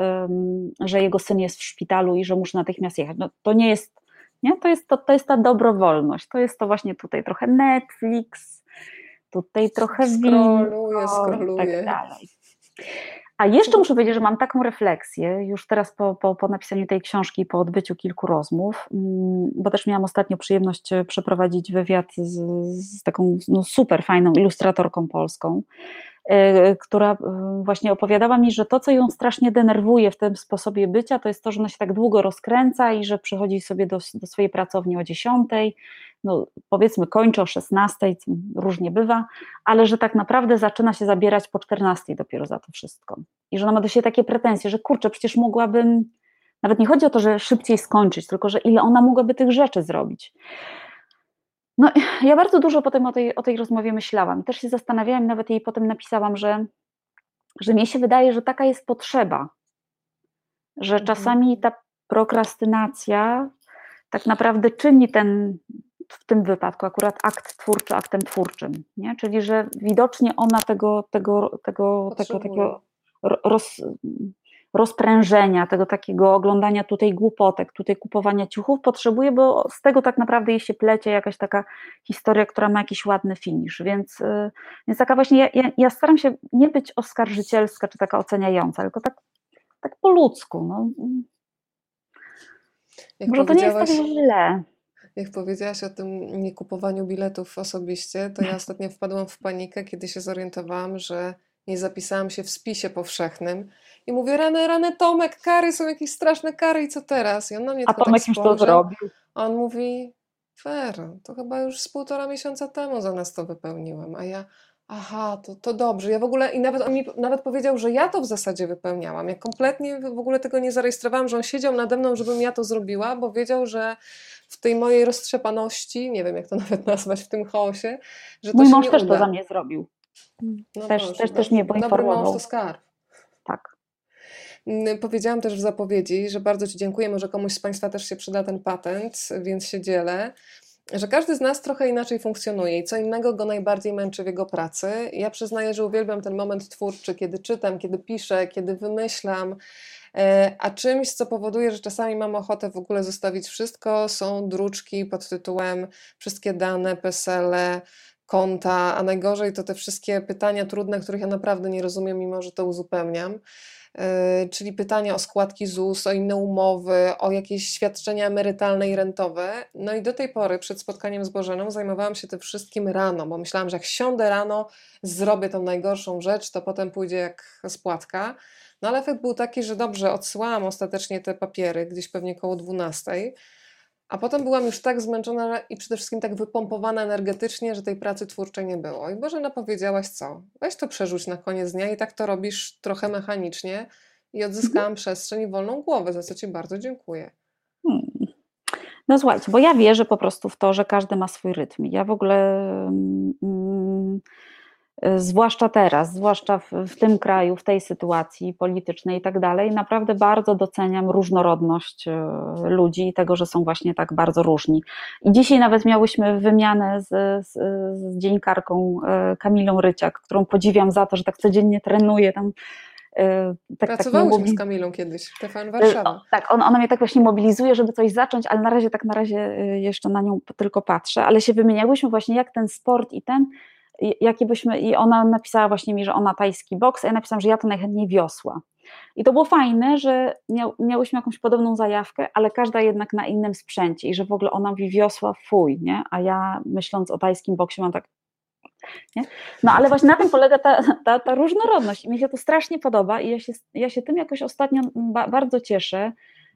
że jego syn jest w szpitalu i że muszę natychmiast jechać. No, to nie jest, nie? To jest ta dobrowolność, to jest to właśnie tutaj trochę Netflix, tutaj trochę Scrolluję, winko i tak scrolluję. dalej. A jeszcze muszę powiedzieć, że mam taką refleksję, już teraz po napisaniu tej książki, po odbyciu kilku rozmów, bo też miałam ostatnio przyjemność przeprowadzić wywiad z taką super fajną ilustratorką polską, która właśnie opowiadała mi, że to, co ją strasznie denerwuje w tym sposobie bycia, to jest to, że ona się tak długo rozkręca i że przychodzi sobie do swojej pracowni o 10:00, no powiedzmy kończy o 16:00, różnie bywa, ale że tak naprawdę zaczyna się zabierać po 14:00 dopiero za to wszystko. I że ona ma do siebie takie pretensje, że kurczę, przecież mogłabym, nawet nie chodzi o to, że szybciej skończyć, tylko że ile ona mogłaby tych rzeczy zrobić. No, ja bardzo dużo potem o tej rozmowie myślałam. Też się zastanawiałam, nawet jej potem napisałam, że mnie się wydaje, że taka jest potrzeba, że czasami ta prokrastynacja tak naprawdę czyni ten, w tym wypadku akurat akt twórczy aktem twórczym, nie? Czyli że widocznie ona tego Potrzebuję. takiego rozprężenia, tego takiego oglądania tutaj głupotek, tutaj kupowania ciuchów potrzebuje, bo z tego tak naprawdę jej się plecie jakaś taka historia, która ma jakiś ładny finisz, więc taka właśnie, ja staram się nie być oskarżycielska czy taka oceniająca, tylko tak po ludzku, no. Jak Może to nie jest tak powiedziałaś, źle. jak powiedziałaś o tym niekupowaniu biletów osobiście, to ja ostatnio wpadłam w panikę, kiedy się zorientowałam, że nie zapisałam się w spisie powszechnym i mówię: rany, rany, Tomek, kary, są jakieś straszne kary i co teraz? I on na mnie A tylko tak Tomek już to spojrzał, zrobił. a on mówi: Fero, to chyba już z 1,5 miesiąca temu za nas to wypełniłem, a ja: aha, to dobrze. Ja w ogóle, i nawet on mi nawet powiedział, że ja to w zasadzie wypełniałam. Ja kompletnie w ogóle tego nie zarejestrowałam, że on siedział nade mną, żebym ja to zrobiła, bo wiedział, że w tej mojej roztrzepaności, nie wiem jak to nawet nazwać, w tym chaosie, że to Mój się mąż nie też to za uda. mnie zrobił. No Też, proszę też, też bardzo. mnie Dobry mąż to poinformował. skarb. Tak. Powiedziałam też w zapowiedzi, że bardzo Ci dziękuję, może komuś z Państwa też się przyda ten patent, więc się dzielę, że każdy z nas trochę inaczej funkcjonuje i co innego go najbardziej męczy w jego pracy. Ja przyznaję, że uwielbiam ten moment twórczy, kiedy czytam, kiedy piszę, kiedy wymyślam, a czymś, co powoduje, że czasami mam ochotę w ogóle zostawić wszystko, są druczki pod tytułem wszystkie dane, PESEL-e, konta, a najgorzej to te wszystkie pytania trudne, których ja naprawdę nie rozumiem, mimo że to uzupełniam. Czyli pytania o składki ZUS, o inne umowy, o jakieś świadczenia emerytalne i rentowe. No i do tej pory przed spotkaniem z Bożeną zajmowałam się tym wszystkim rano, bo myślałam, że jak siądę rano, zrobię tą najgorszą rzecz, to potem pójdzie jak spłatka. No ale efekt był taki, że dobrze, odsyłałam ostatecznie te papiery, gdzieś pewnie koło 12, a potem byłam już tak zmęczona i przede wszystkim tak wypompowana energetycznie, że tej pracy twórczej nie było. I Bożena powiedziałaś co? Weź to przerzuć na koniec dnia i tak to robisz trochę mechanicznie i odzyskałam przestrzeń i wolną głowę, za co Ci bardzo dziękuję. Hmm. No słuchajcie, bo ja wierzę po prostu w to, że każdy ma swój rytm. Ja w ogóle, zwłaszcza teraz, zwłaszcza w tym kraju, w tej sytuacji politycznej i tak dalej, naprawdę bardzo doceniam różnorodność ludzi i tego, że są właśnie tak bardzo różni. I dzisiaj nawet miałyśmy wymianę z dziennikarką Kamilą Ryciak, którą podziwiam za to, że tak codziennie trenuje tam. Tak mnie Pracowałyśmy z Kamilą kiedyś w TVN Warszawa. Tak, ona mnie tak właśnie mobilizuje, żeby coś zacząć, ale na razie jeszcze na nią tylko patrzę, ale się wymieniałyśmy właśnie jak ten sport i jakie byśmy, i ona napisała właśnie mi, że ona tajski boks, a ja napisałam, że ja to najchętniej wiosła. I to było fajne, że miałyśmy jakąś podobną zajawkę, ale każda jednak na innym sprzęcie i że w ogóle ona mówi wiosła fuj, nie? A ja myśląc o tajskim boksie mam tak, Nie? No ale właśnie na tym polega ta różnorodność i mi się to strasznie podoba i ja się tym jakoś ostatnio bardzo cieszę.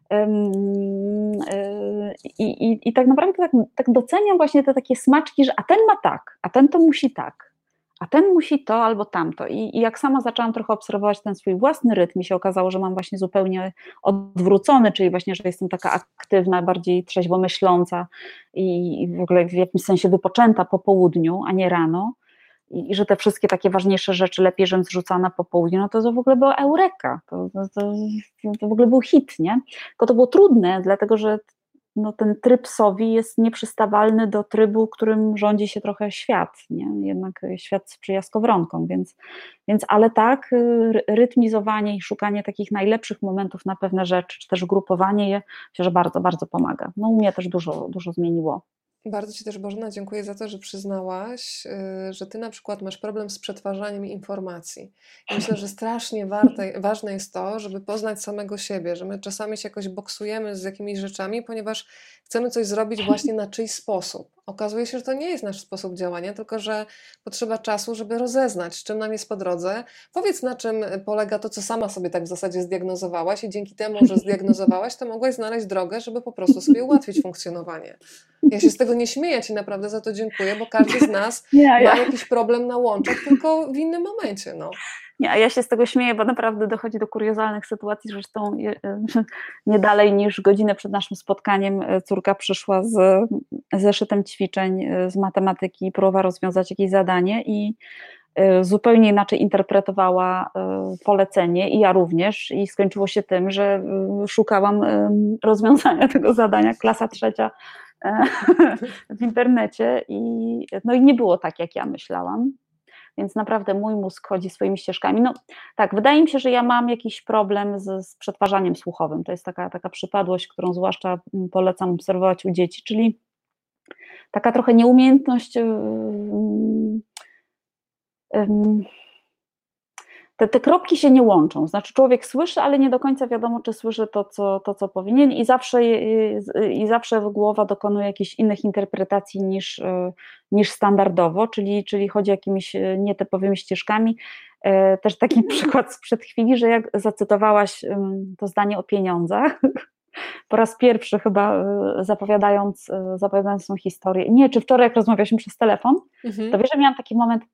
I tak naprawdę tak doceniam właśnie te takie smaczki, że a ten ma tak, a ten to musi tak, a ten musi to albo tamto. I jak sama zaczęłam trochę obserwować ten swój własny rytm, mi się okazało, że mam właśnie zupełnie odwrócony, czyli właśnie, że jestem taka aktywna, bardziej trzeźwo myśląca i w ogóle w jakimś sensie wypoczęta po południu, a nie rano. I że te wszystkie takie ważniejsze rzeczy lepiej, żebym zrzucana po południu, no to w ogóle była eureka, to w ogóle był hit, nie? Tylko to było trudne, dlatego że no, ten tryb sowi jest nieprzystawalny do trybu, którym rządzi się trochę świat, nie? Jednak świat sprzyja skowronkom, więc ale tak, rytmizowanie i szukanie takich najlepszych momentów na pewne rzeczy, czy też grupowanie je, myślę, że bardzo, bardzo pomaga. No u mnie też dużo zmieniło. Bardzo Ci też, Bożena, dziękuję za to, że przyznałaś, że Ty na przykład masz problem z przetwarzaniem informacji. I myślę, że strasznie ważne jest to, żeby poznać samego siebie, że my czasami się jakoś boksujemy z jakimiś rzeczami, ponieważ chcemy coś zrobić właśnie na czyjś sposób. Okazuje się, że to nie jest nasz sposób działania, tylko że potrzeba czasu, żeby rozeznać, z czym nam jest po drodze. Powiedz, na czym polega to, co sama sobie tak w zasadzie zdiagnozowałaś i dzięki temu, że zdiagnozowałaś, to mogłaś znaleźć drogę, żeby po prostu sobie ułatwić funkcjonowanie. Ja się z tego nie śmieję, Ci naprawdę za to dziękuję, bo każdy z nas ma jakiś problem na łączach, tylko w innym momencie. No. Nie, a ja się z tego śmieję, bo naprawdę dochodzi do kuriozalnych sytuacji. Zresztą nie dalej niż godzinę przed naszym spotkaniem córka przyszła z zeszytem ćwiczeń z matematyki i próbowała rozwiązać jakieś zadanie i zupełnie inaczej interpretowała polecenie i ja również i skończyło się tym, że szukałam rozwiązania tego zadania, klasa 3 w internecie no i nie było tak, jak ja myślałam. Więc naprawdę mój mózg chodzi swoimi ścieżkami. No tak, wydaje mi się, że ja mam jakiś problem z przetwarzaniem słuchowym. To jest taka przypadłość, którą zwłaszcza polecam obserwować u dzieci, czyli taka trochę nieumiejętność te kropki się nie łączą, znaczy człowiek słyszy, ale nie do końca wiadomo, czy słyszy to, co powinien i zawsze głowa dokonuje jakichś innych interpretacji niż standardowo, czyli chodzi jakimiś nietypowymi ścieżkami. Też taki przykład sprzed chwili, że jak zacytowałaś to zdanie o pieniądzach, po raz pierwszy chyba zapowiadając tą historię, nie, czy wczoraj jak rozmawialiśmy przez telefon, to wiesz, że miałam taki moment,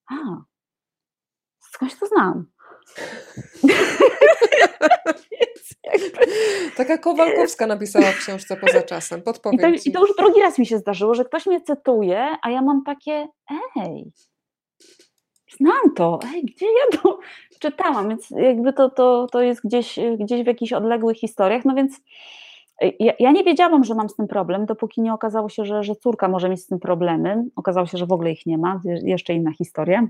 skądś to znam. Taka Kowalkowska napisała w książce Poza czasem, podpowiem Ci. I to już drugi raz mi się zdarzyło, że ktoś mnie cytuje, a ja mam takie, znam to, gdzie ja to czytałam, więc jakby to jest gdzieś w jakichś odległych historiach, no więc ja nie wiedziałam, że mam z tym problem, dopóki nie okazało się, że córka może mieć z tym problemy, okazało się, że w ogóle ich nie ma, jeszcze inna historia.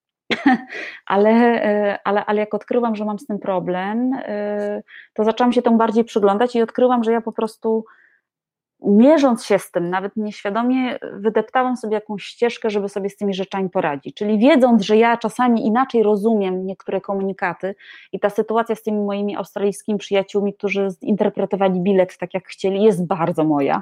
Ale jak odkryłam, że mam z tym problem, to zaczęłam się temu bardziej przyglądać i odkryłam, że ja po prostu mierząc się z tym, nawet nieświadomie wydeptałam sobie jakąś ścieżkę, żeby sobie z tymi rzeczami poradzić. Czyli wiedząc, że ja czasami inaczej rozumiem niektóre komunikaty i ta sytuacja z tymi moimi australijskimi przyjaciółmi, którzy zinterpretowali bilet tak jak chcieli, jest bardzo moja.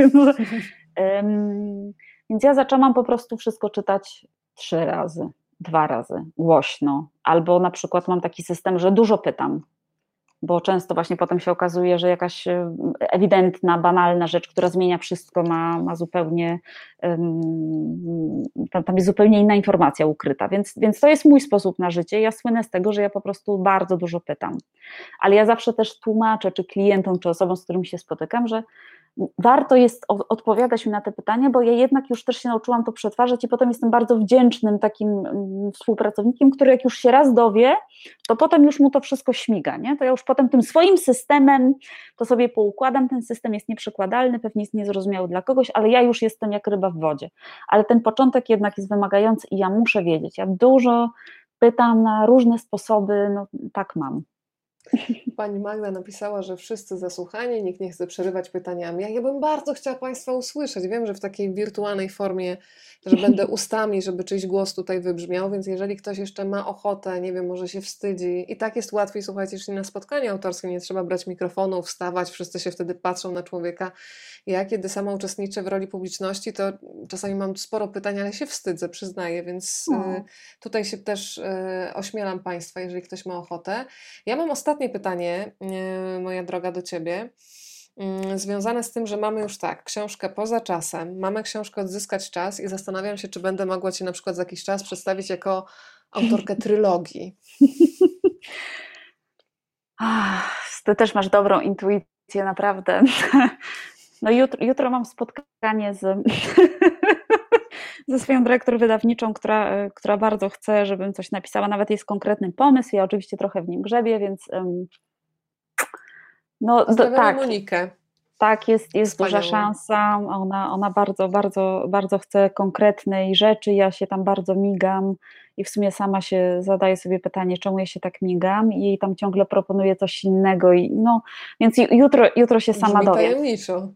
Więc ja zaczęłam po prostu wszystko czytać 3 razy. 2 razy, głośno, albo na przykład mam taki system, że dużo pytam, bo często właśnie potem się okazuje, że jakaś ewidentna, banalna rzecz, która zmienia wszystko, ma zupełnie, tam jest zupełnie inna informacja ukryta, więc to jest mój sposób na życie. Ja słynę z tego, że ja po prostu bardzo dużo pytam, ale ja zawsze też tłumaczę, czy klientom, czy osobom, z którymi się spotykam, że warto jest odpowiadać mi na te pytania, bo ja jednak już też się nauczyłam to przetwarzać i potem jestem bardzo wdzięcznym takim współpracownikiem, który jak już się raz dowie, to potem już mu to wszystko śmiga, nie? To ja już potem tym swoim systemem to sobie poukładam, ten system jest nieprzekładalny, pewnie jest niezrozumiały dla kogoś, ale ja już jestem jak ryba w wodzie. Ale ten początek jednak jest wymagający i ja muszę wiedzieć, ja dużo pytam na różne sposoby, no tak mam. Pani Magda napisała, że wszyscy zasłuchani, nikt nie chce przerywać pytaniami. Ja bym bardzo chciała Państwa usłyszeć. Wiem, że w takiej wirtualnej formie, że będę ustami, żeby czyjś głos tutaj wybrzmiał, więc jeżeli ktoś jeszcze ma ochotę, nie wiem, może się wstydzi. I tak jest łatwiej, słuchajcie, jeśli na spotkanie autorskie nie trzeba brać mikrofonu, wstawać, wszyscy się wtedy patrzą na człowieka. Ja, kiedy sama uczestniczę w roli publiczności, to czasami mam sporo pytań, ale się wstydzę, przyznaję, więc tutaj się też ośmielam Państwa, jeżeli ktoś ma ochotę. Ja mam ostatnie pytanie, moja droga, do Ciebie, związane z tym, że mamy już tak, książkę Poza czasem, mamy książkę Odzyskać czas i zastanawiam się, czy będę mogła Cię na przykład za jakiś czas przedstawić jako autorkę trylogii. Ty też masz dobrą intuicję, naprawdę. No jutro mam spotkanie ze swoją dyrektor wydawniczą, która bardzo chce, żebym coś napisała. Nawet jest konkretny pomysł, ja oczywiście trochę w nim grzebię, więc no tak. Monikę. Tak, jest duża szansa. Ona bardzo, bardzo, bardzo chce konkretnej rzeczy. Ja się tam bardzo migam i w sumie sama się zadaję sobie pytanie, czemu ja się tak migam, i jej tam ciągle proponuję coś innego. Więc jutro się sama dowiem. Tajemniczo.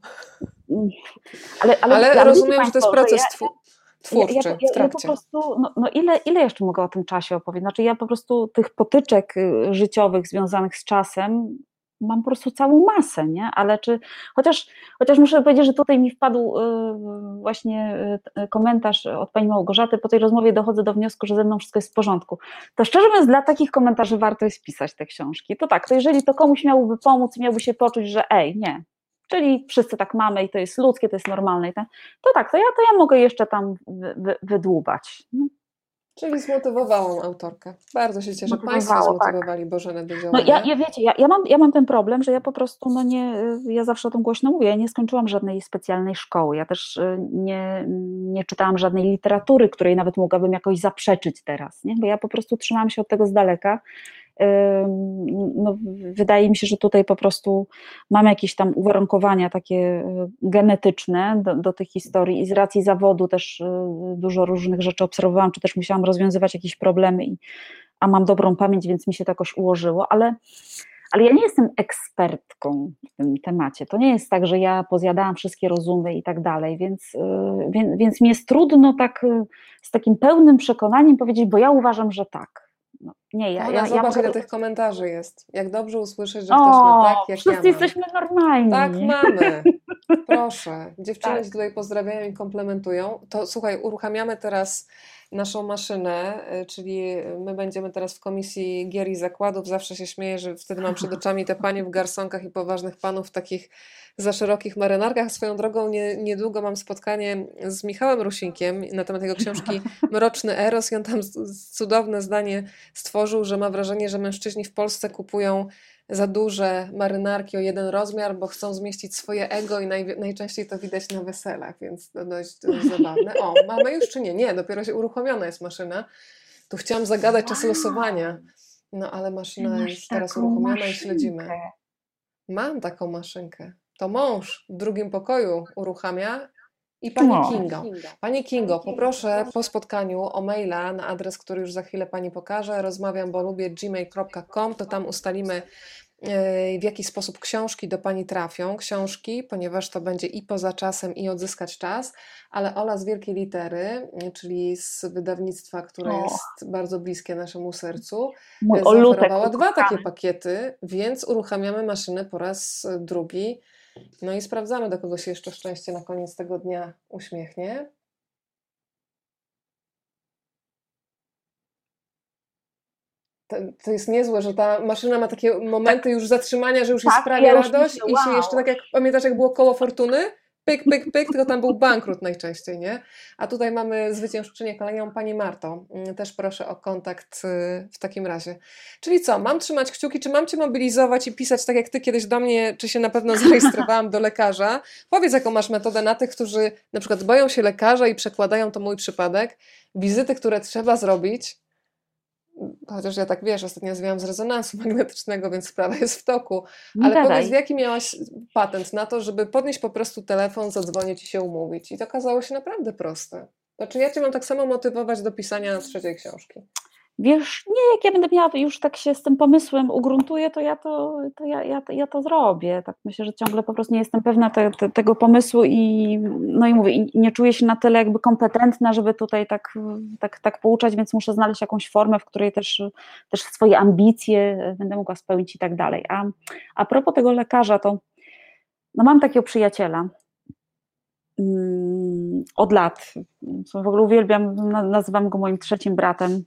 Ale rozumiem, że to jest proces twórczy w trakcie. Ja po prostu, ile jeszcze mogę o tym czasie opowiedzieć? Znaczy ja po prostu tych potyczek życiowych związanych z czasem mam po prostu całą masę, nie? Ale chociaż muszę powiedzieć, że tutaj mi wpadł właśnie komentarz od pani Małgorzaty, po tej rozmowie dochodzę do wniosku, że ze mną wszystko jest w porządku. To szczerze mówiąc, dla takich komentarzy warto jest pisać te książki. To tak, to jeżeli to komuś miałoby pomóc, miałby się poczuć, że nie, czyli wszyscy tak mamy i to jest ludzkie, to jest normalne, to tak, to ja mogę jeszcze tam wydłubać. Czyli zmotywowałam autorkę. Bardzo się cieszę, że Państwo zmotywowali Bożenę do działania. No wiecie, ja mam ten problem, że ja po prostu, ja zawsze o tym głośno mówię, ja nie skończyłam żadnej specjalnej szkoły, ja też nie czytałam żadnej literatury, której nawet mogłabym jakoś zaprzeczyć teraz, nie? Bo ja po prostu trzymałam się od tego z daleka. Wydaje mi się, że tutaj po prostu mam jakieś tam uwarunkowania takie genetyczne do tych historii i z racji zawodu też dużo różnych rzeczy obserwowałam, czy też musiałam rozwiązywać jakieś problemy, a mam dobrą pamięć, więc mi się to jakoś ułożyło, ale ja nie jestem ekspertką w tym temacie. To nie jest tak, że ja pozjadałam wszystkie rozumy i tak dalej, więc mi jest trudno tak z takim pełnym przekonaniem powiedzieć, bo ja uważam, że tak. Zobacz, ile tych komentarzy jest. Jak dobrze usłyszeć, że ktoś ma tak, jak wszyscy jesteśmy normalni. Tak mamy. Proszę. Dziewczyny się tutaj pozdrawiają i komplementują. To słuchaj, uruchamiamy teraz naszą maszynę, czyli my będziemy teraz w Komisji Gier i Zakładów. Zawsze się śmieję, że wtedy mam przed oczami te panie w garsonkach i poważnych panów w takich za szerokich marynarkach. Swoją drogą niedługo mam spotkanie z Michałem Rusinkiem na temat jego książki Mroczny Eros i on tam cudowne zdanie stworzył, że ma wrażenie, że mężczyźni w Polsce kupują za duże marynarki o jeden rozmiar, bo chcą zmieścić swoje ego i najczęściej to widać na weselach, więc to dość zabawne. O, mamy już czy nie? Nie, dopiero się uruchomiona jest maszyna. Tu chciałam zagadać czas losowania, ale maszyna jest teraz uruchomiona i śledzimy. Mam taką maszynkę. To mąż w drugim pokoju uruchamia i Pani Kingo. Pani Kingo, poproszę po spotkaniu o maila na adres, który już za chwilę Pani pokaże. Rozmawiam, bo lubię gmail.com, to tam ustalimy, w jaki sposób książki do Pani trafią. Książki, ponieważ to będzie i Poza czasem, i Odzyskać czas, ale Ola z wielkiej litery, czyli z wydawnictwa, które jest bardzo bliskie naszemu sercu, zaoferowała 2 takie pakiety, więc uruchamiamy maszynę po raz drugi. No i sprawdzamy, do kogo się jeszcze szczęście na koniec tego dnia uśmiechnie. To jest niezłe, że ta maszyna ma takie momenty już zatrzymania, że już jest prawie radość i się jeszcze tak jak, pamiętasz jak było koło fortuny? Pyk, pyk, pyk, tylko tam był bankrut najczęściej, nie? A tutaj mamy zwyciężczynię kolejną, Pani Marto. Też proszę o kontakt w takim razie. Czyli co, mam trzymać kciuki, czy mam Cię mobilizować i pisać tak jak Ty kiedyś do mnie, czy się na pewno zarejestrowałam do lekarza? Powiedz, jaką masz metodę na tych, którzy na przykład boją się lekarza i przekładają, to mój przypadek, wizyty, które trzeba zrobić. Chociaż ja tak wiesz, ostatnio zwijam z rezonansu magnetycznego, więc sprawa jest w toku. Ale powiedz, jaki miałaś patent na to, żeby podnieść po prostu telefon, zadzwonić i się umówić? I to okazało się naprawdę proste. Znaczy ja Cię mam tak samo motywować do pisania 3. książki. Wiesz, nie, jak ja będę miała już tak się z tym pomysłem ugruntuję, to ja to zrobię. Tak myślę, że ciągle po prostu nie jestem pewna tego pomysłu i no i mówię, i nie czuję się na tyle jakby kompetentna, żeby tutaj tak pouczać, więc muszę znaleźć jakąś formę, w której też swoje ambicje będę mogła spełnić i tak dalej. A propos tego lekarza, to no mam takiego przyjaciela od lat, w ogóle uwielbiam, nazywam go moim trzecim bratem,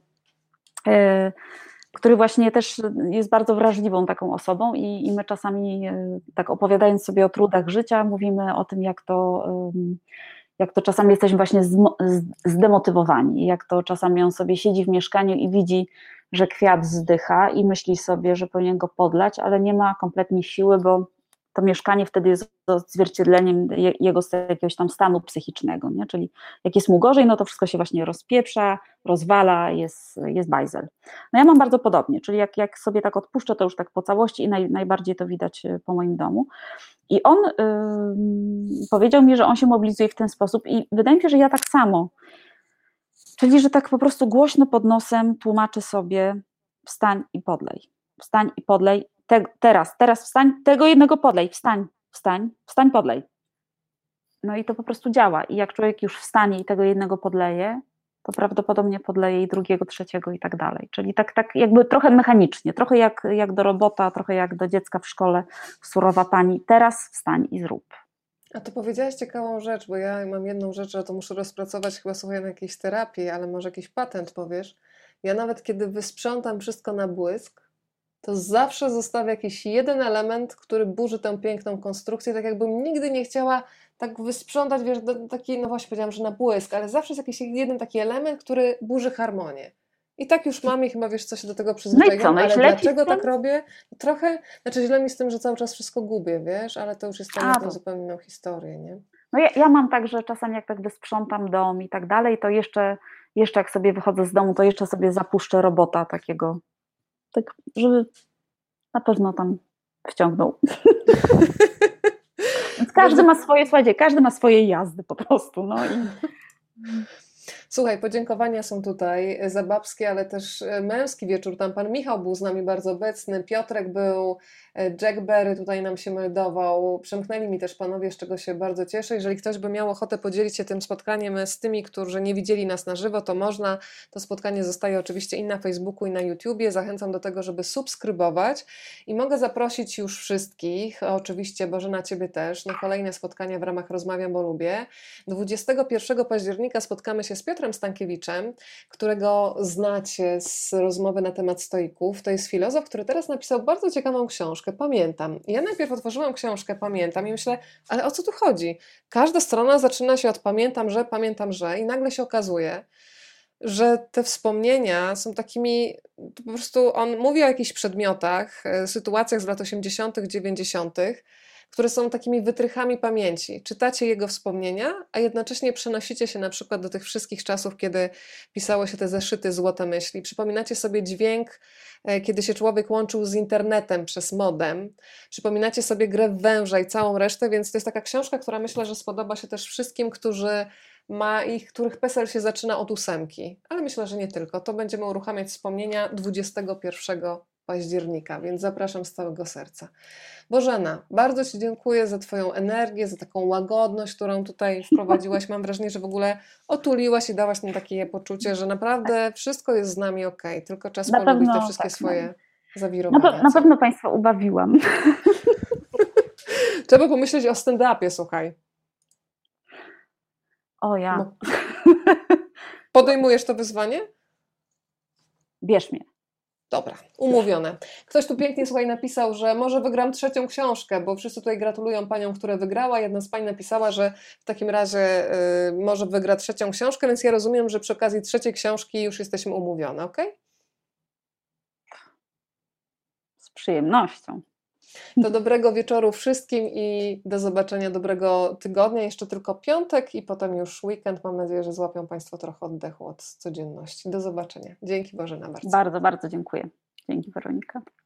który właśnie też jest bardzo wrażliwą taką osobą i my czasami tak opowiadając sobie o trudach życia, mówimy o tym, jak to czasami jesteśmy właśnie zdemotywowani, jak to czasami on sobie siedzi w mieszkaniu i widzi, że kwiat zdycha i myśli sobie, że powinien go podlać, ale nie ma kompletnie siły, bo to mieszkanie wtedy jest odzwierciedleniem jego jakiegoś tam stanu psychicznego, nie? Czyli jak jest mu gorzej, no to wszystko się właśnie rozpieprza, rozwala, jest bajzel. No ja mam bardzo podobnie, czyli jak sobie tak odpuszczę, to już tak po całości i najbardziej to widać po moim domu. I on powiedział mi, że on się mobilizuje w ten sposób i wydaje mi się, że ja tak samo. Czyli, że tak po prostu głośno pod nosem tłumaczę sobie wstań i podlej. Wstań i podlej. Teraz wstań, tego jednego podlej. Wstań, podlej. No i to po prostu działa. I jak człowiek już wstanie i tego jednego podleje, to prawdopodobnie podleje i drugiego, trzeciego i tak dalej. Czyli tak jakby trochę mechanicznie, trochę jak do robota, trochę jak do dziecka w szkole, surowa pani, teraz wstań i zrób. A to powiedziałaś ciekawą rzecz, bo ja mam jedną rzecz, że to muszę rozpracować chyba słuchaj na jakiejś terapii, ale może jakiś patent powiesz. Ja nawet kiedy wysprzątam wszystko na błysk, to zawsze zostawię jakiś jeden element, który burzy tę piękną konstrukcję, tak jakbym nigdy nie chciała tak wysprzątać, wiesz, taki, no właśnie powiedziałam, że na błysk, ale zawsze jest jakiś jeden taki element, który burzy harmonię. I tak już mam i chyba wiesz, co się do tego No i co, przyzwyczaiłam, no i ale źle ci z dlaczego tym? tak robię? Trochę, znaczy źle mi z tym, że cały czas wszystko gubię, wiesz, ale to już jest temat na To. zupełnie inną historię, nie? No ja mam tak, że czasami jak tak wysprzątam dom i tak dalej, to jeszcze jak sobie wychodzę z domu, to jeszcze sobie zapuszczę robota takiego, tak, żeby na pewno tam wciągnął. Więc każdy ma swoje, słuchajcie, każdy ma swoje jazdy po prostu, no i... Słuchaj, podziękowania są tutaj za babski, ale też męski wieczór. Tam pan Michał był z nami bardzo obecny, Piotrek był, Jack Berry tutaj nam się meldował. Przemknęli mi też panowie, z czego się bardzo cieszę. Jeżeli ktoś by miał ochotę podzielić się tym spotkaniem z tymi, którzy nie widzieli nas na żywo, to można. To spotkanie zostaje oczywiście i na Facebooku, i na YouTubie. Zachęcam do tego, żeby subskrybować i mogę zaprosić już wszystkich, oczywiście Bożena Ciebie też, na kolejne spotkania w ramach Rozmawiam, bo lubię. 21 października spotkamy się z Piotrem Stankiewiczem, którego znacie z rozmowy na temat stoików. To jest filozof, który teraz napisał bardzo ciekawą książkę, Pamiętam. Ja najpierw otworzyłam książkę Pamiętam i myślę, ale o co tu chodzi? Każda strona zaczyna się od pamiętam, że i nagle się okazuje, że te wspomnienia są takimi, po prostu on mówi o jakichś przedmiotach, sytuacjach z lat 80., 90., które są takimi wytrychami pamięci. Czytacie jego wspomnienia, a jednocześnie przenosicie się na przykład do tych wszystkich czasów, kiedy pisało się te zeszyty Złote myśli. Przypominacie sobie dźwięk, kiedy się człowiek łączył z internetem przez modem. Przypominacie sobie grę w węża i całą resztę, więc to jest taka książka, która myślę, że spodoba się też wszystkim, których PESEL się zaczyna od 8. Ale myślę, że nie tylko. To będziemy uruchamiać wspomnienia 21 października, więc zapraszam z całego serca. Bożena, bardzo Ci dziękuję za Twoją energię, za taką łagodność, którą tutaj wprowadziłaś. Mam wrażenie, że w ogóle otuliłaś i dałaś nam takie poczucie, że naprawdę wszystko jest z nami okej, tylko czas Na polubić te pewno wszystkie tak, swoje zawirowania. na pewno Państwa ubawiłam. Trzeba pomyśleć o stand-upie, słuchaj. O ja. No. Podejmujesz to wyzwanie? Bierz mnie. Dobra, umówione. Ktoś tu pięknie, słuchaj, napisał, że może wygram 3. książkę, bo wszyscy tutaj gratulują panią, która wygrała. Jedna z pań napisała, że w takim razie może wygra 3. książkę, więc ja rozumiem, że przy okazji 3. książki już jesteśmy umówione, ok? Z przyjemnością. To dobrego wieczoru wszystkim i do zobaczenia, dobrego tygodnia. Jeszcze tylko piątek i potem już weekend. Mam nadzieję, że złapią Państwo trochę oddechu od codzienności. Do zobaczenia. Dzięki Bożena bardzo. Bardzo, bardzo dziękuję. Dzięki Weronika.